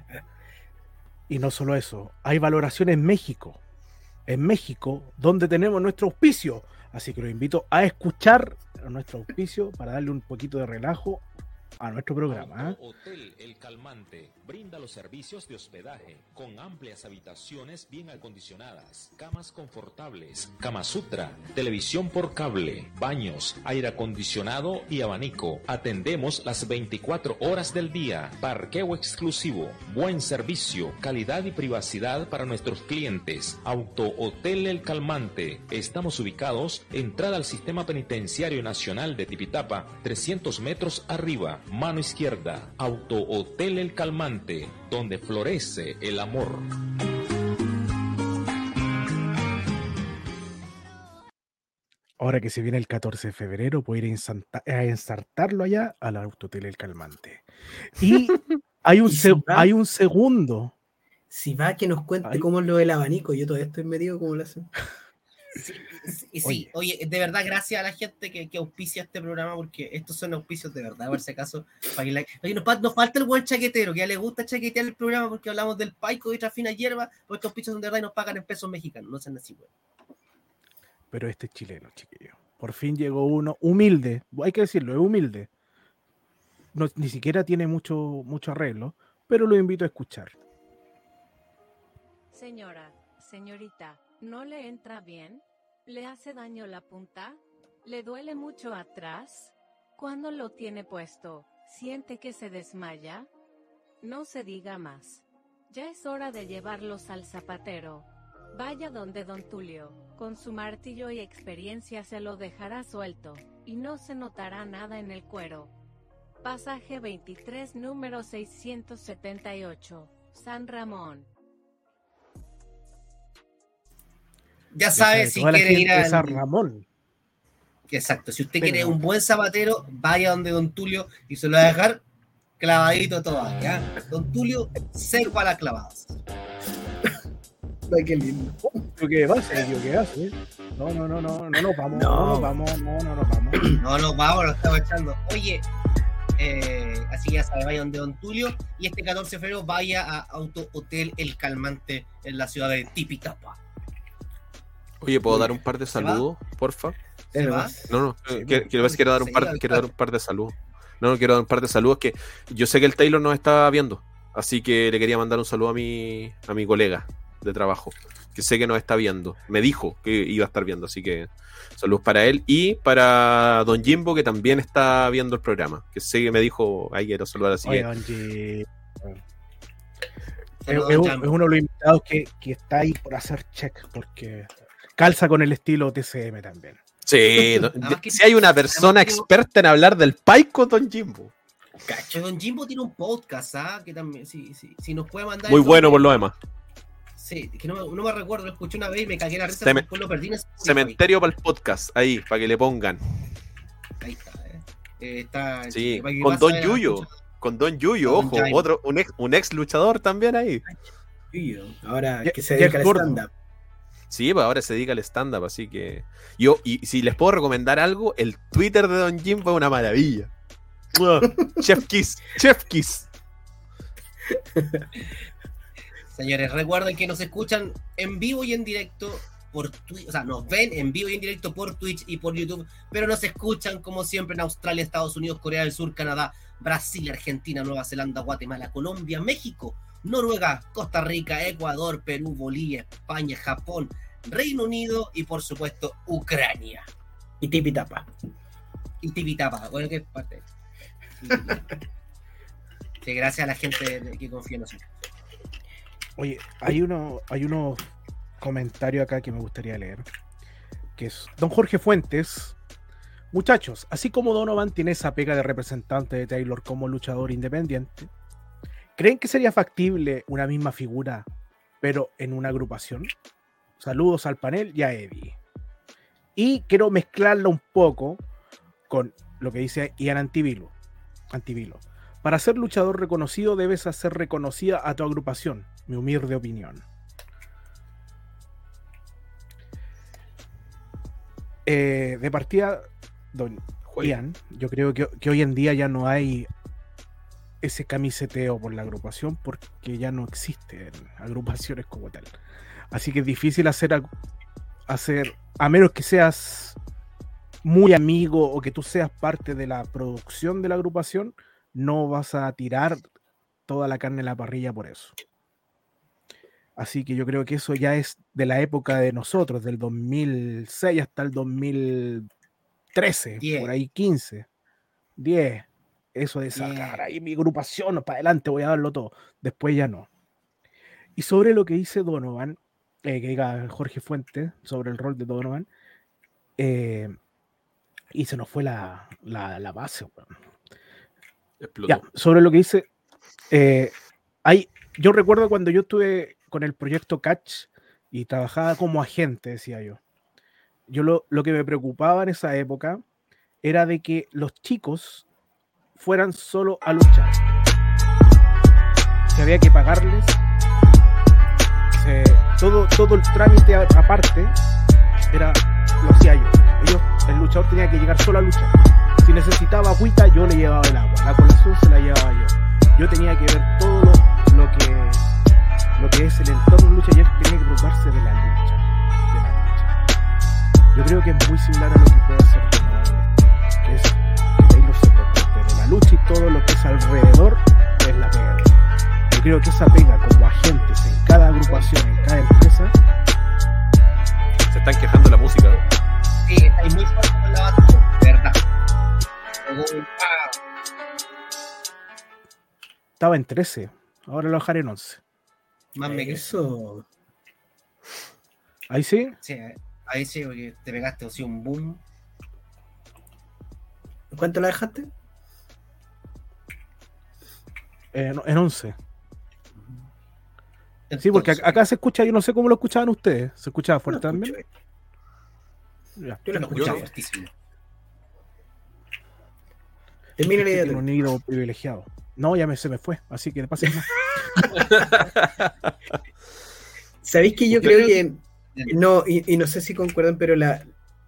Y no solo eso, hay valoración en México. En México, donde tenemos nuestro auspicio. Así que los invito a escuchar nuestro auspicio para darle un poquito de relajo a nuestro programa. ¿Eh? Hotel El Calmante brinda los servicios de hospedaje con amplias habitaciones bien acondicionadas, camas confortables, Kama Sutra, televisión por cable, baños, aire acondicionado y abanico. Atendemos las 24 horas del día, parqueo exclusivo, buen servicio, calidad y privacidad para nuestros clientes. Auto Hotel El Calmante. Estamos ubicados entrada al Sistema Penitenciario Nacional de Tipitapa, 300 metros arriba, mano izquierda. Auto Hotel El Calmante, donde florece el amor. Ahora que se viene el 14 de febrero, voy a ir a ensartarlo allá al Autotel El Calmante. Y hay un, hay un segundo. Si va, que nos cuente Ay. cómo es lo del abanico. Yo todavía estoy metido cómo lo hacen. Sí, oye, de verdad, gracias a la gente que auspicia este programa, porque estos son auspicios de verdad, por si acaso. Oye, nos falta el buen chaquetero, que ya le gusta chaquetear el programa porque hablamos del paico y otra fina hierba, porque estos auspicios son de verdad y nos pagan en pesos mexicanos, no sean así, güey. Pero este es chileno, chiquillo. Por fin llegó uno humilde, hay que decirlo, es humilde. No, ni siquiera tiene mucho arreglo, pero lo invito a escuchar. Señora, señorita, ¿no le entra bien? ¿Le hace daño la punta? ¿Le duele mucho atrás? ¿Cuándo lo tiene puesto, siente que se desmaya? No se diga más. Ya es hora de llevarlos al zapatero. Vaya donde don Tulio, con su martillo y experiencia se lo dejará suelto, y no se notará nada en el cuero. Pasaje 23, número 678, San Ramón. Ya sabe, si quiere ir a San Ramón. Exacto, si usted quiere un buen zapatero, vaya donde don Tulio y se lo va a dejar clavadito todo, ¿ya? Don Tulio, seco para las clavadas. Ay, qué lindo. ¿Qué va, serio? ¿Qué hace? No nos vamos. No nos vamos, lo estamos echando. Oye, así que ya sabe, vaya donde don Tulio y este 14 de febrero vaya a Auto Hotel El Calmante en la ciudad de Tipitapa. Oye, ¿puedo dar un par de saludos, porfa? ¿Se va? No, quiero dar un par de saludos. No, quiero dar un par de saludos que yo sé que el Taylor nos está viendo, así que le quería mandar un saludo a mi colega de trabajo, que sé que nos está viendo. Me dijo que iba a estar viendo, así que saludos para él y para Don Jimbo, que también está viendo el programa, que sé que me dijo, ahí quiero saludar, así Oye, que... Don Jimbo. Es uno de los invitados que está ahí por hacer check, porque calza con el estilo TCM también. Sí, si hay una persona experta en hablar del paico, Don Jimbo. Cacho, Don Jimbo tiene un podcast, ¿ah? Que también, si nos puede mandar. Muy bueno por lo demás. Sí, que no me recuerdo, lo escuché una vez y me cagué la risa, después lo perdí. Cementerio para el podcast, ahí, para que le pongan. Ahí está, está sí, con Don Yuyo. Con Don Yuyo, ojo, otro, un ex luchador también ahí. Ahora que se dedica al stand-up. Sí, pues ahora se dedica al stand-up, así que... Y si les puedo recomendar algo, el Twitter de Don Jim fue una maravilla. Chef Kiss. Señores, recuerden que nos escuchan en vivo y en directo por Twitch, o sea, nos ven en vivo y en directo por Twitch y por YouTube, pero nos escuchan como siempre en Australia, Estados Unidos, Corea del Sur, Canadá, Brasil, Argentina, Nueva Zelanda, Guatemala, Colombia, México, Noruega, Costa Rica, Ecuador, Perú, Bolivia, España, Japón, Reino Unido y por supuesto Ucrania. Y Tipitapa. Bueno, ¿qué parte? Sí, gracias a la gente que confía en nosotros. Oye, hay unos comentarios acá que me gustaría leer. Que es Don Jorge Fuentes. Muchachos, así como Donovan tiene esa pega de representante de Taylor como luchador independiente, ¿creen que sería factible una misma figura, pero en una agrupación? Saludos al panel y a Eddie. Y quiero mezclarla un poco con lo que dice Ian Antivilo. Para ser luchador reconocido debes hacer reconocida a tu agrupación, mi humilde opinión. De partida, don Ian, yo creo que hoy en día ya no hay ese camiseteo por la agrupación porque ya no existen agrupaciones como tal. Así que es difícil hacer a menos que seas muy amigo o que tú seas parte de la producción de la agrupación, no vas a tirar toda la carne en la parrilla por eso. Así que yo creo que eso ya es de la época de nosotros, del 2006 hasta el 2013, 10. por ahí 15, 10. Eso de sacar ahí mi agrupación, para adelante voy a darlo todo. Después ya no. Y sobre lo que dice Donovan, que diga Jorge Fuentes, sobre el rol de Donovan, y se nos fue la base. Bueno. Ya, sobre lo que dice, yo recuerdo cuando yo estuve con el proyecto Catch y trabajaba como agente, decía yo. Yo lo que me preocupaba en esa época era de que los chicos fueran solo a luchar. Que había que pagarles todo el trámite aparte lo hacía yo. El luchador tenía que llegar solo a luchar. Si necesitaba agüita, yo le llevaba el agua. La colación se la llevaba yo. Yo tenía que ver todo lo que es el entorno de lucha, y él tenía que preocuparse de la lucha. Yo creo que es muy similar a lo que puede hacer Donovan, que es que Taylor se preocupe de la lucha y todo lo que es alrededor es la pega. Yo creo que esa pega como agentes en cada agrupación, en cada empresa. Se están quejando de la música, ¿no? Sí, hay muy fuerte con la banda, de verdad. Estaba en 13, ahora lo bajaré en 11. Más me Eso. ¿Ahí sí? Sí, ahí sí, porque te pegaste así un boom. ¿Cuánto la dejaste? En 11. Entonces, Sí, porque acá se escucha, yo no sé cómo lo escuchaban ustedes. ¿Se escuchaba fuerte también? Ya. Yo lo lo escuché escuchaba fuertísimo. Termina la idea. Tiene un oído privilegiado. No, se me fue, así que pasen más. ¿Sabéis que yo creo que no, y no sé si concuerdan, pero la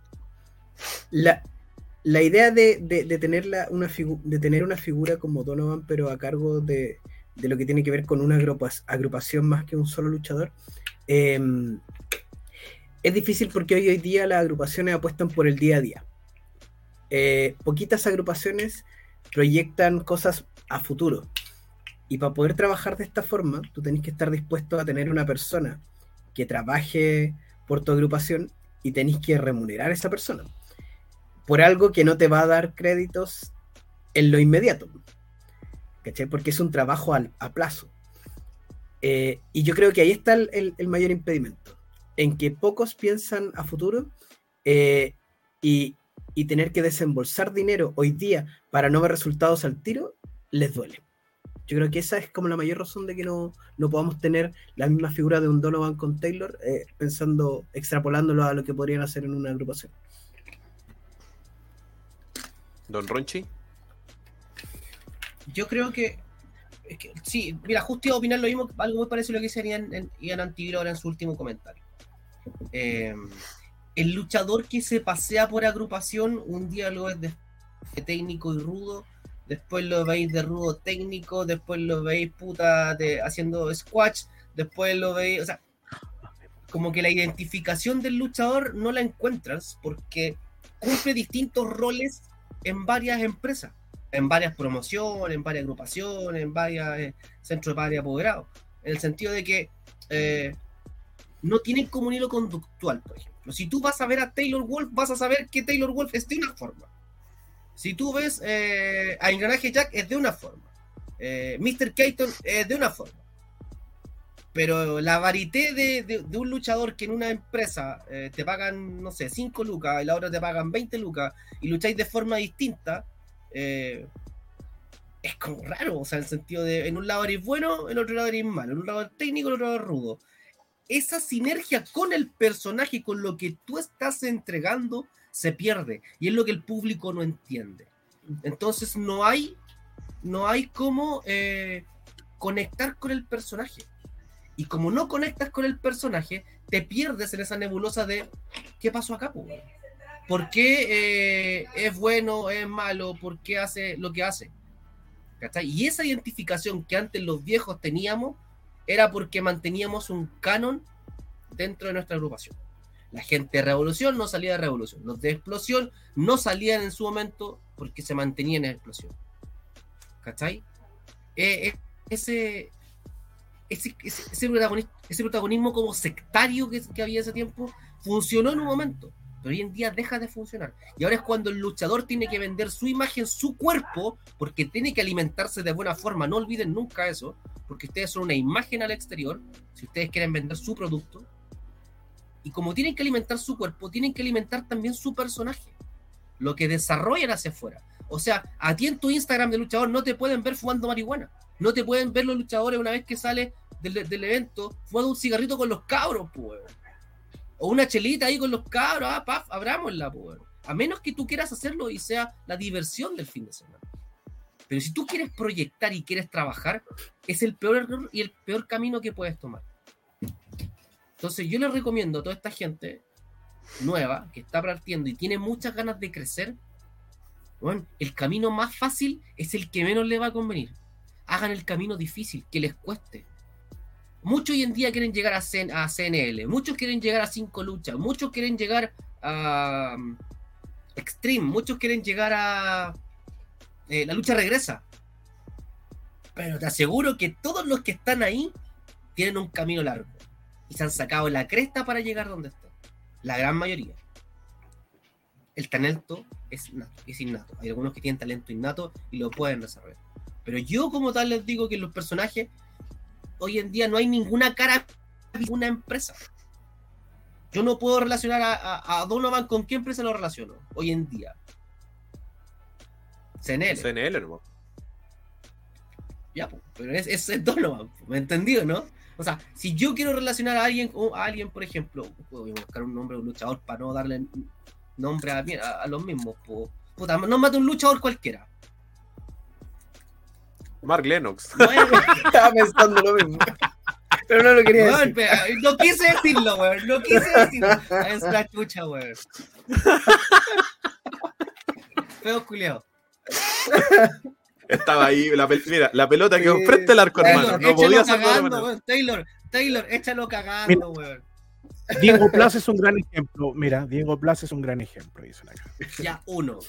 idea de tener una figura como Donovan, pero a cargo de lo que tiene que ver con una agrupación más que un solo luchador, es difícil porque hoy día las agrupaciones apuestan por el día a día. Poquitas agrupaciones proyectan cosas a futuro, y para poder trabajar de esta forma tú tenés que estar dispuesto a tener una persona que trabaje por tu agrupación, y tenés que remunerar a esa persona por algo que no te va a dar créditos en lo inmediato, ¿cachai? Porque es un trabajo a plazo, y yo creo que ahí está el mayor impedimento, en que pocos piensan a futuro, y tener que desembolsar dinero hoy día para no ver resultados al tiro les duele. Yo creo que esa es como la mayor razón de que no podamos tener la misma figura de un Donovan con Taylor, extrapolándolo a lo que podrían hacer en una agrupación. Don Ronchi. Yo creo que sí, mira, justo iba a opinar lo mismo, algo muy parecido a lo que decía Ian Antiviro ahora en su último comentario. El luchador que se pasea por agrupación, un día lo es de técnico y rudo, después lo veis de rudo técnico, después lo veis haciendo squash, después lo veis, o sea, como que la identificación del luchador no la encuentras porque cumple distintos roles en varias empresas, en varias promociones, en varias agrupaciones, en varios centros de padres apoderados, en el sentido de que no tienen como un hilo conductual, por ejemplo. Si tú vas a ver a Taylor Wolf, vas a saber que Taylor Wolf es de una forma. Si tú ves a Engranaje Jack, es de una forma. Mr. Keaton es de una forma. Pero la varité de un luchador que en una empresa te pagan, no sé, 5 lucas, y la otra te pagan 20 lucas, y lucháis de forma distinta, es como raro, o sea, en el sentido de, en un lado eres bueno, en otro lado eres malo, en un lado eres técnico, en otro lado eres rudo. Esa sinergia con el personaje, con lo que tú estás entregando, se pierde, y es lo que el público no entiende. Entonces no hay cómo conectar con el personaje, y como no conectas con el personaje, te pierdes en esa nebulosa de ¿qué pasó acá, po? ¿Por qué es bueno, es malo? ¿Por qué hace lo que hace? ¿Cachai? Y esa identificación que antes los viejos teníamos era porque manteníamos un canon dentro de nuestra agrupación. La gente de Revolución no salía de Revolución, los de Explosión no salían en su momento porque se mantenían en Explosión. ¿cachai? Ese protagonismo como sectario que había ese tiempo funcionó en un momento, pero hoy en día deja de funcionar. Y ahora es cuando el luchador tiene que vender su imagen, su cuerpo, porque tiene que alimentarse de buena forma. No olviden nunca eso, porque ustedes son una imagen al exterior, si ustedes quieren vender su producto. Y como tienen que alimentar su cuerpo, tienen que alimentar también su personaje, lo que desarrollan hacia afuera. O sea, a ti en tu Instagram de luchador no te pueden ver fumando marihuana. No te pueden ver los luchadores una vez que sale del evento fumando un cigarrito con los cabros, pues. O una chelita ahí con los cabros, abrámosla, pues. A menos que tú quieras hacerlo y sea la diversión del fin de semana. Pero si tú quieres proyectar y quieres trabajar, es el peor error y el peor camino que puedes tomar. Entonces yo les recomiendo a toda esta gente nueva que está partiendo y tiene muchas ganas de crecer, bueno, el camino más fácil es el que menos le va a convenir. Hagan el camino difícil, que les cueste. Muchos hoy en día quieren llegar a CNL, muchos quieren llegar a 5 luchas, muchos quieren llegar a Extreme, muchos quieren llegar a La Lucha Regresa. Pero te aseguro que todos los que están ahí tienen un camino largo y se han sacado la cresta para llegar donde están. La gran mayoría. El talento es innato. Hay algunos que tienen talento innato y lo pueden desarrollar. Pero yo como tal les digo que los personajes hoy en día no hay ninguna cara de ninguna empresa. Yo no puedo relacionar a Donovan con qué empresa lo relaciono hoy en día. CNL. CNL, ¿no? Ya, pues, pero es Donovan, ¿me entendido, no? O sea, si yo quiero relacionar a alguien, por ejemplo, voy a buscar un nombre de un luchador para no darle nombre a los mismos, pues. Puta, no mate un luchador cualquiera. Mark Lennox. Estaba pensando lo mismo. Pero no lo quería decir. No quise decirlo, weón. No quise decirlo. Es la chucha, weón. Feo culiao. Estaba ahí, mira, la pelota quedó frente al arco, hermano. No podía cagando, weón. Taylor, échalo cagando, weón. Diego Plaza es un gran ejemplo. Mira, Diego Plaza es un gran ejemplo. Dicen acá. Ya, uno.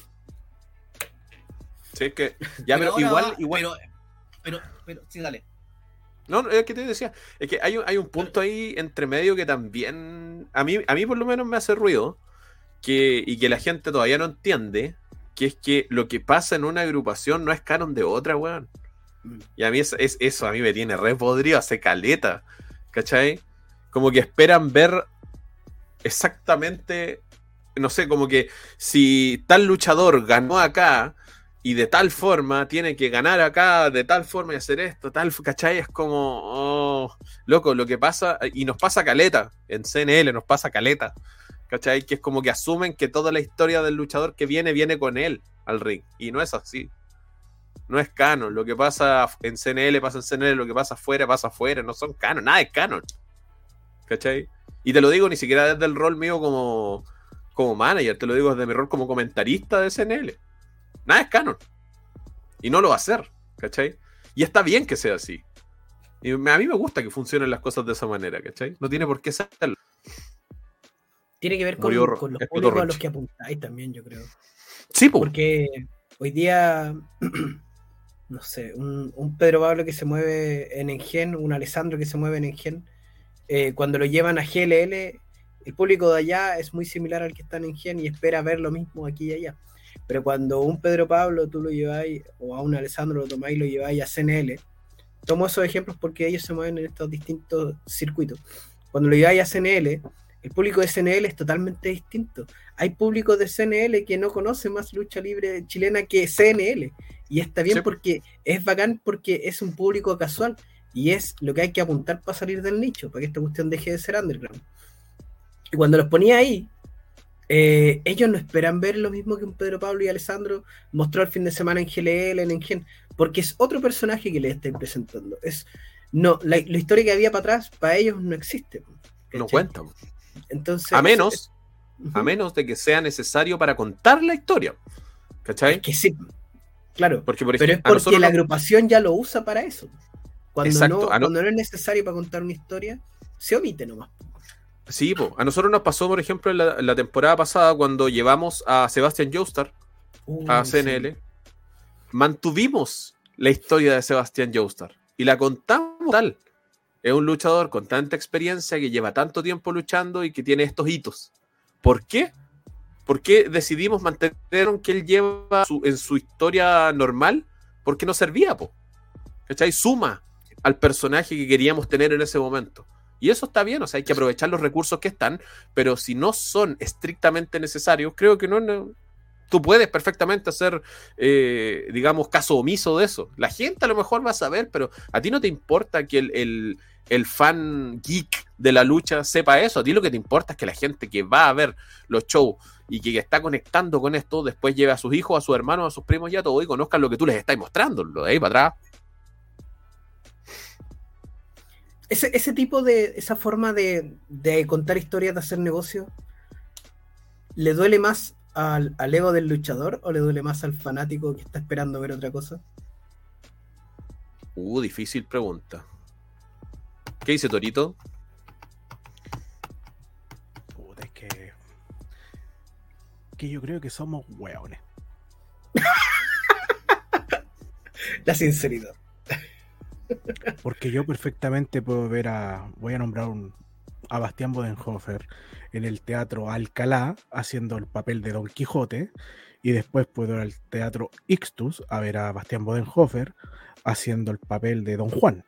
Sí, es que. Ya, pero igual. Pero, sí, dale. No, es que te decía. Es que hay un punto ahí entre medio que también. A mí por lo menos me hace ruido. Y que la gente todavía no entiende. Que es que lo que pasa en una agrupación no es canon de otra, weón. Y a mí eso a mí me tiene re podrido, hace caleta. ¿Cachai? Como que esperan ver exactamente, no sé, como que si tal luchador ganó acá y de tal forma tiene que ganar acá, de tal forma y hacer esto, tal, ¿cachai? Es como, oh, loco, lo que pasa, y nos pasa caleta, en CNL nos pasa caleta, ¿cachai? Que es como que asumen que toda la historia del luchador que viene con él al ring, y no es así. No es canon, lo que pasa en CNL pasa en CNL, lo que pasa afuera, no son canon, nada es canon. ¿Cachai? Y te lo digo ni siquiera desde el rol mío como manager, te lo digo desde mi rol como comentarista de SNL. Nada es canon. Y no lo va a hacer, ¿cachai? Y está bien que sea así. Y a mí me gusta que funcionen las cosas de esa manera, ¿cachai? No tiene por qué serlo. Tiene que ver con los públicos a los que apuntáis también, yo creo. Sí, po. Porque hoy día, no sé, un Pedro Pablo que se mueve en Engen, un Alessandro que se mueve en Engen, cuando lo llevan a GLL, el público de allá es muy similar al que está en Gen y espera ver lo mismo aquí y allá. Pero cuando un Pedro Pablo tú lo lleváis, o a un Alessandro lo tomáis y lo lleváis a CNL, tomo esos ejemplos porque ellos se mueven en estos distintos circuitos. Cuando lo lleváis a CNL, el público de CNL es totalmente distinto. Hay público de CNL que no conoce más lucha libre chilena que CNL. Y está bien, sí, porque es bacán, porque es un público casual. Y es lo que hay que apuntar para salir del nicho, para que esta cuestión deje de ser underground. Y cuando los ponía ahí, ellos no esperan ver lo mismo que un Pedro Pablo y Alessandro mostró el fin de semana en GLL, en Engen, porque es otro personaje que les estáis presentando. La historia que había para atrás, para ellos no existe. ¿Cachai? No cuenta. Entonces, a menos de que sea necesario para contar la historia. ¿Cachai? Es que sí, claro. Porque, pero es porque la agrupación ya lo usa para eso. Cuando no es necesario para contar una historia, se omite nomás. Sí, po. A nosotros nos pasó, por ejemplo, en la temporada pasada, cuando llevamos a Sebastian Joestar a CNL, sí, mantuvimos la historia de Sebastián Joestar y la contamos tal. Es un luchador con tanta experiencia que lleva tanto tiempo luchando y que tiene estos hitos. ¿Por qué? ¿Por qué decidimos mantener que él lleva en su historia normal? Porque no servía, po. ¿Cachai? Suma al personaje que queríamos tener en ese momento. Y eso está bien, o sea, hay que aprovechar los recursos que están, pero si no son estrictamente necesarios, creo que no. Tú puedes perfectamente hacer, digamos, caso omiso de eso. La gente a lo mejor va a saber, pero a ti no te importa que el fan geek de la lucha sepa eso. A ti lo que te importa es que la gente que va a ver los shows y que está conectando con esto, después lleve a sus hijos, a sus hermanos, a sus primos y a todo, y conozcan lo que tú les estás mostrando, lo de ahí para atrás. Ese tipo de, esa forma de contar historias, de hacer negocio, ¿le duele más al ego del luchador o le duele más al fanático que está esperando ver otra cosa? Difícil pregunta. ¿Qué dice Torito? Puta, es que yo creo que somos hueones. La sinceridad. Porque yo perfectamente puedo ver voy a nombrar a Bastián Bodenhofer en el Teatro Alcalá haciendo el papel de Don Quijote, y después puedo ir al Teatro Ixtus a ver a Bastián Bodenhofer haciendo el papel de Don Juan.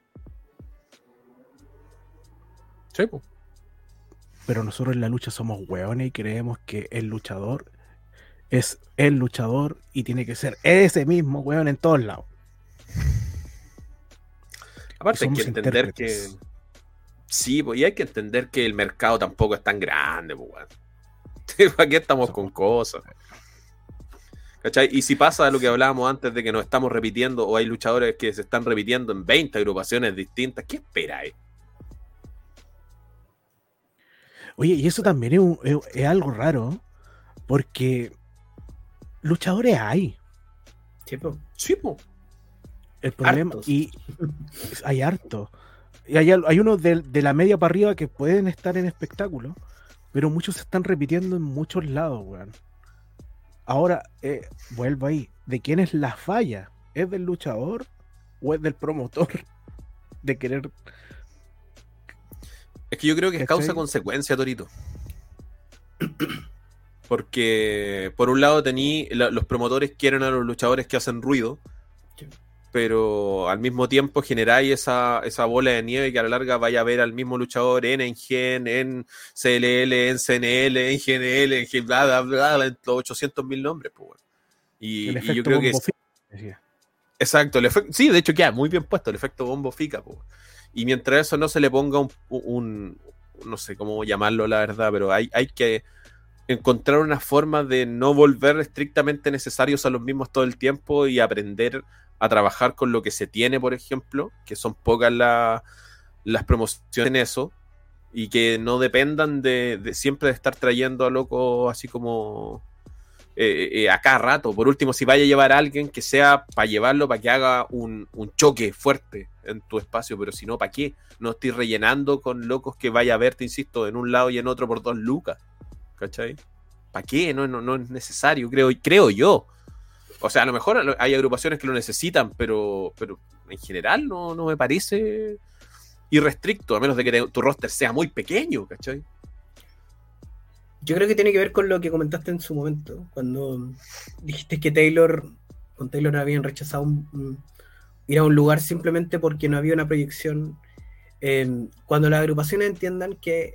Sí, po. Pero nosotros en la lucha somos hueones y creemos que el luchador es el luchador y tiene que ser ese mismo hueón en todos lados. Aparte hay que entender que... Sí, pues, y hay que entender que el mercado tampoco es tan grande, pues, bueno. Aquí estamos con cosas. ¿Cachai? Y si pasa lo que hablábamos antes de que nos estamos repitiendo, o hay luchadores que se están repitiendo en 20 agrupaciones distintas, ¿qué esperáis? Oye, y eso también es algo raro, porque luchadores hay. Sí, po. El problema, Hartos. y hay harto. Y hay unos de la media para arriba que pueden estar en espectáculo, pero muchos se están repitiendo en muchos lados, weón. Ahora, vuelvo ahí. ¿De quién es la falla? ¿Es del luchador o es del promotor? De querer... Es que yo creo que es ¿Cachai? causa-consecuencia, Torito. Porque, por un lado, los promotores quieren a los luchadores que hacen ruido, pero al mismo tiempo generáis esa bola de nieve que a la larga vaya a ver al mismo luchador en Engen, en CLL, en CNL, en GNL, en bla, bla, bla, bla, en los 800.000 nombres. Pues, bueno. Y yo creo que... Exacto, sí, de hecho queda muy bien puesto el efecto bombo fica. Pues. Y mientras eso no se le ponga un no sé cómo llamarlo, la verdad, pero hay que encontrar una forma de no volver estrictamente necesarios a los mismos todo el tiempo y aprender a trabajar con lo que se tiene, por ejemplo, que son pocas las promociones en eso, y que no dependan de siempre de estar trayendo a locos así como a cada rato. Por último, si vaya a llevar a alguien, que sea para llevarlo, para que haga un choque fuerte en tu espacio, pero si no, ¿para qué? No estoy rellenando con locos que vaya a verte, insisto, en un lado y en otro por 2 lucas, ¿cachai? ¿Para qué? No es necesario, creo yo. O sea, a lo mejor hay agrupaciones que lo necesitan, pero en general no me parece irrestricto, a menos de que tu roster sea muy pequeño, ¿cachai? Yo creo que tiene que ver con lo que comentaste en su momento, cuando dijiste que con Taylor habían rechazado ir a un lugar simplemente porque no había una proyección. Cuando las agrupaciones entiendan que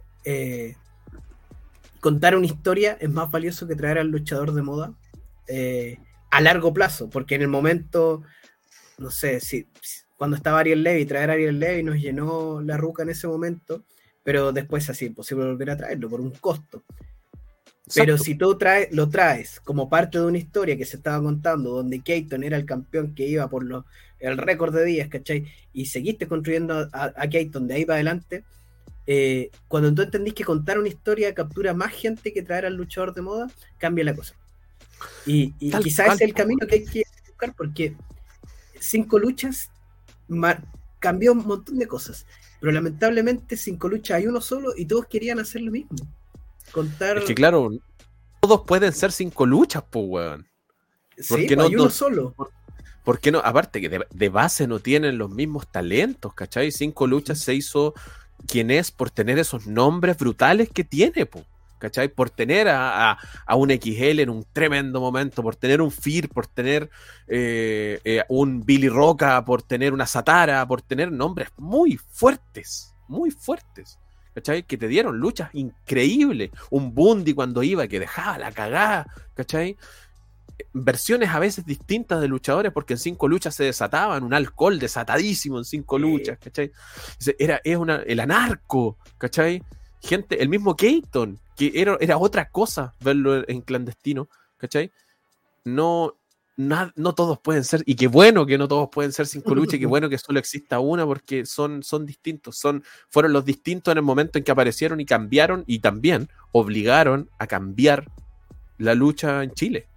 contar una historia es más valioso que traer al luchador de moda, a largo plazo, porque en el momento, no sé, si cuando estaba Ariel Levy, traer a Ariel Levy nos llenó la ruca en ese momento, pero después así, imposible volver a traerlo por un costo. Pero si tú lo traes como parte de una historia que se estaba contando, donde Keaton era el campeón que iba por el récord de días, ¿cachai? Y seguiste construyendo a Keaton de ahí para adelante, cuando tú entendís que contar una historia captura más gente que traer al luchador de moda, cambia la cosa. Y quizás es el camino que hay que buscar, porque 5 luchas cambió un montón de cosas, pero lamentablemente 5 luchas hay uno solo y todos querían hacer lo mismo. Contar... Es que claro, todos pueden ser 5 luchas, pues, weón. Sí, no, hay uno solo. ¿Por qué no? Aparte que de base no tienen los mismos talentos, ¿cachai? 5 Luchas se hizo quien es por tener esos nombres brutales que tiene, po, ¿cachai? Por tener a un XL en un tremendo momento, por tener un Fear, por tener un Billy Roca, por tener una Satara, por tener nombres muy fuertes, ¿cachai? Que te dieron luchas increíbles. Un Bundy cuando iba, que dejaba la cagada, ¿cachai? Versiones a veces distintas de luchadores, porque en 5 luchas se desataban, un alcohol desatadísimo en 5 luchas, ¿cachai? El anarco, ¿cachai? Gente, el mismo Keaton, que era otra cosa verlo en clandestino, ¿cachai? No todos pueden ser, y qué bueno que no todos pueden ser 5 luchas, y qué bueno que solo exista una, porque son distintos, fueron los distintos en el momento en que aparecieron y cambiaron, y también obligaron a cambiar la lucha en Chile.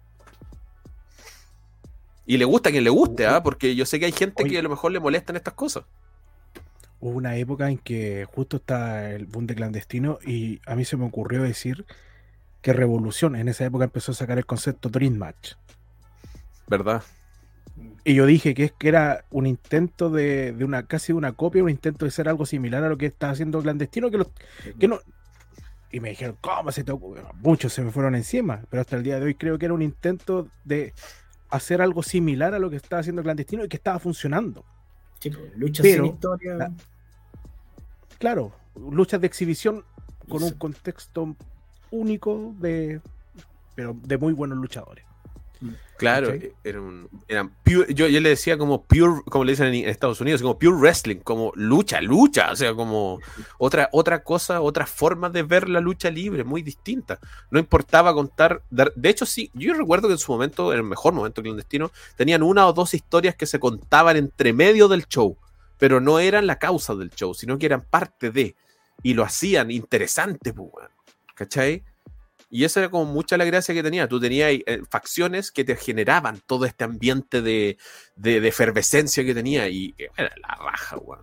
Y le gusta a quien le guste, porque yo sé que hay gente que a lo mejor le molestan estas cosas. Hubo una época en que justo está el boom de clandestino y a mí se me ocurrió decir que Revolución en esa época empezó a sacar el concepto Dream Match. ¿Verdad? Y yo dije que era un intento de casi una copia, un intento de ser algo similar a lo que está haciendo clandestino, que no. Y me dijeron, ¿cómo se te ocurre? Muchos se me fueron encima, pero hasta el día de hoy creo que era un intento de hacer algo similar a lo que estaba haciendo clandestino y que estaba funcionando. Sí, luchas sin historia. Claro, luchas de exhibición con un contexto único pero de muy buenos luchadores. Claro, ¿sí? Eran pure, yo le decía como pure, como le dicen en Estados Unidos, como pure wrestling, como lucha, o sea, como otra cosa, otra forma de ver la lucha libre, muy distinta. No importaba contar, de hecho sí, yo recuerdo que en su momento, en el mejor momento clandestino, tenían 1 o 2 historias que se contaban entre medio del show, pero no eran la causa del show, sino que eran parte de, y lo hacían interesante, pues, bueno, ¿cachai? Y esa era como mucha la gracia que tenía. Tú tenías facciones que te generaban todo este ambiente de efervescencia que tenía. Y era la raja, weón.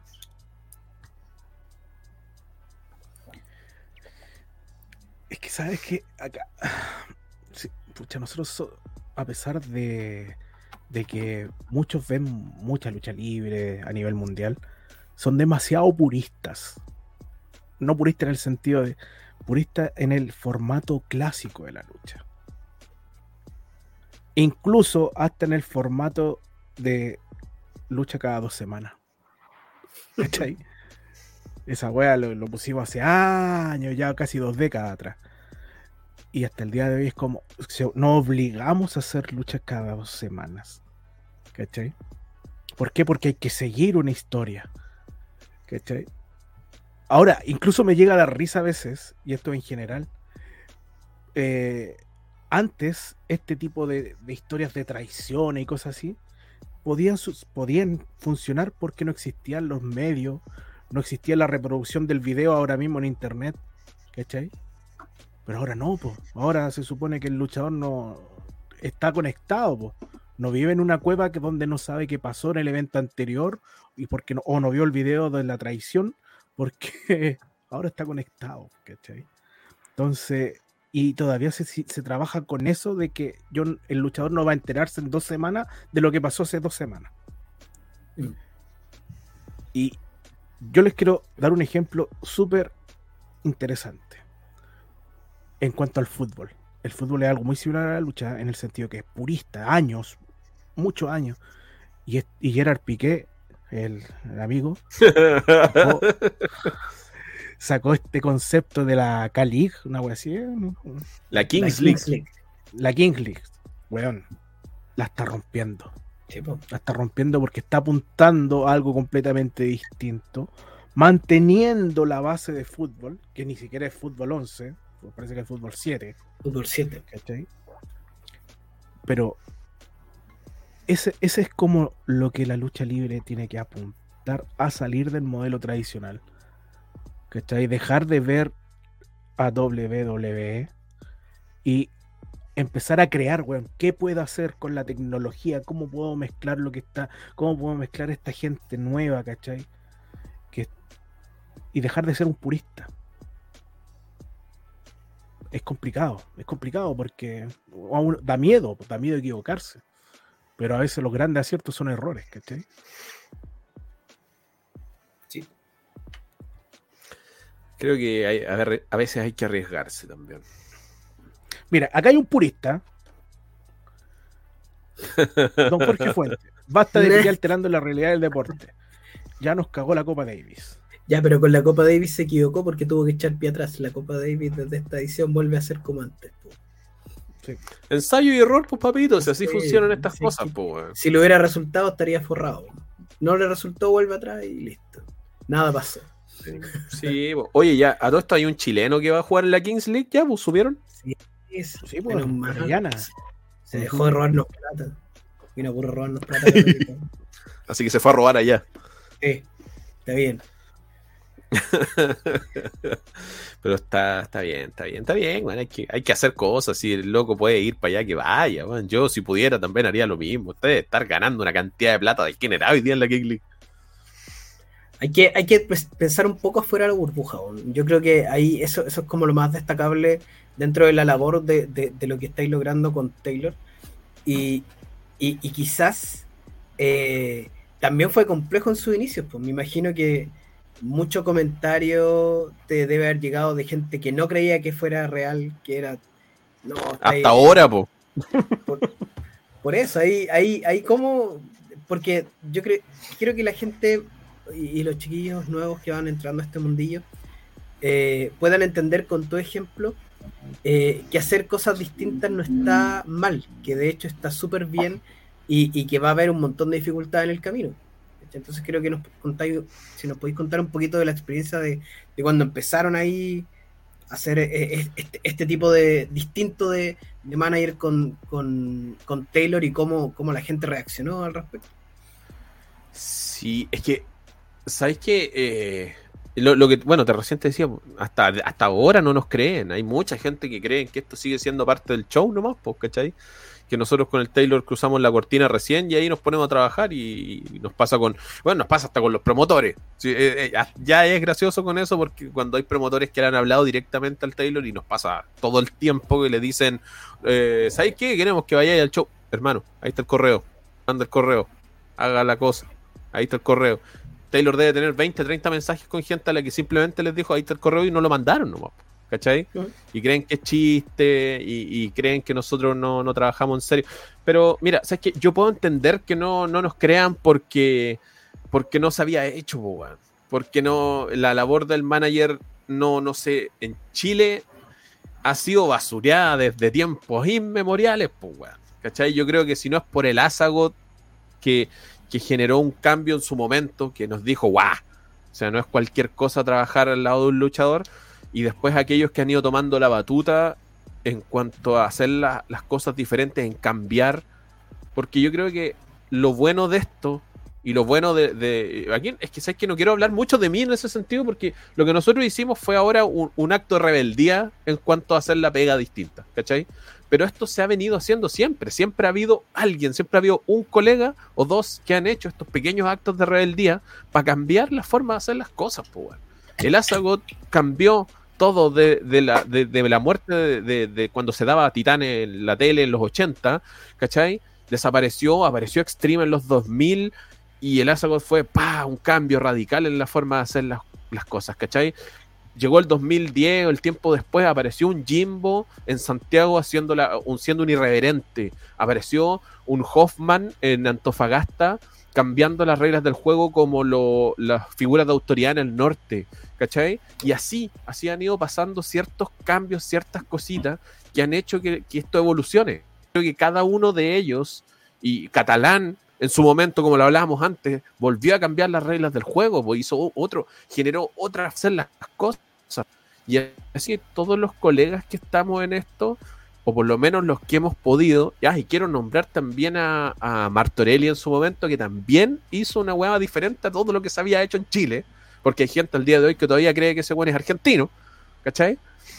Es que sabes que acá, sí, pucha, nosotros a pesar de que muchos ven mucha lucha libre a nivel mundial, son demasiado puristas. No puristas en el sentido de purista en el formato clásico de la lucha. Incluso hasta en el formato de lucha cada 2 semanas. ¿Cachai? Esa wea lo pusimos hace años, ya casi 2 décadas atrás. Y hasta el día de hoy es como, nos obligamos a hacer luchas cada 2 semanas. ¿Cachai? ¿Por qué? Porque hay que seguir una historia. ¿Cachai? Ahora, incluso me llega la risa a veces, y esto en general, antes este tipo de historias de traición y cosas así podían funcionar porque no existían los medios, no existía la reproducción del video ahora mismo en internet, ¿cachai? Pero ahora no, po. Ahora se supone que el luchador no está conectado, po. No vive en una cueva donde no sabe qué pasó en el evento anterior y porque no vio el video de la traición, porque ahora está conectado, ¿cachai? Entonces, y todavía se trabaja con eso de que el luchador no va a enterarse en 2 semanas de lo que pasó hace 2 semanas. Y yo les quiero dar un ejemplo súper interesante en cuanto al fútbol. El fútbol es algo muy similar a la lucha en el sentido que es purista, muchos años. Y Gerard Piqué, el amigo, sacó este concepto de la K-League, una wea así, ¿no? La Kings League. La Kings League, weón, la está rompiendo. La está rompiendo porque está apuntando a algo completamente distinto, manteniendo la base de fútbol, que ni siquiera es fútbol 11, parece que es fútbol 7. Fútbol 7. ¿Cachai? Pero ese es como lo que la lucha libre tiene que apuntar a salir del modelo tradicional. ¿Cachai? Dejar de ver a WWE y empezar a crear, weón, ¿qué puedo hacer con la tecnología? ¿Cómo puedo mezclar cómo puedo mezclar esta gente nueva, ¿cachai? Y dejar de ser un purista. Es complicado porque da miedo equivocarse. Pero a veces los grandes aciertos son errores, ¿cachai? Sí. Creo que a veces hay que arriesgarse también. Mira, acá hay un purista. Don Jorge Fuentes. Basta de seguir alterando la realidad del deporte. Ya nos cagó la Copa Davis. Ya, pero con la Copa Davis se equivocó porque tuvo que echar pie atrás. La Copa Davis desde esta edición vuelve a ser como antes. Po. Sí. Ensayo y error, pues papito, si así Sí, funcionan estas sí, cosas, sí. pues. Weón. Si le hubiera resultado estaría forrado. No le resultó, vuelve atrás y listo. Nada pasó. Sí, pues. Oye, ya, a todo esto hay un chileno que va a jugar en la Kings League, ¿ya? Pues subieron. Eso, Sí, pues, menos mal. Orellana. Se dejó de robarnos plata. Vino a puro robarnos plata. Así que se fue a robar allá. Sí, está bien. Pero está bien, man. Hay que hacer cosas. Si el loco puede ir para allá, que vaya, man. Yo, si pudiera, también haría lo mismo. Usted debe estar ganando una cantidad de plata de generado hoy día en la King League. Hay que pensar un poco afuera de la burbuja. Yo creo que ahí eso es como lo más destacable dentro de la labor de lo que estáis logrando con Taylor. Y quizás también fue complejo en sus inicios. Pues me imagino que mucho comentario te debe haber llegado de gente que no creía que fuera real, que era... No, hasta ahora, po. Por eso, ahí como... Porque yo quiero que la gente y los chiquillos nuevos que van entrando a este mundillo puedan entender con tu ejemplo que hacer cosas distintas no está mal, que de hecho está súper bien y que va a haber un montón de dificultades en el camino. Entonces creo que si nos podéis contar un poquito de la experiencia de cuando empezaron ahí a hacer este tipo de distinto de manager con Taylor y cómo la gente reaccionó al respecto. Sí, es que, ¿sabes qué? Lo que, bueno, recién te decía, hasta ahora no nos creen. Hay mucha gente que cree que esto sigue siendo parte del show nomás, pues, ¿cachai? Que nosotros con el Taylor cruzamos la cortina recién y ahí nos ponemos a trabajar y nos pasa nos pasa hasta con los promotores. Sí, ya es gracioso con eso porque cuando hay promotores que le han hablado directamente al Taylor y nos pasa todo el tiempo que le dicen, ¿sabes qué? Queremos que vayáis al show. Hermano, ahí está el correo. Manda el correo. Haga la cosa. Ahí está el correo. Taylor debe tener 20, 30 mensajes con gente a la que simplemente les dijo ahí está el correo y no lo mandaron nomás. ¿Cachai? Y creen que es chiste y creen que nosotros no trabajamos en serio. Pero mira, ¿sabes qué? Yo puedo entender que no nos crean porque no se había hecho, weón. Porque la labor del manager no sé, en Chile ha sido basureada desde tiempos inmemoriales, pues, weón. ¿Cachai? Yo creo que si no es por el Azagot que generó un cambio en su momento, que nos dijo, ¡guau! O sea, no es cualquier cosa trabajar al lado de un luchador. Y después aquellos que han ido tomando la batuta en cuanto a hacer las cosas diferentes, en cambiar. Porque yo creo que lo bueno de esto y lo bueno de aquí es que sabes que no quiero hablar mucho de mí en ese sentido, porque lo que nosotros hicimos fue ahora un acto de rebeldía en cuanto a hacer la pega distinta, ¿cachai? Pero esto se ha venido haciendo siempre ha habido alguien, siempre ha habido un colega o dos que han hecho estos pequeños actos de rebeldía para cambiar la forma de hacer las cosas, pues, bueno. El Azagot cambió todo de la muerte de cuando se daba a Titán en la tele en los 80, ¿cachai? Apareció Extreme en los 2000 y el Azagot fue un cambio radical en la forma de hacer las cosas, ¿cachai? Llegó el 2010, el tiempo después, apareció un Jimbo en Santiago siendo un irreverente. Apareció un Hoffman en Antofagasta cambiando las reglas del juego como las figuras de autoridad en el norte, ¿cachai? Y así han ido pasando ciertos cambios, ciertas cositas que han hecho que esto evolucione. Creo que cada uno de ellos, y Catalán en su momento, como lo hablábamos antes, volvió a cambiar las reglas del juego, pues generó otras hacer las cosas. Y así todos los colegas que estamos en esto, o por lo menos los que hemos podido, y quiero nombrar también a Martorelli en su momento, que también hizo una hueá diferente a todo lo que se había hecho en Chile, porque hay gente al día de hoy que todavía cree que ese hueón es argentino, ¿cachai?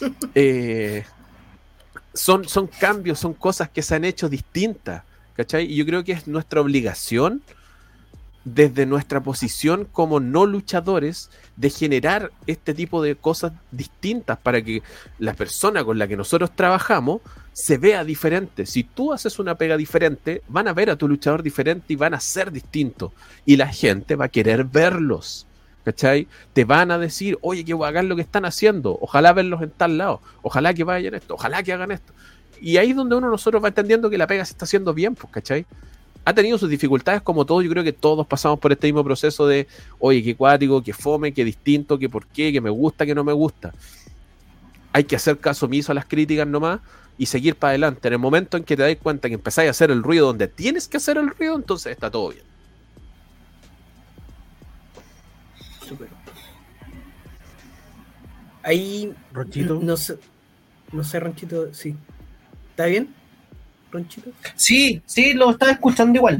Son cambios, son cosas que se han hecho distintas, ¿cachai? Y yo creo que es nuestra obligación, desde nuestra posición como no luchadores, de generar este tipo de cosas distintas para que la persona con la que nosotros trabajamos se vea diferente. Si tú haces una pega diferente, van a ver a tu luchador diferente y van a ser distintos. Y la gente va a querer verlos. ¿Cachai? Te van a decir, oye, que hagan lo que están haciendo. Ojalá verlos en tal lado. Ojalá que vayan esto. Ojalá que hagan esto. Y ahí es donde nosotros va entendiendo que la pega se está haciendo bien, pues, ¿cachai? Ha tenido sus dificultades como todo. Yo creo que todos pasamos por este mismo proceso de, oye, qué cuático, qué fome, qué distinto, qué por qué, qué me gusta, qué no me gusta. Hay que hacer caso omiso a las críticas nomás y seguir para adelante. En el momento en que te das cuenta que empezáis a hacer el ruido donde tienes que hacer el ruido, entonces está todo bien. Súper. Ahí, Ronchito. no sé, Ronchito, sí. ¿Está bien, Ronchito? Sí, lo estaba escuchando igual.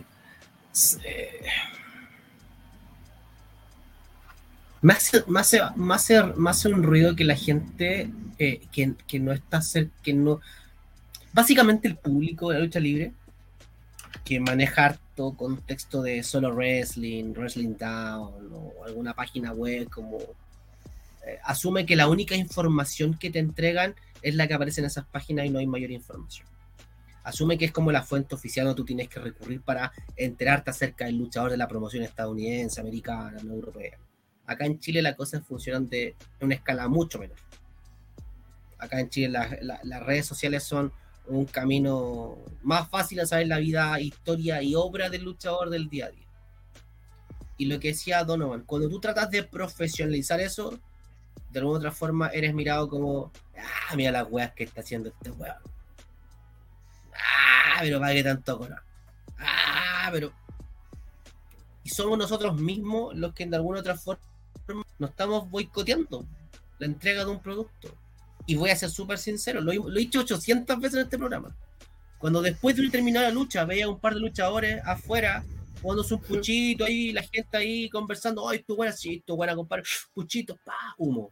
Me hace un ruido que la gente que no está cerca, que no. Básicamente el público de la lucha libre, que maneja harto contexto de solo wrestling down o alguna página web, como asume que la única información que te entregan es la que aparece en esas páginas y no hay mayor información. Asume que es como la fuente oficial donde tú tienes que recurrir para enterarte acerca del luchador de la promoción estadounidense, americana, no europea. Acá en Chile las cosas funcionan de una escala mucho menor. Acá en Chile las redes sociales son un camino más fácil a saber la vida, historia y obra del luchador del día a día. Y lo que decía Donovan, cuando tú tratas de profesionalizar eso, de alguna u otra forma eres mirado como, mira las weas que está haciendo este weón. Pero para qué tanto color. Pero... Y somos nosotros mismos los que de alguna u otra forma nos estamos boicoteando la entrega de un producto. Y voy a ser súper sincero, lo he dicho 800 veces en este programa. Cuando después de una terminada lucha veía un par de luchadores afuera jugándose un puchito ahí, la gente ahí conversando, ¡ay, tú buena, sí, tú buena, compadre! Puchito, humo.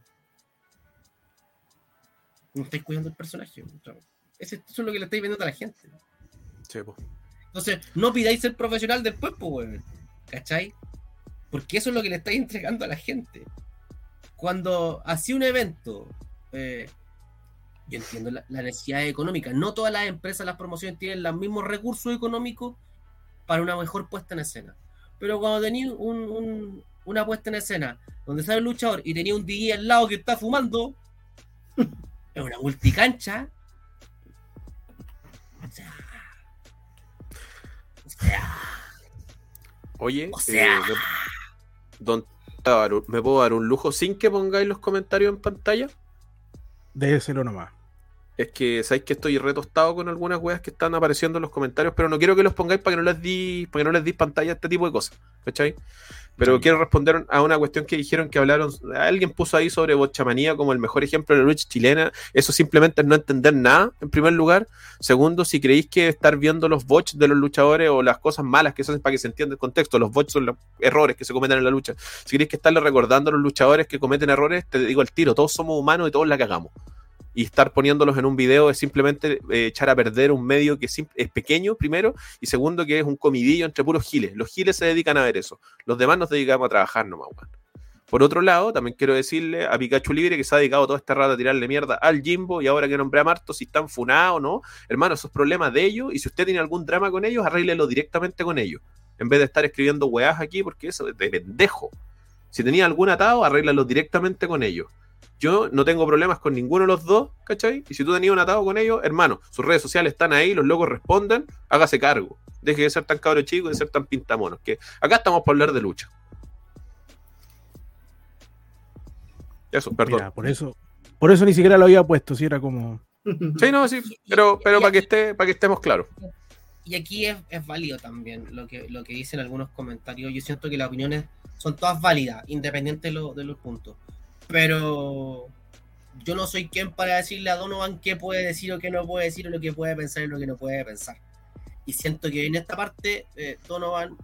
No estáis cuidando el personaje. Eso es lo que le estáis vendiendo a la gente. Sí, pues. Entonces, no pidáis ser profesional después, pues, weón. ¿Cachai? Porque eso es lo que le estáis entregando a la gente. Cuando hacía un evento, yo entiendo la necesidad económica. No todas las empresas, las promociones tienen los mismos recursos económicos para una mejor puesta en escena. Pero cuando tenía una puesta en escena donde sale el luchador y tenía un DJ al lado que está fumando, es una multicancha. Oye, o sea, don Tábaro, ¿me puedo dar un lujo sin que pongáis los comentarios en pantalla? Déselo nomás. Es que sabéis que estoy retostado con algunas weas que están apareciendo en los comentarios, pero no quiero que los pongáis para que no les di pantalla a este tipo de cosas, ¿cachai? Pero quiero responder a una cuestión que dijeron que hablaron, alguien puso ahí sobre Bochamanía como el mejor ejemplo de la lucha chilena. Eso simplemente es no entender nada, en primer lugar. Segundo, si creéis que estar viendo los bots de los luchadores o las cosas malas que se hacen para que se entienda el contexto, los bots son los errores que se cometen en la lucha. Si creéis que estarle recordando a los luchadores que cometen errores, te digo al tiro, todos somos humanos y todos la cagamos. Y estar poniéndolos en un video es simplemente echar a perder un medio que es pequeño, primero, y segundo, que es un comidillo entre puros giles. Los giles se dedican a ver eso. Los demás nos dedicamos a trabajar nomás, man. Por otro lado, también quiero decirle a Pikachu Libre, que se ha dedicado todo este rato a tirarle mierda al Jimbo, y ahora que nombré a Marto, si están funados o no, hermano, esos problemas de ellos, y si usted tiene algún drama con ellos, arréglelo directamente con ellos, en vez de estar escribiendo weás aquí, porque eso es de pendejo. Si tenía algún atado, arréglalo directamente con ellos. Yo no tengo problemas con ninguno de los dos, ¿cachai? Y si tú tenías un atado con ellos, hermano, sus redes sociales están ahí, los locos responden, hágase cargo. Deje de ser tan cabro chico y de ser tan pintamonos, que acá estamos para hablar de lucha. Eso, perdón. Mira, por eso ni siquiera lo había puesto, si era como... Sí, no, sí, pero para que estemos claros. Y aquí es válido también lo que dicen algunos comentarios. Yo siento que las opiniones son todas válidas, independiente de los puntos. Pero yo no soy quien para decirle a Donovan qué puede decir o qué no puede decir, o lo que puede pensar y lo que no puede pensar. Y siento que en esta parte Donovan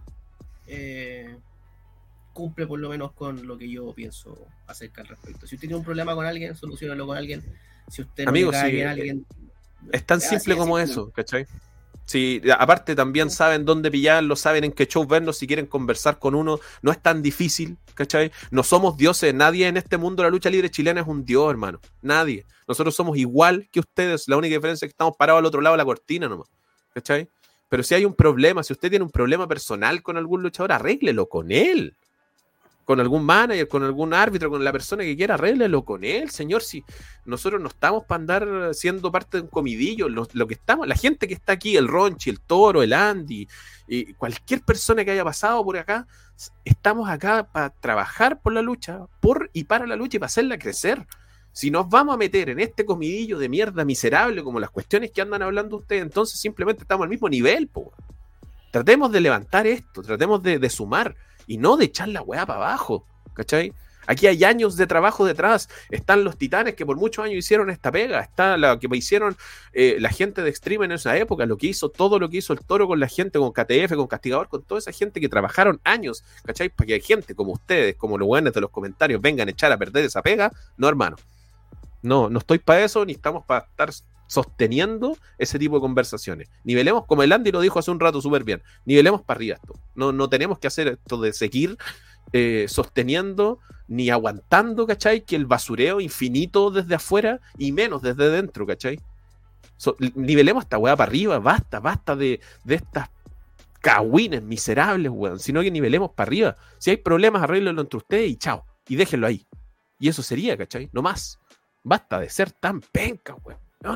cumple por lo menos con lo que yo pienso acerca al respecto. Si usted tiene un problema con alguien, soluciónalo con alguien. Si usted no amigo, le cae sí, bien a alguien, es tan simple como así, eso, ¿cachai? Sí, aparte también saben dónde pillarlo, saben en qué show vernos, si quieren conversar con uno, no es tan difícil, ¿cachai? No somos dioses, nadie en este mundo de la lucha libre chilena es un dios, hermano, nadie. Nosotros somos igual que ustedes, la única diferencia es que estamos parados al otro lado de la cortina nomás, ¿cachai? Pero si hay un problema, si usted tiene un problema personal con algún luchador, arréglelo con él. Con algún manager, con algún árbitro, con la persona que quiera, arréglelo con él, señor. Si nosotros no estamos para andar siendo parte de un comidillo, lo que estamos, la gente que está aquí, el Ronchi, el Toro, el Andy, y cualquier persona que haya pasado por acá, estamos acá para trabajar por la lucha, por y para la lucha y para hacerla crecer. Si nos vamos a meter en este comidillo de mierda miserable, como las cuestiones que andan hablando ustedes, entonces simplemente estamos al mismo nivel, po. Tratemos de levantar esto, tratemos de sumar. Y no de echar la weá para abajo, ¿cachai? Aquí hay años de trabajo detrás. Están los titanes que por muchos años hicieron esta pega. Está la que hicieron la gente de Extreme en esa época. Todo lo que hizo el Toro con la gente, con KTF, con Castigador, con toda esa gente que trabajaron años, ¿cachai? Para que hay gente como ustedes, como los weones de los comentarios, vengan a echar a perder esa pega. No, hermano. No estoy para eso, ni estamos para estar sosteniendo ese tipo de conversaciones. Nivelemos, como el Andy lo dijo hace un rato súper bien, nivelemos para arriba esto. No tenemos que hacer esto de seguir sosteniendo ni aguantando, ¿cachai? Que el basureo infinito desde afuera y menos desde dentro, ¿cachai? Nivelemos esta weá para arriba, basta de estas cagüines miserables, weón, sino que nivelemos para arriba. Si hay problemas, arréglenlo entre ustedes y chao, y déjenlo ahí. Y eso sería, ¿cachai? No más. Basta de ser tan penca, weón. No.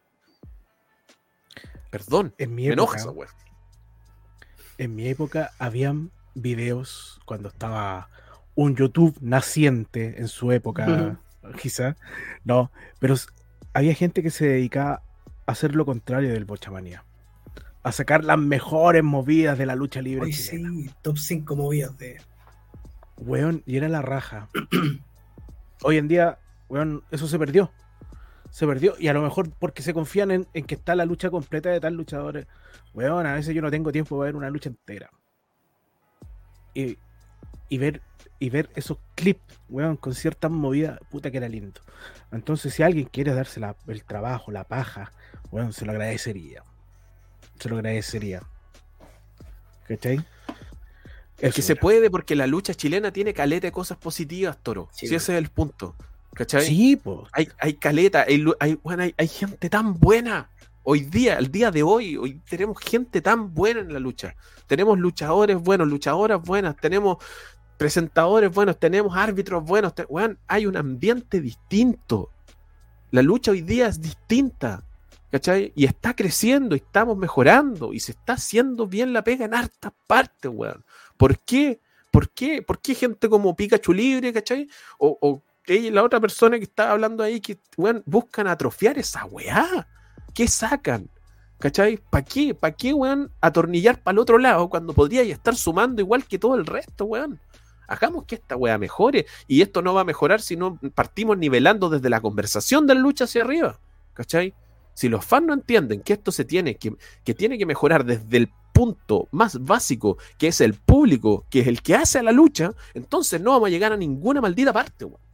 Perdón, en mi me enoja esa weá. En mi época habían videos cuando estaba un YouTube naciente en su época, quizá, no, pero había gente que se dedicaba a hacer lo contrario del Bochamanía, a sacar las mejores movidas de la lucha libre. Hoy sí, top 5 movidas de... Weón, y era la raja. Hoy en día, weón, eso se perdió, y a lo mejor porque se confían en que está la lucha completa de tal luchadores. Weón, a veces yo no tengo tiempo para ver una lucha entera. Y ver esos clips, weón, con ciertas movidas, puta que era lindo. Entonces, si alguien quiere darse el trabajo, la paja, weón, se lo agradecería. ¿Cachai? Es que se puede porque la lucha chilena tiene caleta de cosas positivas, Toro. Sí, si ese es el punto. ¿Cachai? Sí, pues. Hay caleta, hay gente tan buena. Hoy día, al día de hoy tenemos gente tan buena en la lucha. Tenemos luchadores buenos, luchadoras buenas, tenemos presentadores buenos, tenemos árbitros buenos. Hay un ambiente distinto. La lucha hoy día es distinta, ¿cachai? Y está creciendo, y estamos mejorando, y se está haciendo bien la pega en hartas partes, weón. ¿Por qué? ¿Por qué gente como Pikachu Libre, ¿cachai? O la otra persona que está hablando ahí, que weón, buscan atrofiar esa weá? ¿Qué sacan? ¿Cachai? ¿Para qué, weón, atornillar para el otro lado cuando podría estar sumando igual que todo el resto, weón? Hagamos que esta weá mejore, y esto no va a mejorar si no partimos nivelando desde la conversación de la lucha hacia arriba, ¿cachai? Si los fans no entienden que esto se tiene que mejorar desde el punto más básico, que es el público, que es el que hace a la lucha, entonces no vamos a llegar a ninguna maldita parte, weón.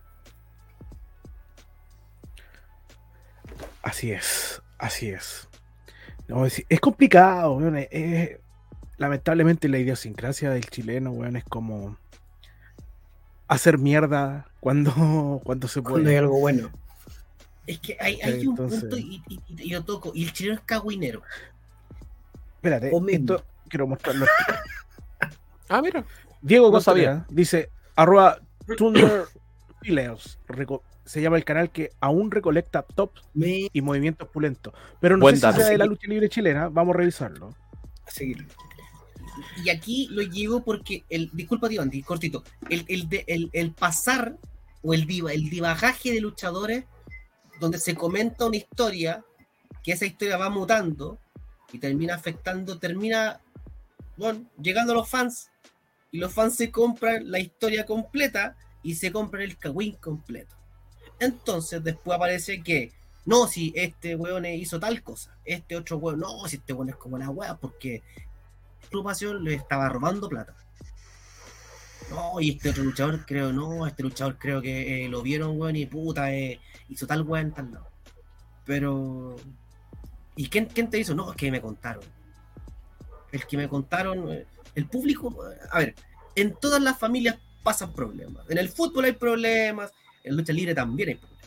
Así es. No, es complicado, weón. Lamentablemente la idiosincrasia del chileno, weón, es como hacer mierda cuando se puede. Cuando hay algo bueno. Es que hay un punto y yo toco, y el chileno es cagüinero. Espérate, esto quiero mostrarlo. Mira. Diego no sabía. Dice, @Thunderfileos. Se llama el canal que aún recolecta tops y movimientos pulentos. Pero no sé si sea de la lucha libre chilena. Vamos a revisarlo. A seguirlo. Y aquí lo llevo porque disculpa, Andy, cortito. El pasar o el divagaje de luchadores, donde se comenta una historia, que esa historia va mutando y termina llegando a los fans, y los fans se compran la historia completa y se compran el cagüín completo. Entonces después aparece que no, si este weón hizo tal cosa, este otro weón, no, si este weón es como la weá, porque la agrupación le estaba robando plata. No, y este otro luchador creo que lo vieron, weón, y puta, hizo tal weón en tal lado. Pero ¿Y quién te hizo? No, es que me contaron. El que me contaron, el público, a ver, en todas las familias pasan problemas. En el fútbol hay problemas, en lucha libre también hay problemas.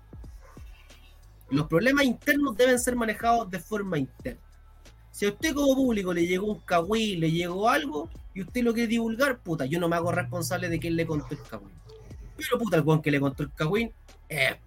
Los problemas internos deben ser manejados de forma interna. Si a usted como público le llegó un cagüín, le llegó algo, y usted lo quiere divulgar, puta, yo no me hago responsable de quién le contó el cagüín. Pero puta, el weón que le contó el cagüín es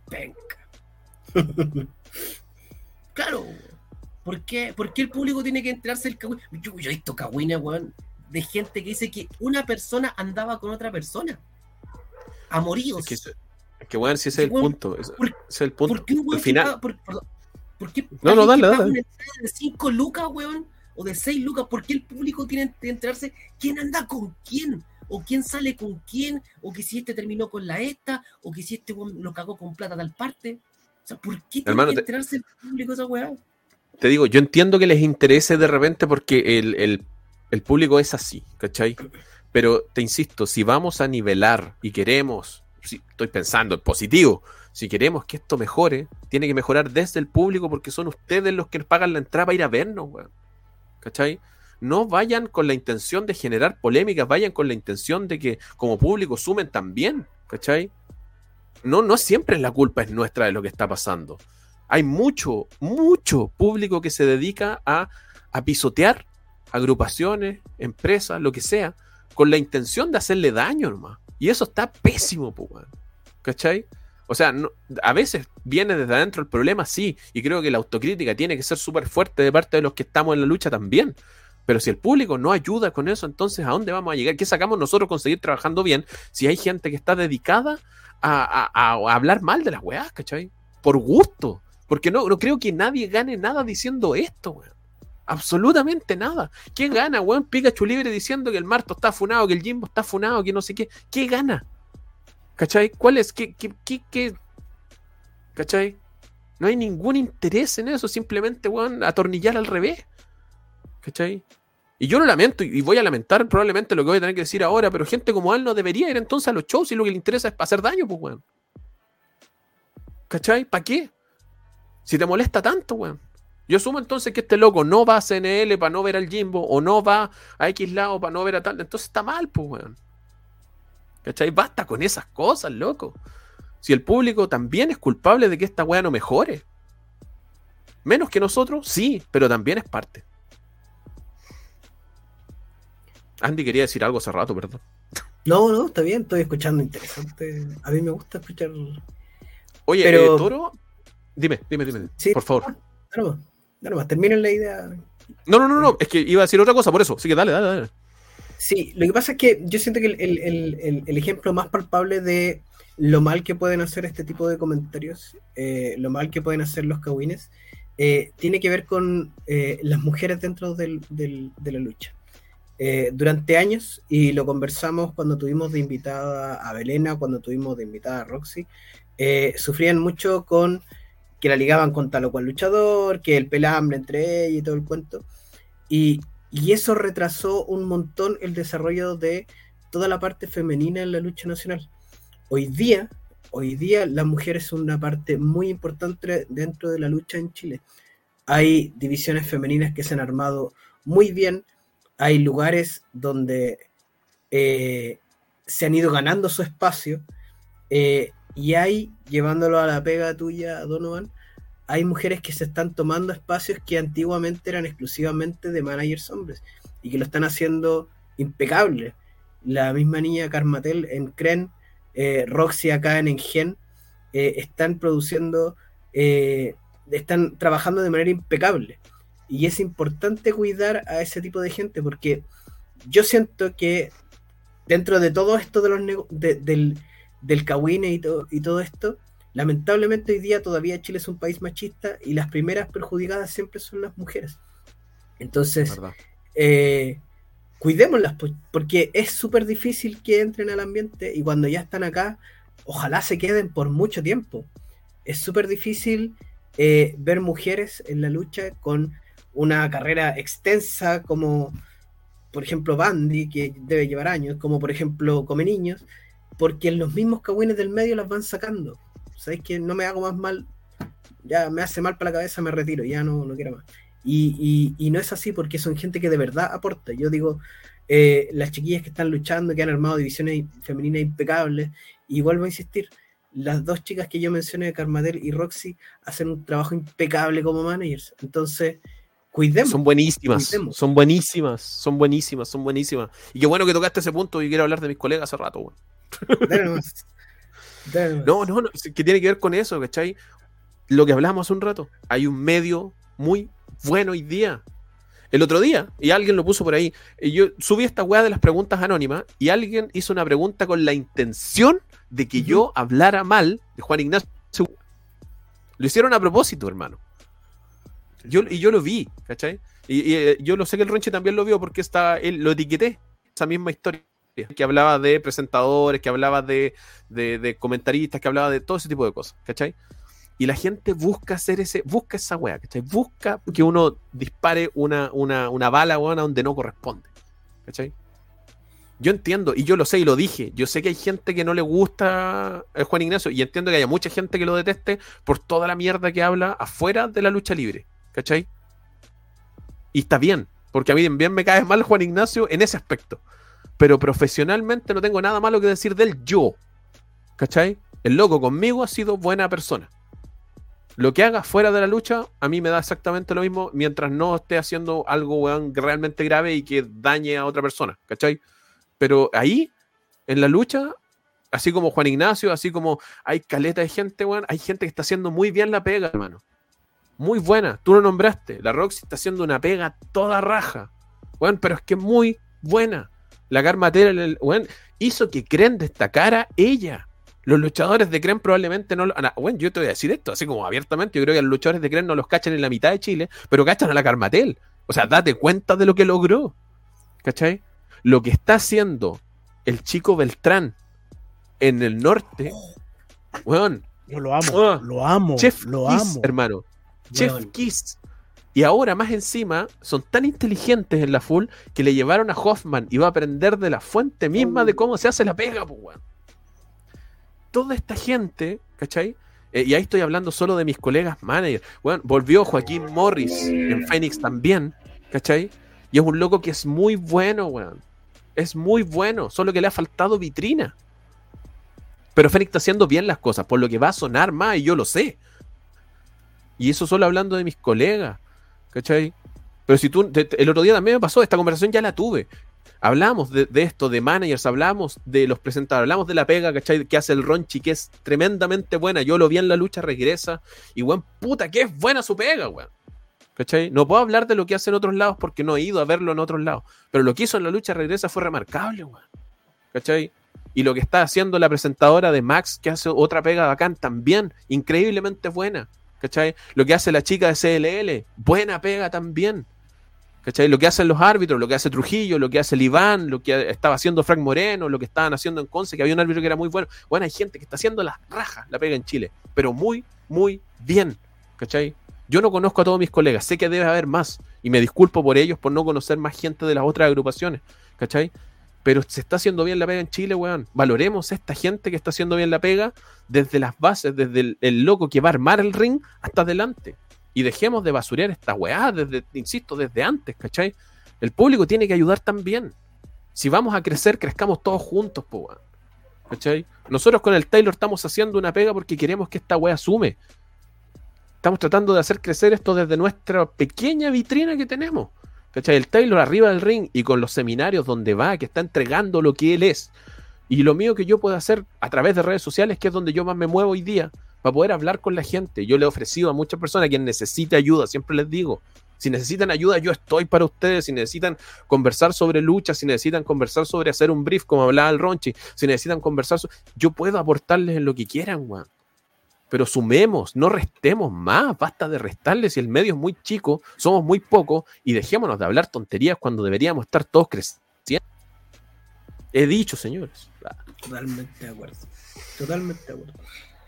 penca. Claro, ¿por qué el público tiene que enterarse del cagüín? Yo he visto cagüines, weón, de gente que dice que una persona andaba con otra persona. Amoríos. Es que bueno, si ese es el punto. Ese es el punto. ¿Por qué un weón al final... ¿Por qué No, dale. una entrada de 5 lucas, weón? O de 6 lucas. ¿Por qué el público tiene que enterarse quién anda con quién? O quién sale con quién, o que si este terminó con la esta, o que si este lo cagó con plata tal parte. O sea, ¿por qué tiene que enterarse el público esa weá? Te digo, yo entiendo que les interese de repente porque el público es así, ¿cachai? Pero te insisto, si vamos a nivelar y queremos, estoy pensando en positivo, si queremos que esto mejore, tiene que mejorar desde el público porque son ustedes los que pagan la entrada para ir a vernos, weón. ¿Cachai? No vayan con la intención de generar polémicas, vayan con la intención de que como público sumen también, ¿cachai? No siempre la culpa es nuestra de lo que está pasando. Hay mucho público que se dedica a pisotear agrupaciones, empresas, lo que sea, con la intención de hacerle daño nomás. Y eso está pésimo, pues, ¿cachai? O sea, a veces viene desde adentro el problema, sí, y creo que la autocrítica tiene que ser súper fuerte de parte de los que estamos en la lucha también. Pero si el público no ayuda con eso, entonces ¿a dónde vamos a llegar? ¿Qué sacamos nosotros con seguir trabajando bien si hay gente que está dedicada a hablar mal de las weas, ¿cachai? Por gusto. Porque no creo que nadie gane nada diciendo esto, weón. Absolutamente nada. ¿Quién gana, weón? Pikachu libre diciendo que el Marto está funado, que el Jimbo está funado, que no sé qué. ¿Qué gana? ¿Cachai? ¿Cuál es? ¿Qué? ¿Cachai? No hay ningún interés en eso. Simplemente, weón, atornillar al revés. ¿Cachai? Y yo lo lamento, y voy a lamentar probablemente lo que voy a tener que decir ahora, pero gente como él no debería ir entonces a los shows si lo que le interesa es hacer daño, pues, weón. ¿Cachai? ¿Para qué? Si te molesta tanto, weón. Yo asumo entonces que este loco no va a CNL para no ver al Jimbo, o no va a X lado para no ver a tal. Entonces está mal, pues, weón. ¿Cachai? Basta con esas cosas, loco. Si el público también es culpable de que esta weá no mejore. Menos que nosotros, sí, pero también es parte. Andy quería decir algo hace rato, perdón. No, está bien, estoy escuchando, interesante. A mí me gusta escuchar. Oye, pero... Toro, dime, sí, por favor. No, terminen la idea. No, es que iba a decir otra cosa por eso, así que dale. Sí, lo que pasa es que yo siento que el ejemplo más palpable de lo mal que pueden hacer este tipo de comentarios, lo mal que pueden hacer los cagüines, tiene que ver con las mujeres dentro de la lucha. Durante años, y lo conversamos cuando tuvimos de invitada a Belena, cuando tuvimos de invitada a Roxy, sufrían mucho con que la ligaban con tal o cual luchador, que el pelambre entre ella y todo el cuento, y eso retrasó un montón el desarrollo de toda la parte femenina en la lucha nacional. Hoy día la mujer es una parte muy importante dentro de la lucha en Chile. Hay divisiones femeninas que se han armado muy bien, hay lugares donde se han ido ganando su espacio, y hay, llevándolo a la pega tuya, Donovan, hay mujeres que se están tomando espacios que antiguamente eran exclusivamente de managers hombres y que lo están haciendo impecable. La misma niña Carmatel en Cren, Roxy acá en Engen, están produciendo, están trabajando de manera impecable. Y es importante cuidar a ese tipo de gente porque yo siento que dentro de todo esto de del cagüine y todo esto, lamentablemente hoy día todavía Chile es un país machista y las primeras perjudicadas siempre son las mujeres. Entonces, cuidémoslas, porque es súper difícil que entren al ambiente y cuando ya están acá, ojalá se queden por mucho tiempo. Es súper difícil ver mujeres en la lucha con una carrera extensa como, por ejemplo, Bandy, que debe llevar años, como por ejemplo Come Niños, porque en los mismos cagüines del medio las van sacando. ¿Sabéis que no me hago más mal? ya me hace mal para la cabeza, me retiro, ya no quiero más. Y no es así porque son gente que de verdad aporta. Yo digo, las chiquillas que están luchando, que han armado divisiones femeninas impecables, y vuelvo a insistir, las dos chicas que yo mencioné, Karmatel y Roxy, hacen un trabajo impecable como managers. Entonces, cuidemos. Son buenísimas, cuidemos. son buenísimas, son buenísimas, son buenísimas. Y qué bueno que tocaste ese punto y quiero hablar de mis colegas hace rato, weón. Dale nomás. Dale nomás. No, que tiene que ver con eso, ¿cachai? Lo que hablamos hace un rato. Hay un medio muy bueno hoy día. El otro día, y alguien lo puso por ahí, y yo subí esta weá de las preguntas anónimas, y alguien hizo una pregunta con la intención de que yo hablara mal de Juan Ignacio. Lo hicieron a propósito, hermano. Yo lo vi, ¿cachai? Y yo lo sé que el Ronchi también lo vio porque él lo etiqueté, esa misma historia, que hablaba de presentadores, que hablaba de comentaristas, que hablaba de todo ese tipo de cosas, ¿cachai? Y la gente busca esa weá, ¿cachai? Busca que uno dispare una bala, weón, a donde no corresponde, ¿cachai? Yo entiendo, y yo lo sé y lo dije, yo sé que hay gente que no le gusta a Juan Ignacio, y entiendo que haya mucha gente que lo deteste por toda la mierda que habla afuera de la lucha libre, ¿cachai? Y está bien, porque a mí también me cae mal Juan Ignacio en ese aspecto, pero profesionalmente no tengo nada malo que decir de él yo, ¿cachai? El loco conmigo ha sido buena persona. Lo que haga fuera de la lucha, a mí me da exactamente lo mismo mientras no esté haciendo algo, weón, realmente grave y que dañe a otra persona, ¿cachai? Pero ahí, en la lucha, así como Juan Ignacio, así como hay caleta de gente, weón, hay gente que está haciendo muy bien la pega, hermano. Muy buena. Tú lo nombraste. La Roxy está haciendo una pega toda raja. Weón, pero es que muy buena. La Karmatel, weón, hizo que Kren destacara ella. Los luchadores de Kren probablemente no lo... Bueno, yo te voy a decir esto, así como abiertamente, yo creo que los luchadores de Kren no los cachan en la mitad de Chile, pero cachan a la Karmatel. O sea, date cuenta de lo que logró. ¿Cachai? Lo que está haciendo el chico Beltrán en el norte, weón. Yo lo amo, Chef lo Kiss, amo. hermano. Chef Weón. Kiss. Y ahora, más encima, son tan inteligentes en la full que le llevaron a Hoffman y va a aprender de la fuente misma de cómo se hace la pega, pues, weón. Toda esta gente, ¿cachai? Y ahí estoy hablando solo de mis colegas managers. Bueno, volvió Joaquín Morris en Phoenix también, ¿cachai? Y es un loco que es muy bueno, weón. Es muy bueno, solo que le ha faltado vitrina. Pero Phoenix está haciendo bien las cosas, por lo que va a sonar más, y yo lo sé. Y eso solo hablando de mis colegas, ¿cachai? Pero si tú, el otro día también me pasó, esta conversación ya la tuve. Hablamos de esto, de managers, hablamos de los presentadores, hablamos de la pega, ¿cachai? Que hace el Ronchi, que es tremendamente buena. Yo lo vi en la lucha, regresa, y weón, puta, que es buena su pega, weón. ¿Cachai? No puedo hablar de lo que hace en otros lados porque no he ido a verlo en otros lados. Pero lo que hizo en la lucha regresa fue remarcable, weón. ¿Cachai? Y lo que está haciendo la presentadora de Max, que hace otra pega bacán también, increíblemente buena. ¿Cachai? Lo que hace la chica de CLL, buena pega también. ¿Cachai? Lo que hacen los árbitros, lo que hace Trujillo, lo que hace el Iván, lo que estaba haciendo Frank Moreno, lo que estaban haciendo en Conce, que había un árbitro que era muy bueno. Bueno, hay gente que está haciendo las rajas, la pega en Chile, pero muy, muy bien. ¿Cachai? Yo no conozco a todos mis colegas, sé que debe haber más, y me disculpo por ellos por no conocer más gente de las otras agrupaciones, ¿cachai? Pero se está haciendo bien la pega en Chile, weón. Valoremos a esta gente que está haciendo bien la pega desde las bases, desde el loco que va a armar el ring hasta adelante. Y dejemos de basurear esta weá, insisto, desde antes, ¿cachai? El público tiene que ayudar también. Si vamos a crecer, crezcamos todos juntos, po, weón. ¿Cachai? Nosotros con el Taylor estamos haciendo una pega porque queremos que esta weá sume. Estamos tratando de hacer crecer esto desde nuestra pequeña vitrina que tenemos. ¿Cachai? El Taylor arriba del ring y con los seminarios donde va, que está entregando lo que él es. Y lo mío que yo puedo hacer a través de redes sociales, que es donde yo más me muevo hoy día, para poder hablar con la gente. Yo le he ofrecido a muchas personas a quien necesite ayuda, siempre les digo, si necesitan ayuda, yo estoy para ustedes. Si necesitan conversar sobre lucha, si necesitan conversar sobre hacer un brief, como hablaba el Ronchi, si necesitan conversar yo puedo aportarles en lo que quieran, weón. Pero sumemos, no restemos más, basta de restarles. Si el medio es muy chico, somos muy pocos, y dejémonos de hablar tonterías cuando deberíamos estar todos creciendo. He dicho, señores. Totalmente de acuerdo. Totalmente de acuerdo.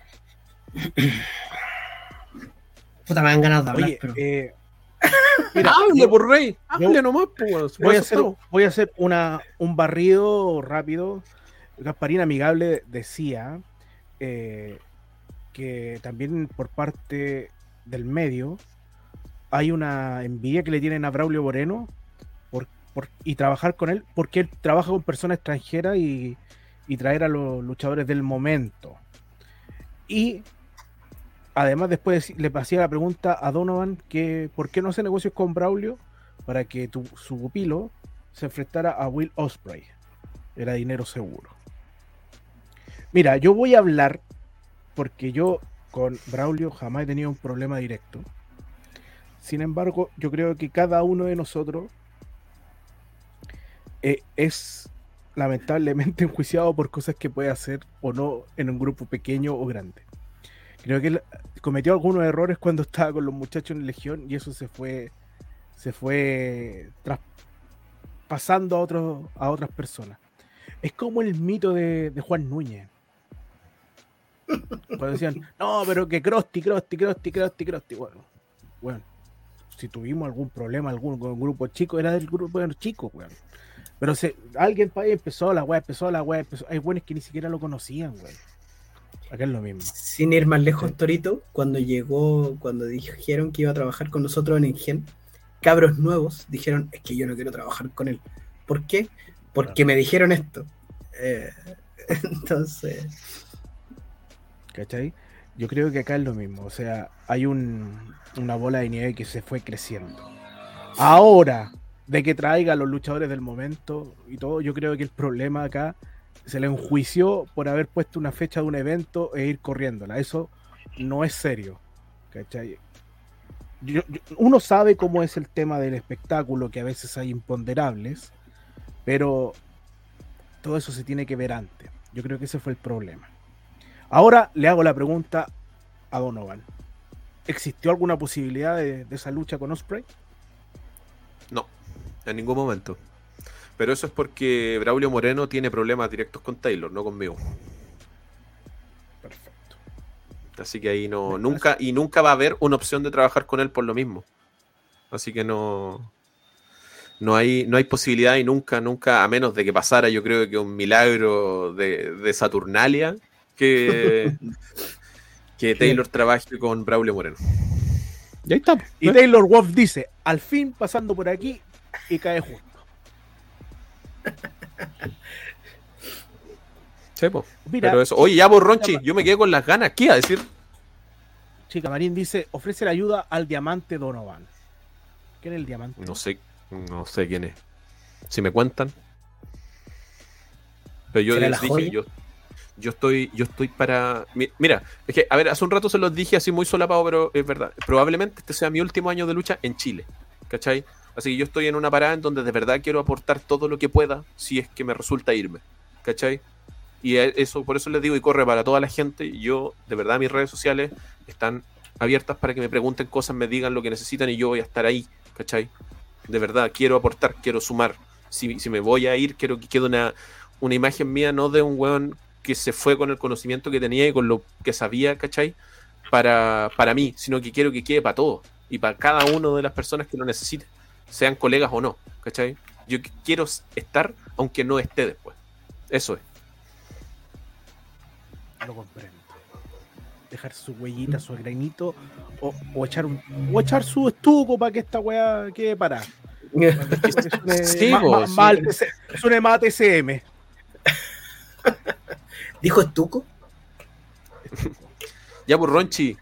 Puta, me han ganado de hablar, Oye, pero... mira, hable, por rey, yo hable nomás, pues. voy a hacer un barrido rápido. Gasparín Amigable decía que también por parte del medio, hay una envidia que le tienen a Braulio Moreno y trabajar con él, porque él trabaja con personas extranjeras y traer a los luchadores del momento. Y además después le hacía la pregunta a Donovan que por qué no hace negocios con Braulio para que su pupilo se enfrentara a Will Ospreay. Era dinero seguro. Mira, yo voy a hablar porque yo con Braulio jamás he tenido un problema directo. Sin embargo, yo creo que cada uno de nosotros es lamentablemente enjuiciado por cosas que puede hacer o no en un grupo pequeño o grande. Creo que él cometió algunos errores cuando estaba con los muchachos en Legión y eso se fue traspasando a otras personas. Es como el mito de Juan Núñez. Cuando decían, no, pero que Krusty. Bueno, si tuvimos algún problema con un grupo chico, era del grupo de los chicos, weón. Pero alguien para ahí empezó la weá. Hay buenos que ni siquiera lo conocían, weón. Acá es lo mismo. Sin ir más lejos, Torito, cuando dijeron que iba a trabajar con nosotros en Engen, cabros nuevos dijeron, es que yo no quiero trabajar con él. ¿Por qué? Porque me dijeron esto. Entonces... ¿Cachai? Yo creo que acá es lo mismo. O sea, hay una bola de nieve que se fue creciendo. Ahora, de que traiga a los luchadores del momento y todo, yo creo que el problema acá se le enjuició por haber puesto una fecha de un evento e ir corriéndola. Eso no es serio. ¿Cachai? Uno sabe cómo es el tema del espectáculo, que a veces hay imponderables, pero todo eso se tiene que ver antes. Yo creo que ese fue el problema. Ahora le hago la pregunta a Donovan. ¿Existió alguna posibilidad de esa lucha con Ospreay? No, en ningún momento. Pero eso es porque Braulio Moreno tiene problemas directos con Taylor, no conmigo. Perfecto. Así que ahí nunca va a haber una opción de trabajar con él por lo mismo. Así que no hay posibilidad y nunca, a menos de que pasara, yo creo que un milagro de Saturnalia, que Taylor trabaje con Braulio Moreno. Y ahí está. Y Taylor Wolf dice, al fin pasando por aquí y cae justo. Sí, po. Mira, pero eso. Oye, ya vos, Ronchi, yo me quedé con las ganas. ¿Qué iba a decir? Chica Marín dice, ofrece la ayuda al diamante Donovan. ¿Quién es el diamante? No sé quién es. Si me cuentan. Pero yo les dije, yo estoy para... Mira, es que, a ver, hace un rato se los dije así muy solapado, pero es verdad. Probablemente este sea mi último año de lucha en Chile, ¿cachai? Así que yo estoy en una parada en donde de verdad quiero aportar todo lo que pueda si es que me resulta irme, ¿cachai? Y eso, por eso les digo, y corre para toda la gente. Yo, de verdad, mis redes sociales están abiertas para que me pregunten cosas, me digan lo que necesitan y yo voy a estar ahí, ¿cachai? De verdad, quiero aportar, quiero sumar. Si me voy a ir, quiero que quede una imagen mía, no de un weón que se fue con el conocimiento que tenía y con lo que sabía, ¿cachai? Para mí, sino que quiero que quede para todos y para cada uno de las personas que lo necesiten, sean colegas o no, ¿cachai? Yo quiero estar aunque no esté después. Eso es. Lo comprendo. Dejar su huellita, su granito o echar su estuco para que esta weá quede parada. Suene más TCM. ¿Dijo estuco? Ya, pues, Ronchi,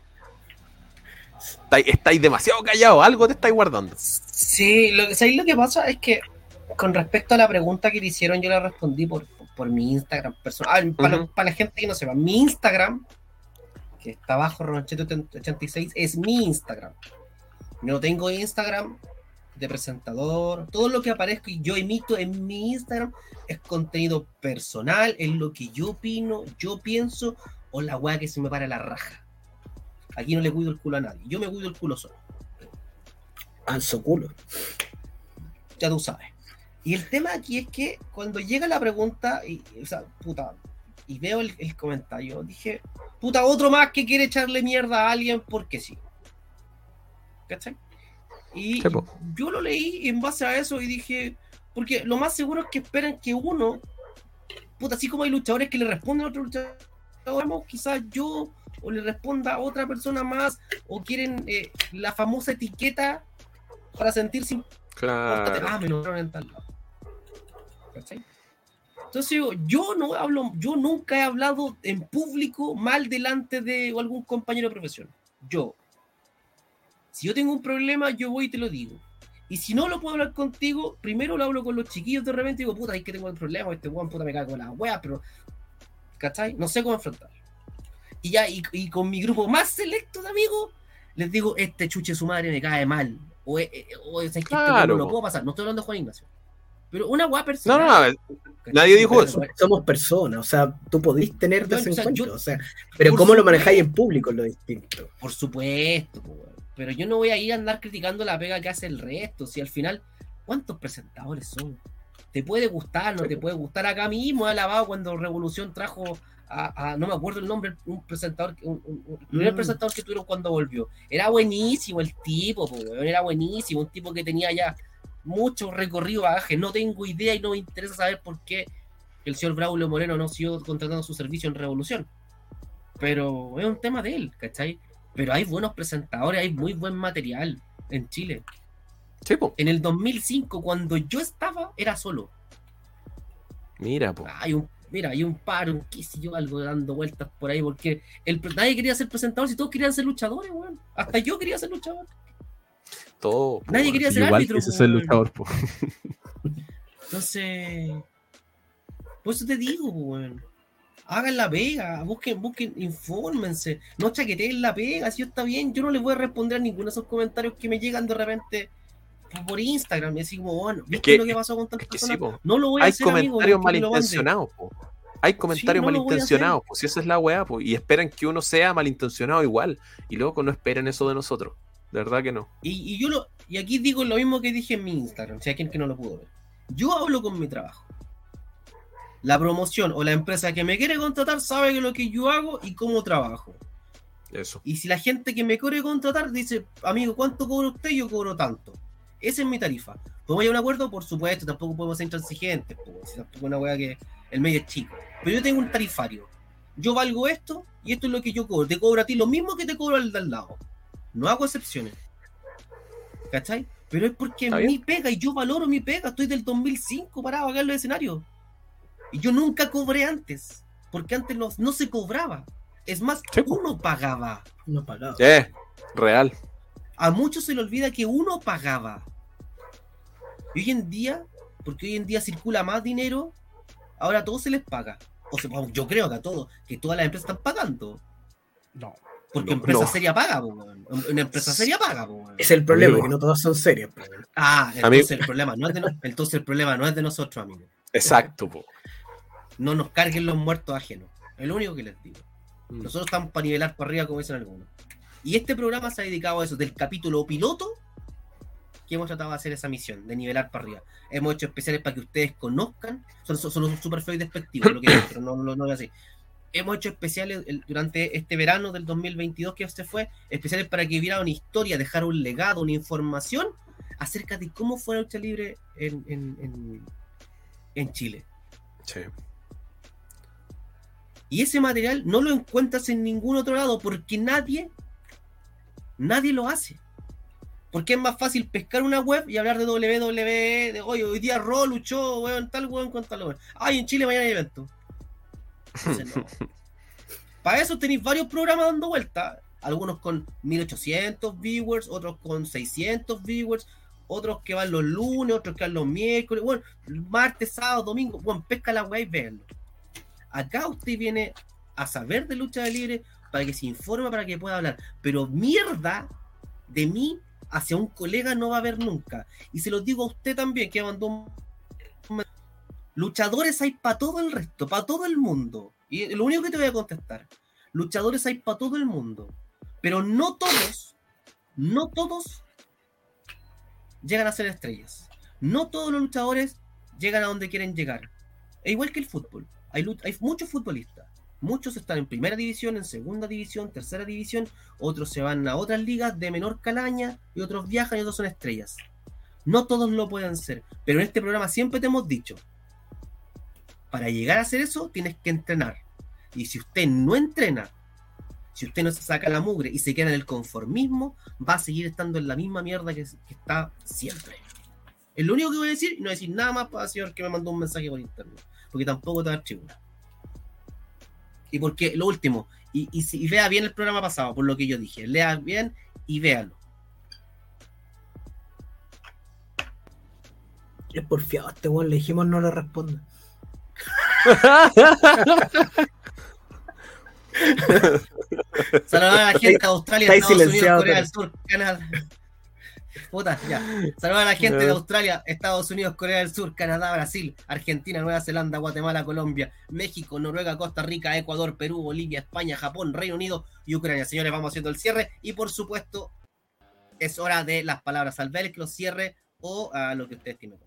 estáis demasiado callados, algo te estáis guardando. Sí, ¿sabéis lo que pasa? Es que con respecto a la pregunta que le hicieron, yo la respondí por mi Instagram personal. Para la gente que no sepa, mi Instagram, que está abajo, Roncheto86, es mi Instagram. No tengo Instagram de presentador. Todo lo que aparezco y yo emito en mi Instagram es contenido personal, es lo que yo opino, yo pienso, o la weá que se me para la raja. Aquí no le cuido el culo a nadie. Yo me cuido el culo solo. Anso culo. Ya tú sabes. Y el tema aquí es que cuando llega la pregunta, y veo el comentario, dije, puta, otro más que quiere echarle mierda a alguien porque sí. ¿Cachai? Y yo lo leí en base a eso y dije, porque lo más seguro es que esperan que uno, puta, así como hay luchadores que le responden a otros luchadores vemos, quizás yo o le responda a otra persona más, o quieren la famosa etiqueta para sentirse Claro. me nombraron en tal lado. ¿Cachai? Entonces digo, yo nunca he hablado en público mal delante de algún compañero de profesión. Si yo tengo un problema, yo voy y te lo digo. Y si no lo puedo hablar contigo, primero lo hablo con los chiquillos de repente y digo, puta, es que tengo el problema, este weón puta me cago en la wea, pero ¿cachai? No sé cómo enfrentar. Y ya, y con mi grupo más selecto de amigos, les digo, este chuche su madre me cae mal. O es que este Claro, no lo po. puedo pasar. No estoy hablando de Juan Ignacio. Pero una weá personal. No, a ver, nadie dijo eso. Somos personas, o sea, tú podís tener desencuentros, o sea, pero por cómo lo supuesto. manejáis en público es lo distinto. Por supuesto, po, weón. Pero yo no voy a ir a andar criticando la pega que hace el resto. Si al final, ¿cuántos presentadores son? Te puede gustar, no te puede gustar. Acá mismo he alabado cuando Revolución trajo no me acuerdo el nombre, un presentador, el primer presentador que tuvieron cuando volvió. Era buenísimo el tipo, po, weón, era buenísimo, un tipo que tenía ya mucho recorrido bagaje. No tengo idea y no me interesa saber por qué el señor Braulio Moreno no siguió contratando su servicio en Revolución. Pero es un tema de él, ¿cachai? Pero hay buenos presentadores, hay muy buen material en Chile. Sí, po. En el 2005, cuando yo estaba, era solo. Mira, po. Hay un paro, qué sé yo, algo dando vueltas por ahí, porque nadie quería ser presentador, si todos querían ser luchadores, weón. Hasta yo quería ser luchador. Todo. Po, Nadie quería ser Igual árbitro. quise ser weón. luchador, po. Entonces, por eso te digo, weón. Hagan la pega, busquen, infórmense, no chaqueteen la pega, si está bien, yo no les voy a responder a ninguno de esos comentarios que me llegan de repente por Instagram, y así como, bueno, ¿viste lo que pasó con tal persona? Sí, po. No lo voy a Hay hacer, amigo, comentarios porque me lo mande. malintencionados, po. Hay comentarios no lo voy a malintencionados, pues si esa es la weá, pues, y esperan que uno sea malintencionado igual, y luego no esperan eso de nosotros, de verdad que no. Y aquí digo lo mismo que dije en mi Instagram, si hay quien que no lo pudo ver. Yo hablo con mi trabajo. La promoción o la empresa que me quiere contratar sabe que lo que yo hago y cómo trabajo. Eso. Y si la gente que me quiere contratar dice, amigo, ¿cuánto cobra usted? Yo cobro tanto. Esa es mi tarifa. ¿Podemos llegar a un acuerdo? Por supuesto, tampoco podemos ser intransigentes, pues, tampoco es una weá que el medio es chico. Pero yo tengo un tarifario. Yo valgo esto y esto es lo que yo cobro. Te cobro a ti lo mismo que te cobro al de al lado. No hago excepciones. ¿Cachai? Pero es porque es mi pega y yo valoro mi pega. Estoy del 2005 parado acá en los escenarios. Y yo nunca cobré antes. Porque antes no se cobraba. Es más, uno pagaba. Uno pagaba. Real. A muchos se le olvida que uno pagaba. Y hoy en día, porque hoy en día circula más dinero, ahora a todos se les paga. Yo creo que a todos, que todas las empresas están pagando. No. Porque empresa seria paga, po, una empresa seria paga, po. Es el problema, que no todas son serias. Entonces el problema no es de nosotros, amigos. Exacto, po. No nos carguen los muertos ajenos. Es lo único que les digo. Nosotros estamos para nivelar para arriba, como dicen algunos. Y este programa se ha dedicado a eso, del capítulo piloto, que hemos tratado de hacer esa misión, de nivelar para arriba. Hemos hecho especiales para que ustedes conozcan, son súper feos y despectivos, lo que es, pero no es así. Hemos hecho especiales durante este verano del 2022 que se fue, especiales para que viera una historia, dejar un legado, una información acerca de cómo fue la lucha libre en Chile. Sí. Y ese material no lo encuentras en ningún otro lado porque nadie lo hace. Porque es más fácil pescar una web y hablar de WWE, de oye, hoy día Raw luchó, weón, tal weón con tal weón. Ay, en Chile mañana hay evento. Entonces, no. Para eso tenéis varios programas dando vuelta. Algunos con 1800 viewers, otros con 600 viewers, otros que van los lunes, otros que van los miércoles, bueno, martes, sábado, domingo. Bueno, pesca la web y véanlo. Acá usted viene a saber de lucha libre para que se informe, para que pueda hablar. Pero mierda de mí hacia un colega no va a haber nunca. Y se los digo a usted también, que mandó un... Luchadores hay para todo el resto, para todo el mundo. Y lo único que te voy a contestar, luchadores hay para todo el mundo. Pero no todos llegan a ser estrellas. No todos los luchadores llegan a donde quieren llegar. Es igual que el fútbol. Hay muchos futbolistas. Muchos están en primera división, en segunda división, tercera división. Otros se van a otras ligas de menor calaña y otros viajan y otros son estrellas. No todos lo pueden ser. Pero en este programa siempre te hemos dicho, para llegar a hacer eso tienes que entrenar. Y si usted no entrena, si usted no se saca la mugre y se queda en el conformismo, va a seguir estando en la misma mierda que está siempre. Es lo único que voy a decir, y no voy a decir nada más para el señor que me mandó un mensaje por internet, porque tampoco te va a dar tribuna. Y porque, lo último, y vea bien el programa pasado, por lo que yo dije, lea bien y véalo. Es porfiado, este weón le dijimos no le responda. Saludar a la gente de Australia, Estáis Estados Unidos, silenciado, Corea pero- del Sur, Canadá. Puta, ya. Saludar a la gente de Australia, Estados Unidos, Corea del Sur, Canadá, Brasil, Argentina, Nueva Zelanda, Guatemala, Colombia, México, Noruega, Costa Rica, Ecuador, Perú, Bolivia, España, Japón, Reino Unido y Ucrania. Señores, vamos haciendo el cierre y por supuesto es hora de las palabras al velcro, cierre o a lo que ustedes estimen.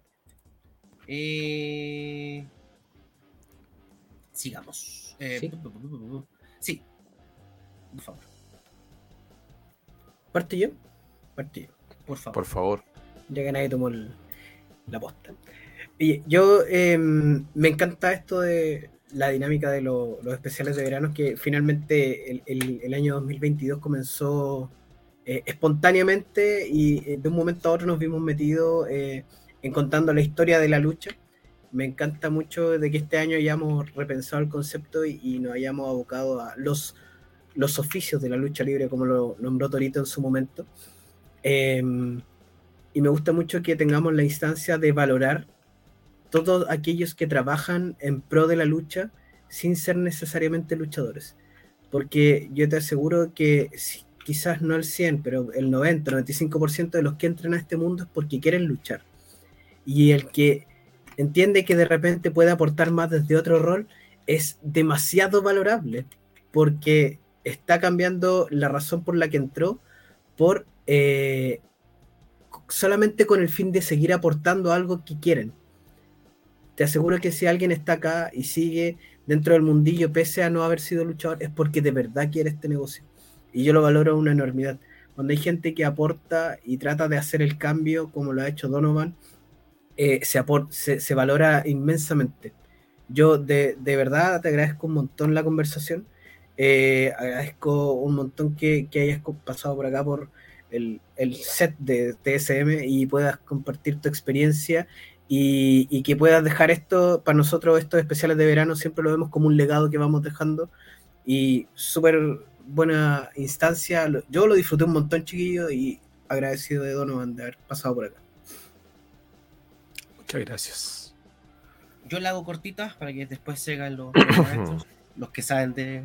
Sigamos. ¿Sí? Sí. Por favor. ¿Parte yo? Parte yo. Por favor. Por favor. Ya que nadie tomó la posta. Oye, yo me encanta esto de la dinámica de los especiales de verano, que finalmente el año 2022 comenzó espontáneamente y de un momento a otro nos vimos metidos en contando la historia de la lucha. Me encanta mucho de que este año hayamos repensado el concepto y nos hayamos abocado a los oficios de la lucha libre, como lo nombró Torito en su momento. Y me gusta mucho que tengamos la instancia de valorar todos aquellos que trabajan en pro de la lucha sin ser necesariamente luchadores. Porque yo te aseguro que quizás no el 100, pero el 90-95% de los que entran a este mundo es porque quieren luchar. Y el que entiende que de repente puede aportar más desde otro rol es demasiado valorable, porque está cambiando la razón por la que entró por solamente con el fin de seguir aportando algo que quieren. Te aseguro que si alguien está acá y sigue dentro del mundillo pese a no haber sido luchador, es porque de verdad quiere este negocio, y yo lo valoro una enormidad. Cuando hay gente que aporta y trata de hacer el cambio como lo ha hecho Donovan, se valora inmensamente. Yo de verdad te agradezco un montón la conversación, agradezco un montón que hayas pasado por acá por el set de TSM y puedas compartir tu experiencia y que puedas dejar esto, para nosotros estos especiales de verano siempre lo vemos como un legado que vamos dejando, y súper buena instancia. Yo lo disfruté un montón, chiquillo, y agradecido de Donovan de haber pasado por acá. Muchas gracias. Yo la hago cortita para que después sigan los maestros, los que saben de...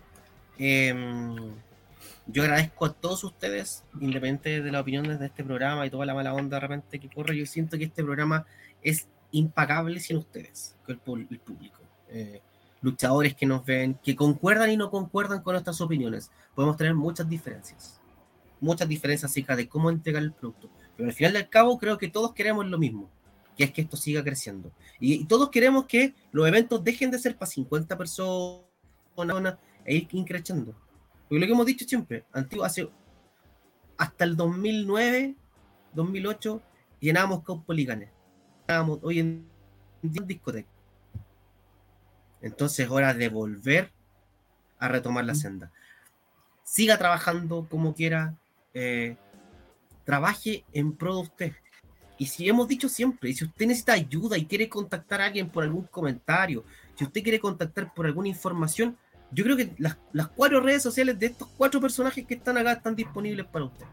yo agradezco a todos ustedes, independiente de las opiniones de este programa y toda la mala onda de repente que corre. Yo siento que este programa es impagable sin ustedes, con el público. Luchadores que nos ven, que concuerdan y no concuerdan con nuestras opiniones. Podemos tener muchas diferencias acerca de cómo entregar el producto. Pero al final del cabo creo que todos queremos lo mismo, que es que esto siga creciendo. Y todos queremos que los eventos dejen de ser para 50 personas e ir creciendo. Porque lo que hemos dicho siempre, hasta el 2009, 2008, llenábamos Caupolicán. Hoy en día en discoteca. Entonces es hora de volver a retomar la senda. Siga trabajando como quiera, trabaje en pro de usted. Y si hemos dicho siempre, y si usted necesita ayuda y quiere contactar a alguien por algún comentario, si usted quiere contactar por alguna información, yo creo que las 4 redes sociales de estos 4 personajes que están acá están disponibles para usted.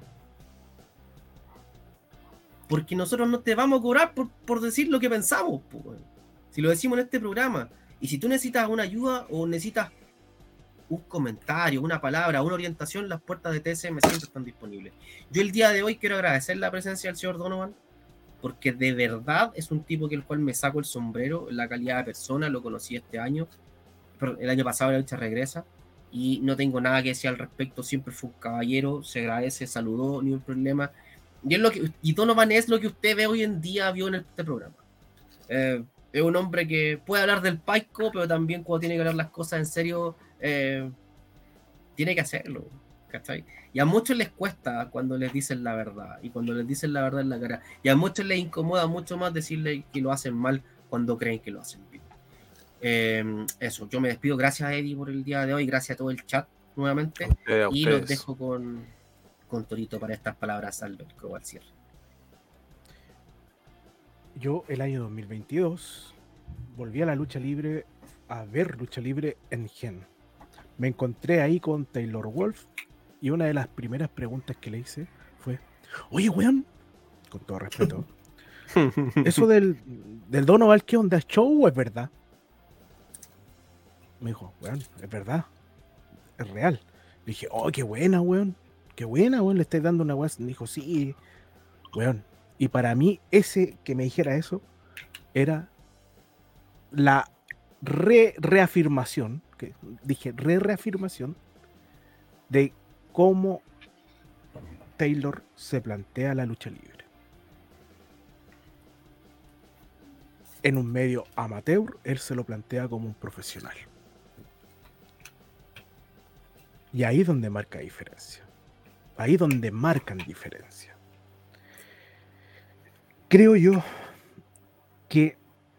Porque nosotros no te vamos a cobrar por decir lo que pensamos, pues. Si lo decimos en este programa. Y si tú necesitas una ayuda o necesitas un comentario, una palabra, una orientación, las puertas de TSM siempre están disponibles. Yo el día de hoy quiero agradecer la presencia del señor Donovan, porque de verdad es un tipo que el cual me saco el sombrero en la calidad de persona. Lo conocí este año, el año pasado la lucha regresa, y no tengo nada que decir al respecto. Siempre fue un caballero, se agradece, saludó, ni un problema. Y Donovan es lo que usted ve hoy en día, vio en este programa. Es un hombre que puede hablar del paico, pero también cuando tiene que hablar las cosas en serio, tiene que hacerlo, ¿cachai? Y a muchos les cuesta cuando les dicen la verdad, y cuando les dicen la verdad en la cara, y a muchos les incomoda mucho más decirle que lo hacen mal cuando creen que lo hacen bien. Eso, yo me despido. Gracias, Eddie, por el día de hoy. Gracias a todo el chat nuevamente. A Y ustedes. los dejo con Torito para estas palabras al cierre. Yo el año 2022 volví a la lucha libre, a ver lucha libre en Gen. Me encontré ahí con Taylor Wolf y una de las primeras preguntas que le hice fue: oye, weón, con todo respeto, ¿eso del Donovan qué onda, es show o es verdad? Me dijo, weón, es verdad, es real. Le dije, oh, qué buena, weón, le estáis dando una weón. Me dijo, sí, weón. Y para mí, ese que me dijera eso era la reafirmación, que dije reafirmación, de cómo Taylor se plantea la lucha libre. En un medio amateur, él se lo plantea como un profesional. Y ahí es donde marca diferencia. Ahí es donde marcan diferencia. Creo yo que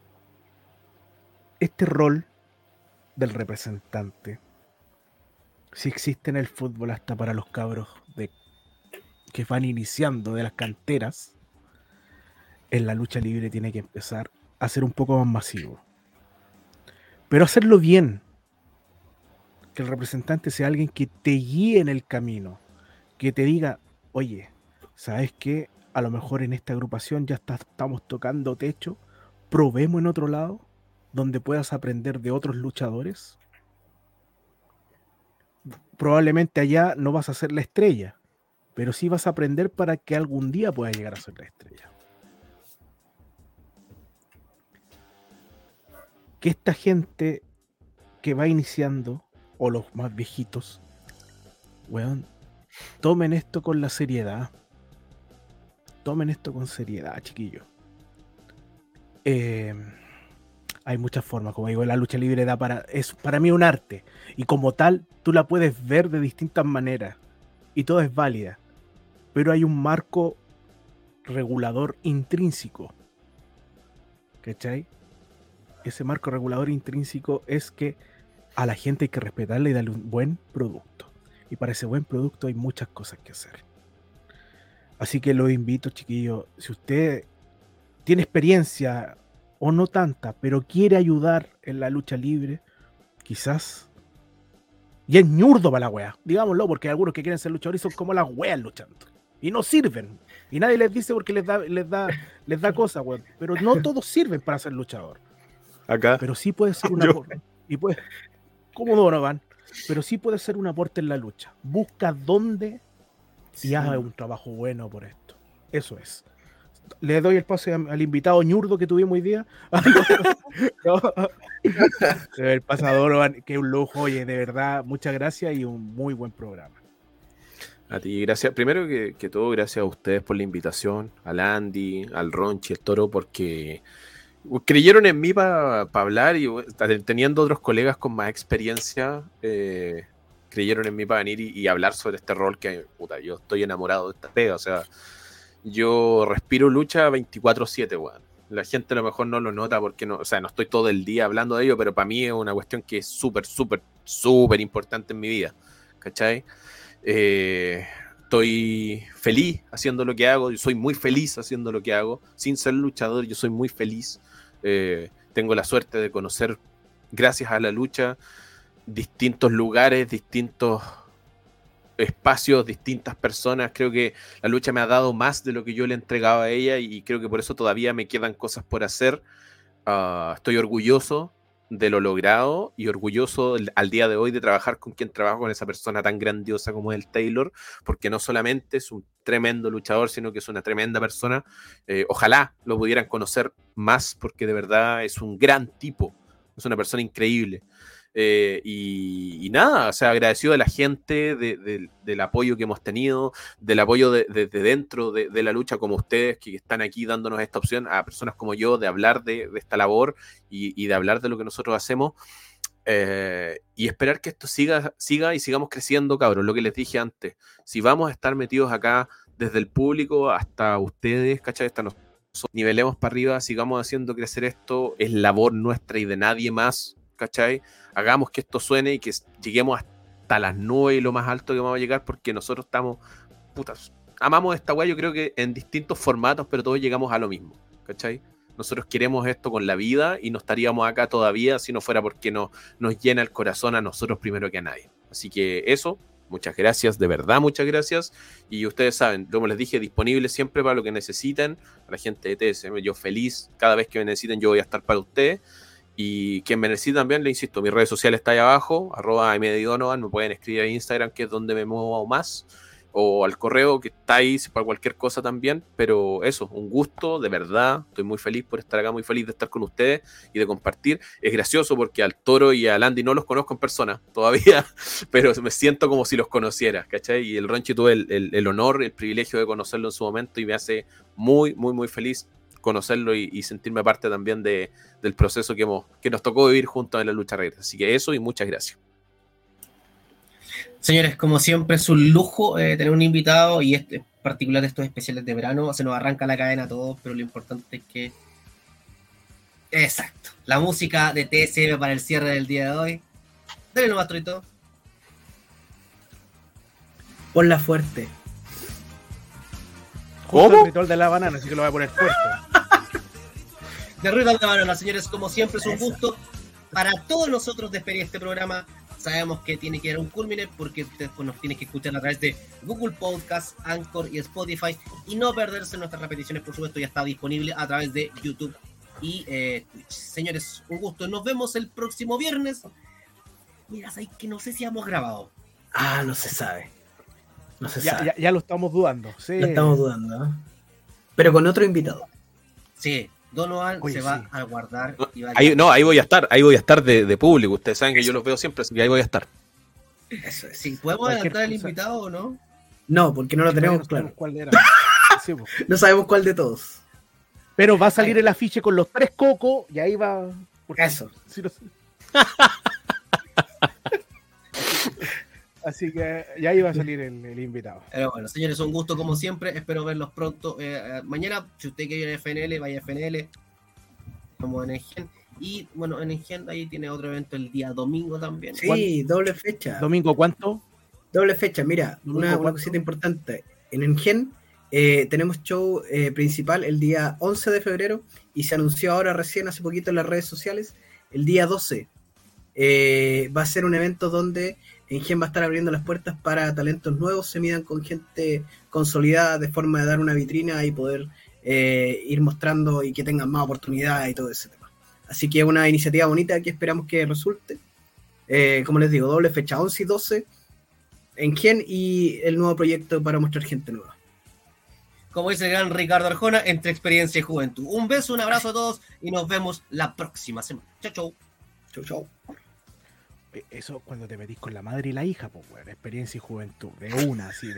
este rol del representante, si existe en el fútbol hasta para los cabros que van iniciando de las canteras, en la lucha libre tiene que empezar a ser un poco más masivo. Pero hacerlo bien. Que el representante sea alguien que te guíe en el camino, que te diga, oye, ¿sabes qué? A lo mejor en esta agrupación ya estamos tocando techo, probemos en otro lado, donde puedas aprender de otros luchadores. Probablemente allá no vas a ser la estrella, pero sí vas a aprender para que algún día puedas llegar a ser la estrella. Que esta gente que va iniciando, o los más viejitos, weón, tomen esto con la seriedad. Tomen esto con seriedad, chiquillos. Hay muchas formas, como digo, la lucha libre es para mí un arte. Y como tal, tú la puedes ver de distintas maneras. Y todo es válida. Pero hay un marco regulador intrínseco. ¿Cachai? Ese marco regulador intrínseco es que a la gente hay que respetarle y darle un buen producto. Y para ese buen producto hay muchas cosas que hacer. Así que los invito, chiquillos, si usted tiene experiencia o no tanta, pero quiere ayudar en la lucha libre, quizás, y es ñurdo para la wea, digámoslo, porque hay algunos que quieren ser luchadores y son como las weas luchando. Y no sirven. Y nadie les dice porque les da cosas, weón. Pero no todos sirven para ser luchador. Acá. Pero sí puede ser un aporte. Y puede, como Donovan, pero sí puede ser un aporte en la lucha. Busca dónde y haga un trabajo bueno por esto. Eso es. Le doy el pase al invitado ñurdo que tuvimos hoy día. No. El pasador, que un lujo, oye, de verdad, muchas gracias y un muy buen programa. A ti, gracias. Primero que todo, gracias a ustedes por la invitación, al Andy, al Ronchi, el Toro, porque creyeron en mí para hablar y teniendo otros colegas con más experiencia, creyeron en mí para venir y hablar sobre este rol que, puta, yo estoy enamorado de esta pega, o sea, yo respiro lucha 24/7, weón. La gente a lo mejor no lo nota porque no, o sea, no estoy todo el día hablando de ello, pero para mí es una cuestión que es súper, súper, súper importante en mi vida, ¿cachai? Estoy feliz haciendo lo que hago, yo soy muy feliz haciendo lo que hago, sin ser luchador, yo soy muy feliz. Tengo la suerte de conocer, gracias a la lucha, distintos lugares, distintos espacios, distintas personas. Creo que la lucha me ha dado más de lo que yo le entregaba a ella y creo que por eso todavía me quedan cosas por hacer. Estoy orgulloso de lo logrado y orgulloso al día de hoy de trabajar con quien trabajo, con esa persona tan grandiosa como es el Taylor, porque no solamente es un tremendo luchador, sino que es una tremenda persona. Ojalá lo pudieran conocer más, porque de verdad es un gran tipo, es una persona increíble. Y nada, o sea, agradecido de la gente, del apoyo que hemos tenido, del apoyo de dentro de la lucha, como ustedes que están aquí dándonos esta opción a personas como yo de hablar de esta labor y de hablar de lo que nosotros hacemos, y esperar que esto siga y sigamos creciendo, cabros. Lo que les dije antes, si vamos a estar metidos acá desde el público hasta ustedes, ¿cachai? nivelemos para arriba, sigamos haciendo crecer esto, es labor nuestra y de nadie más, ¿cachai? Hagamos que esto suene y que lleguemos hasta las nubes y lo más alto que vamos a llegar, porque nosotros estamos, putas, amamos esta weá, yo creo que en distintos formatos, pero todos llegamos a lo mismo, ¿cachai? Nosotros queremos esto con la vida y no estaríamos acá todavía si no fuera porque nos llena el corazón a nosotros primero que a nadie. Así que eso, muchas gracias, de verdad muchas gracias. Y ustedes saben, como les dije, disponible siempre para lo que necesiten. A la gente de TSM, yo feliz, cada vez que me necesiten yo voy a estar para ustedes. Y quien me necesite también, le insisto, mis redes sociales están ahí abajo, @mddonovan, me pueden escribir a Instagram, que es donde me muevo más, o al correo que está ahí para cualquier cosa también. Pero eso, un gusto, de verdad, estoy muy feliz por estar acá, muy feliz de estar con ustedes y de compartir. Es gracioso porque al Toro y al Andy no los conozco en persona todavía, pero me siento como si los conociera, ¿cachai? Y el Ronchi tuve el honor, el privilegio de conocerlo en su momento y me hace muy, muy, muy feliz conocerlo y sentirme parte también del proceso que nos tocó vivir juntos en la lucha regresa. Así que eso y muchas gracias. Señores, como siempre es un lujo tener un invitado y en particular estos especiales de verano. Se nos arranca la cadena a todos, pero lo importante es que... Exacto. La música de TSM para el cierre del día de hoy. Dale nomás, Torito. Ponla fuerte. Justo el ritual de la banana, así que lo voy a poner fuerte. De Ritual de la Banana, señores, como siempre es un gusto para todos nosotros despedir este programa. Sabemos que tiene que dar un culmine porque ustedes nos tienen que escuchar a través de Google Podcast, Anchor y Spotify y no perderse nuestras repeticiones, por supuesto, ya está disponible a través de YouTube y Twitch. Señores, un gusto. Nos vemos el próximo viernes. Mira, sabes que no sé si hemos grabado. No se sabe. No se sabe. Ya lo estamos dudando. Sí. Lo estamos dudando, ¿no? Pero con otro invitado. Sí. Donovan se va a guardar. Y va a ahí voy a estar de público. Ustedes saben que yo los veo siempre, así que ahí voy a estar. Eso es. Sí, ¿podemos adelantar el invitado o no? No, porque no lo tenemos claro. ¿Cuál era? Sí, no sabemos cuál de todos. Pero va a salir el afiche con los 3 cocos y ahí va. Eso. Sí, no sé. Así que ya iba a salir el invitado. Pero bueno, señores, un gusto como siempre. Espero verlos pronto. Mañana, si usted quiere ir a FNL, vaya a FNL. Como en Engen. Y bueno, en Engen ahí tiene otro evento el día domingo también. Sí, doble fecha. ¿Domingo cuánto? Doble fecha. Mira, una cosita importante. En Engen tenemos show principal el día 11 de febrero y se anunció ahora recién, hace poquito en las redes sociales, el día 12. Va a ser un evento donde Engen va a estar abriendo las puertas para talentos nuevos, se midan con gente consolidada de forma de dar una vitrina y poder ir mostrando y que tengan más oportunidades y todo ese tema. Así que es una iniciativa bonita que esperamos que resulte. Como les digo, doble fecha, 11 y 12 Engen y el nuevo proyecto para mostrar gente nueva. Como dice el gran Ricardo Arjona, entre experiencia y juventud. Un beso, un abrazo a todos y nos vemos la próxima semana. Chau, chau. Chau, chau. Eso cuando te metís con la madre y la hija, pues, bueno, experiencia y juventud, de una, así.